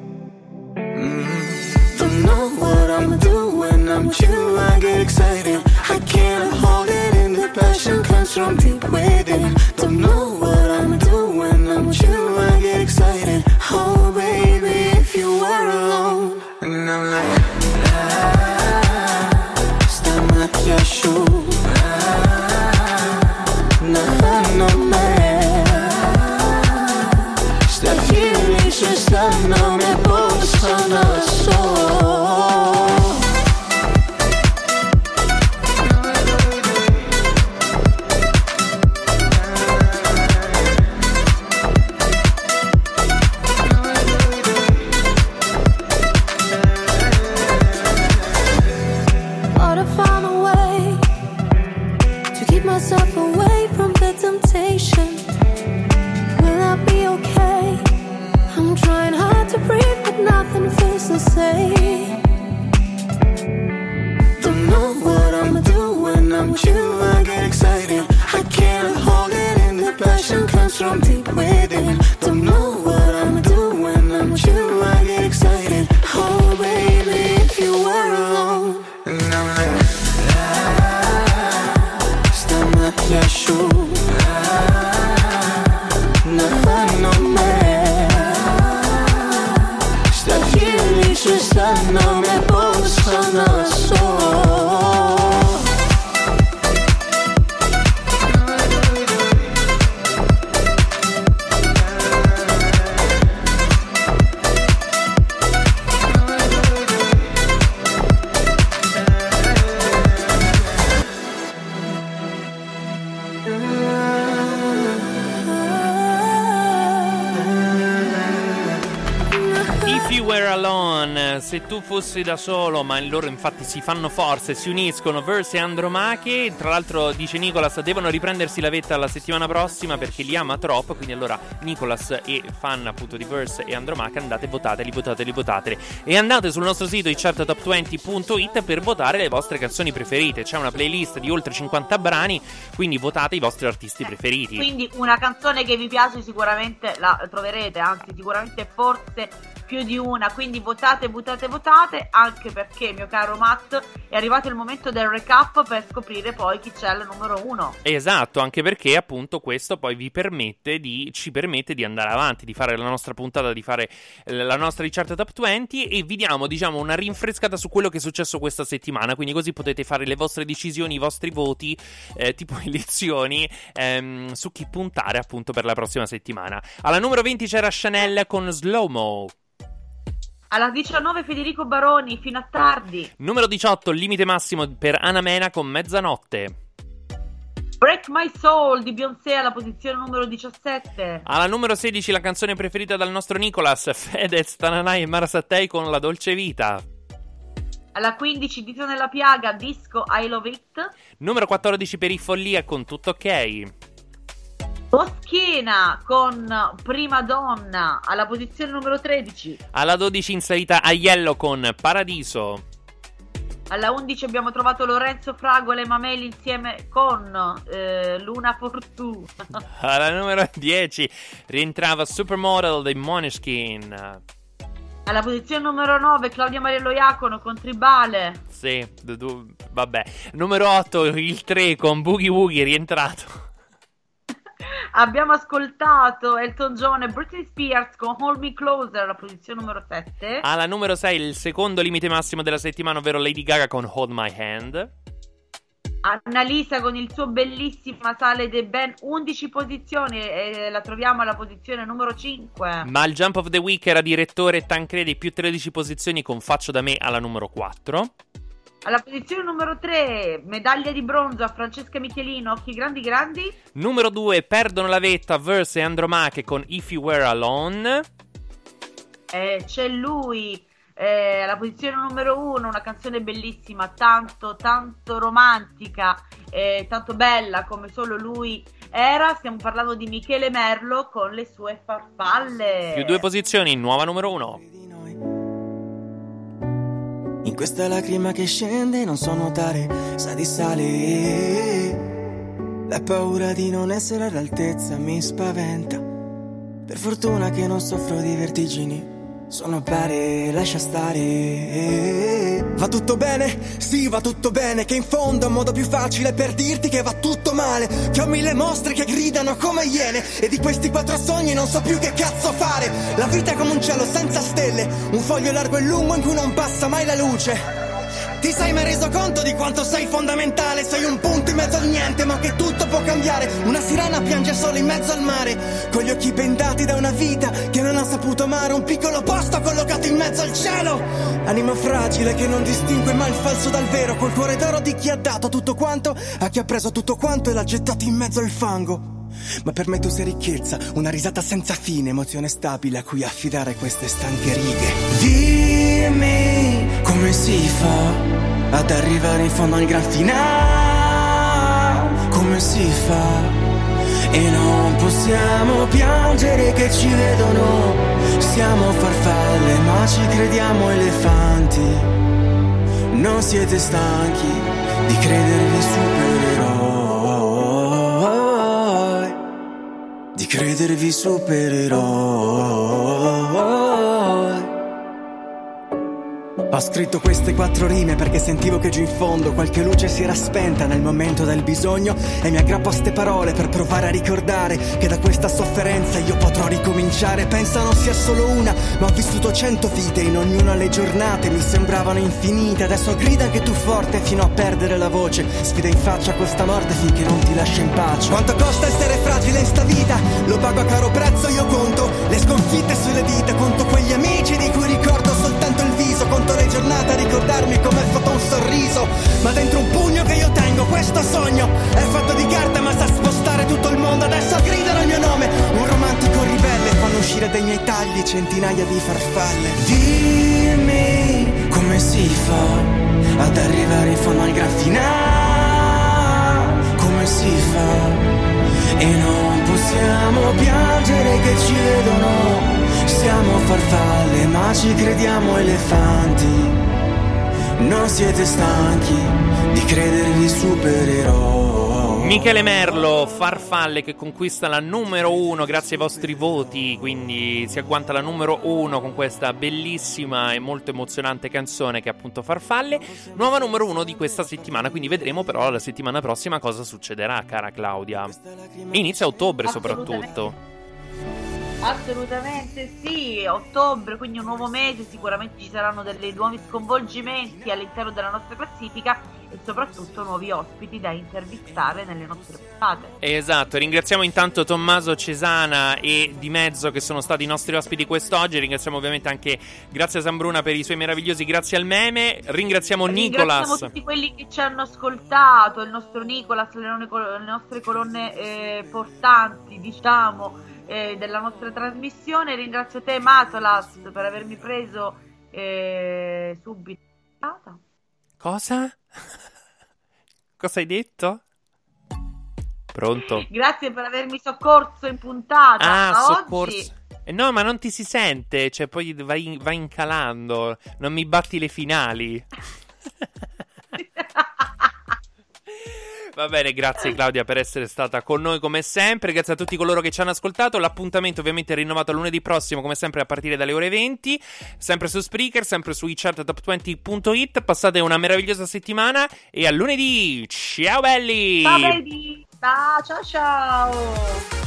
Mm. Don't know what I'm doing. I'm with you, I get excited. I can't hold it in. The passion comes from deep within. Don't know what I'm doing. I'm with you, I get excited. Oh, baby, if you were alone. And I'm like, ah, stamattina asciù. Ah, no, no, man. Sta felice, sta non mi posso solo. Myself away from the temptation. Will I be okay? I'm trying hard to breathe, but nothing feels the same. Don't know what I'm doing. I'm with you, I get excited. I can't hold it in. The passion comes from deep within. Don't know what I'm doing. I'm with you, I get excited. Oh, baby, if you were alone. And I'm like, lasciò no me sta felice sta non mi posso da solo. Se tu fossi da solo, ma loro infatti si fanno forza e si uniscono, Verse e Andromache. Tra l'altro dice Nicolas devono riprendersi la vetta la settimana prossima perché li ama troppo, quindi allora Nicolas e fan appunto di Verse e Andromache, andate, votateli, votateli, votateli e andate sul nostro sito i chart top venti punto it per votare le vostre canzoni preferite. C'è una playlist di oltre cinquanta brani, quindi votate i vostri artisti preferiti. Quindi una canzone che vi piace sicuramente la troverete, anzi sicuramente forse più di una, quindi votate, votate, votate, anche perché, mio caro Matt, è arrivato il momento del recap per scoprire poi chi c'è al numero uno. Esatto, anche perché appunto questo poi vi permette di, ci permette di andare avanti, di fare la nostra puntata, di fare la nostra Chart Top venti e vi diamo, diciamo, una rinfrescata su quello che è successo questa settimana, quindi così potete fare le vostre decisioni, i vostri voti, eh, tipo elezioni, ehm, su chi puntare appunto per la prossima settimana. Alla numero venti c'era Chanel con Slow Mo. Alla diciannove Federico Baroni, Fino a tardi. Numero diciotto, limite massimo per Anna Mena con Mezzanotte. Break My Soul di Beyoncé alla posizione numero diciassette. Alla numero sedici la canzone preferita dal nostro Nicolas, Fedez, Tananai e Mara Sattei con La Dolce Vita. Alla quindici Dito nella piaga, Disco I Love It. Numero quattordici per I Follia con Tutto Ok. Boschina con Prima Donna alla posizione numero tredici. Alla dodici in salita Aiello con Paradiso. Alla undici abbiamo trovato Lorenzo Fragola e Mameli insieme con eh, Luna Fortuna. Alla numero dieci rientrava Supermodel dei Måneskin. Alla posizione numero nove Claudia Mariello Iacono con Tribale. Sì, du- du- vabbè. Numero otto il tre con Boogie Woogie rientrato. Abbiamo ascoltato Elton John e Britney Spears con Hold Me Closer alla posizione numero sette. Alla numero sei il secondo limite massimo della settimana, ovvero Lady Gaga con Hold My Hand. Annalisa con il suo bellissima sale di ben undici posizioni e la troviamo alla posizione numero cinque. Ma il Jump of the Week era direttore Tancredi, più tredici posizioni con Faccio da me alla numero quattro. Alla posizione numero tre, medaglia di bronzo a Francesca Michelino, Occhi grandi grandi. Numero due, perdono la vetta Verse e Andromache con If You Were Alone. Eh, c'è lui, eh, alla posizione numero uno, una canzone bellissima, tanto, tanto romantica, eh, tanto bella come solo lui era. Stiamo parlando di Michele Merlo con Le sue farfalle. Più due posizioni, nuova numero uno. In questa lacrima che scende non so nuotare, sa di sale. La paura di non essere all'altezza mi spaventa. Per fortuna che non soffro di vertigini, sono pare, lascia stare. Va tutto bene? Sì, va tutto bene. Che in fondo è un modo più facile per dirti che va tutto male. Che ho mille mostre che gridano come iene, e di questi quattro sogni non so più che cazzo fare. La vita è come un cielo senza stelle, un foglio largo e lungo in cui non passa mai la luce. Ti sei mai reso conto di quanto sei fondamentale? Sei un punto in mezzo al niente, ma che tutto può cambiare. Una sirena piange solo in mezzo al mare, con gli occhi bendati da una vita che non ha saputo amare. Un piccolo posto collocato in mezzo al cielo. Anima fragile che non distingue mai il falso dal vero, col cuore d'oro di chi ha dato tutto quanto a chi ha preso tutto quanto e l'ha gettato in mezzo al fango. Ma per me tu sei ricchezza, una risata senza fine, emozione stabile a cui affidare queste stanche righe. Dimmi come si fa ad arrivare in fondo al gran finale, come si fa? E non possiamo piangere che ci vedono, siamo farfalle ma ci crediamo elefanti. Non siete stanchi di credervi supereroi, di credervi supereroi. Ho scritto queste quattro rime perché sentivo che giù in fondo qualche luce si era spenta nel momento del bisogno, e mi aggrappo a ste parole per provare a ricordare che da questa sofferenza io potrò ricominciare. Pensa non sia solo una, ma ho vissuto cento vite, in ognuna le giornate mi sembravano infinite. Adesso grida anche tu forte fino a perdere la voce, sfida in faccia questa morte finché non ti lascia in pace. Quanto costa essere fragile in sta vita? Lo pago a caro prezzo, io conto le sconfitte sulle dita, conto quegli amici di cui ricordo soltanto il viso, conto le giornate a ricordarmi come è fatto un sorriso. Ma dentro un pugno che io tengo questo sogno è fatto di carta ma sa spostare tutto il mondo. Adesso gridano il mio nome, un romantico ribelle, fanno uscire dai miei tagli centinaia di farfalle. Dimmi come si fa ad arrivare in fondo al gran finale, come si fa? E non possiamo piangere che ci vedono, siamo farfalle ma ci crediamo elefanti. Non siete stanchi di credervi supereroi. Michele Merlo, Farfalle, che conquista la numero uno grazie ai vostri voti, quindi si agguanta la numero uno con questa bellissima e molto emozionante canzone che è appunto Farfalle, nuova numero uno di questa settimana. Quindi vedremo però la settimana prossima cosa succederà, cara Claudia. Inizia ottobre soprattutto. Assolutamente sì, ottobre, quindi un nuovo mese, sicuramente ci saranno dei nuovi sconvolgimenti all'interno della nostra classifica e soprattutto nuovi ospiti da intervistare nelle nostre puntate. Esatto, ringraziamo intanto Tommaso Cesana e Di Mezzo che sono stati i nostri ospiti quest'oggi, ringraziamo ovviamente anche Grazia Sambruna per i suoi meravigliosi Grazie al meme, ringraziamo Nicolas. Ringraziamo tutti quelli che ci hanno ascoltato, il nostro Nicolas, le, non- le nostre colonne eh, portanti, diciamo, Eh, della nostra trasmissione. Ringrazio te Matolas per avermi preso eh, subito. Cosa? Cosa hai detto? Pronto? Grazie per avermi soccorso in puntata. Ah, Ma soccorso. oggi... Eh, no, ma non ti si sente, cioè poi vai, vai incalando, non mi batti le finali. Va bene, grazie Claudia per essere stata con noi come sempre, grazie a tutti coloro che ci hanno ascoltato. L'appuntamento ovviamente è rinnovato lunedì prossimo come sempre a partire dalle ore venti, sempre su Spreaker, sempre su i chart top venti punto it. Passate una meravigliosa settimana e a lunedì, ciao belli! Ciao baby, ciao ciao ciao!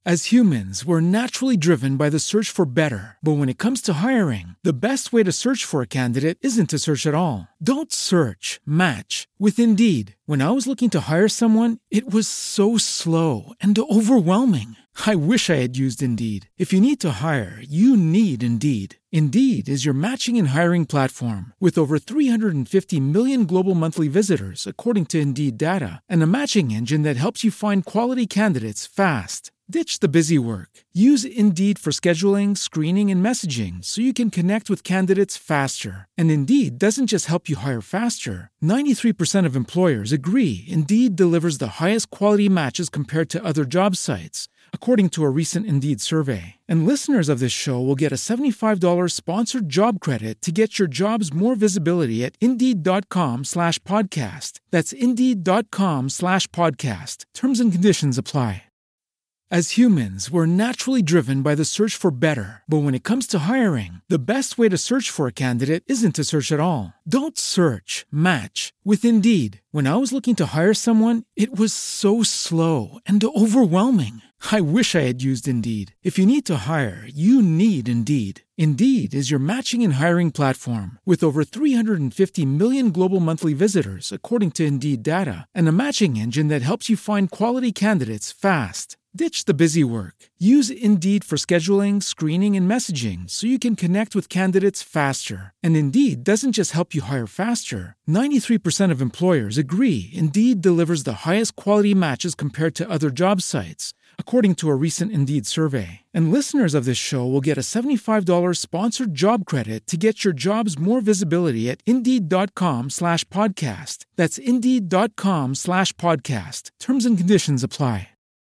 As humans, we're naturally driven by the search for better. But when it comes to hiring, the best way to search for a candidate isn't to search at all. Don't search, match with Indeed. When I was looking to hire someone, it was so slow and overwhelming. I wish I had used Indeed. If you need to hire, you need Indeed. Indeed is your matching and hiring platform with over three hundred fifty million global monthly visitors, according to Indeed data, and a matching engine that helps you find quality candidates fast. Ditch the busy work. Use Indeed for scheduling, screening, and messaging so you can connect with candidates faster. And Indeed doesn't just help you hire faster. ninety-three percent of employers agree Indeed delivers the highest quality matches compared to other job sites, according to a recent Indeed survey. And listeners of this show will get a seventy-five dollars sponsored job credit to get your jobs more visibility at Indeed.com slash podcast. That's Indeed.com slash podcast. Terms and conditions apply. As humans, we're naturally driven by the search for better. But when it comes to hiring, the best way to search for a candidate isn't to search at all. Don't search, match with Indeed. When I was looking to hire someone, it was so slow and overwhelming. I wish I had used Indeed. If you need to hire, you need Indeed. Indeed is your matching and hiring platform with over three hundred fifty million global monthly visitors, according to Indeed data, and a matching engine that helps you find quality candidates fast. Ditch the busy work. Use Indeed for scheduling, screening, and messaging so you can connect with candidates faster. And Indeed doesn't just help you hire faster. ninety-three percent of employers agree Indeed delivers the highest quality matches compared to other job sites, according to a recent Indeed survey. And listeners of this show will get a seventy-five dollars sponsored job credit to get your jobs more visibility at Indeed.com slash podcast. That's Indeed.com slash podcast. Terms and conditions apply.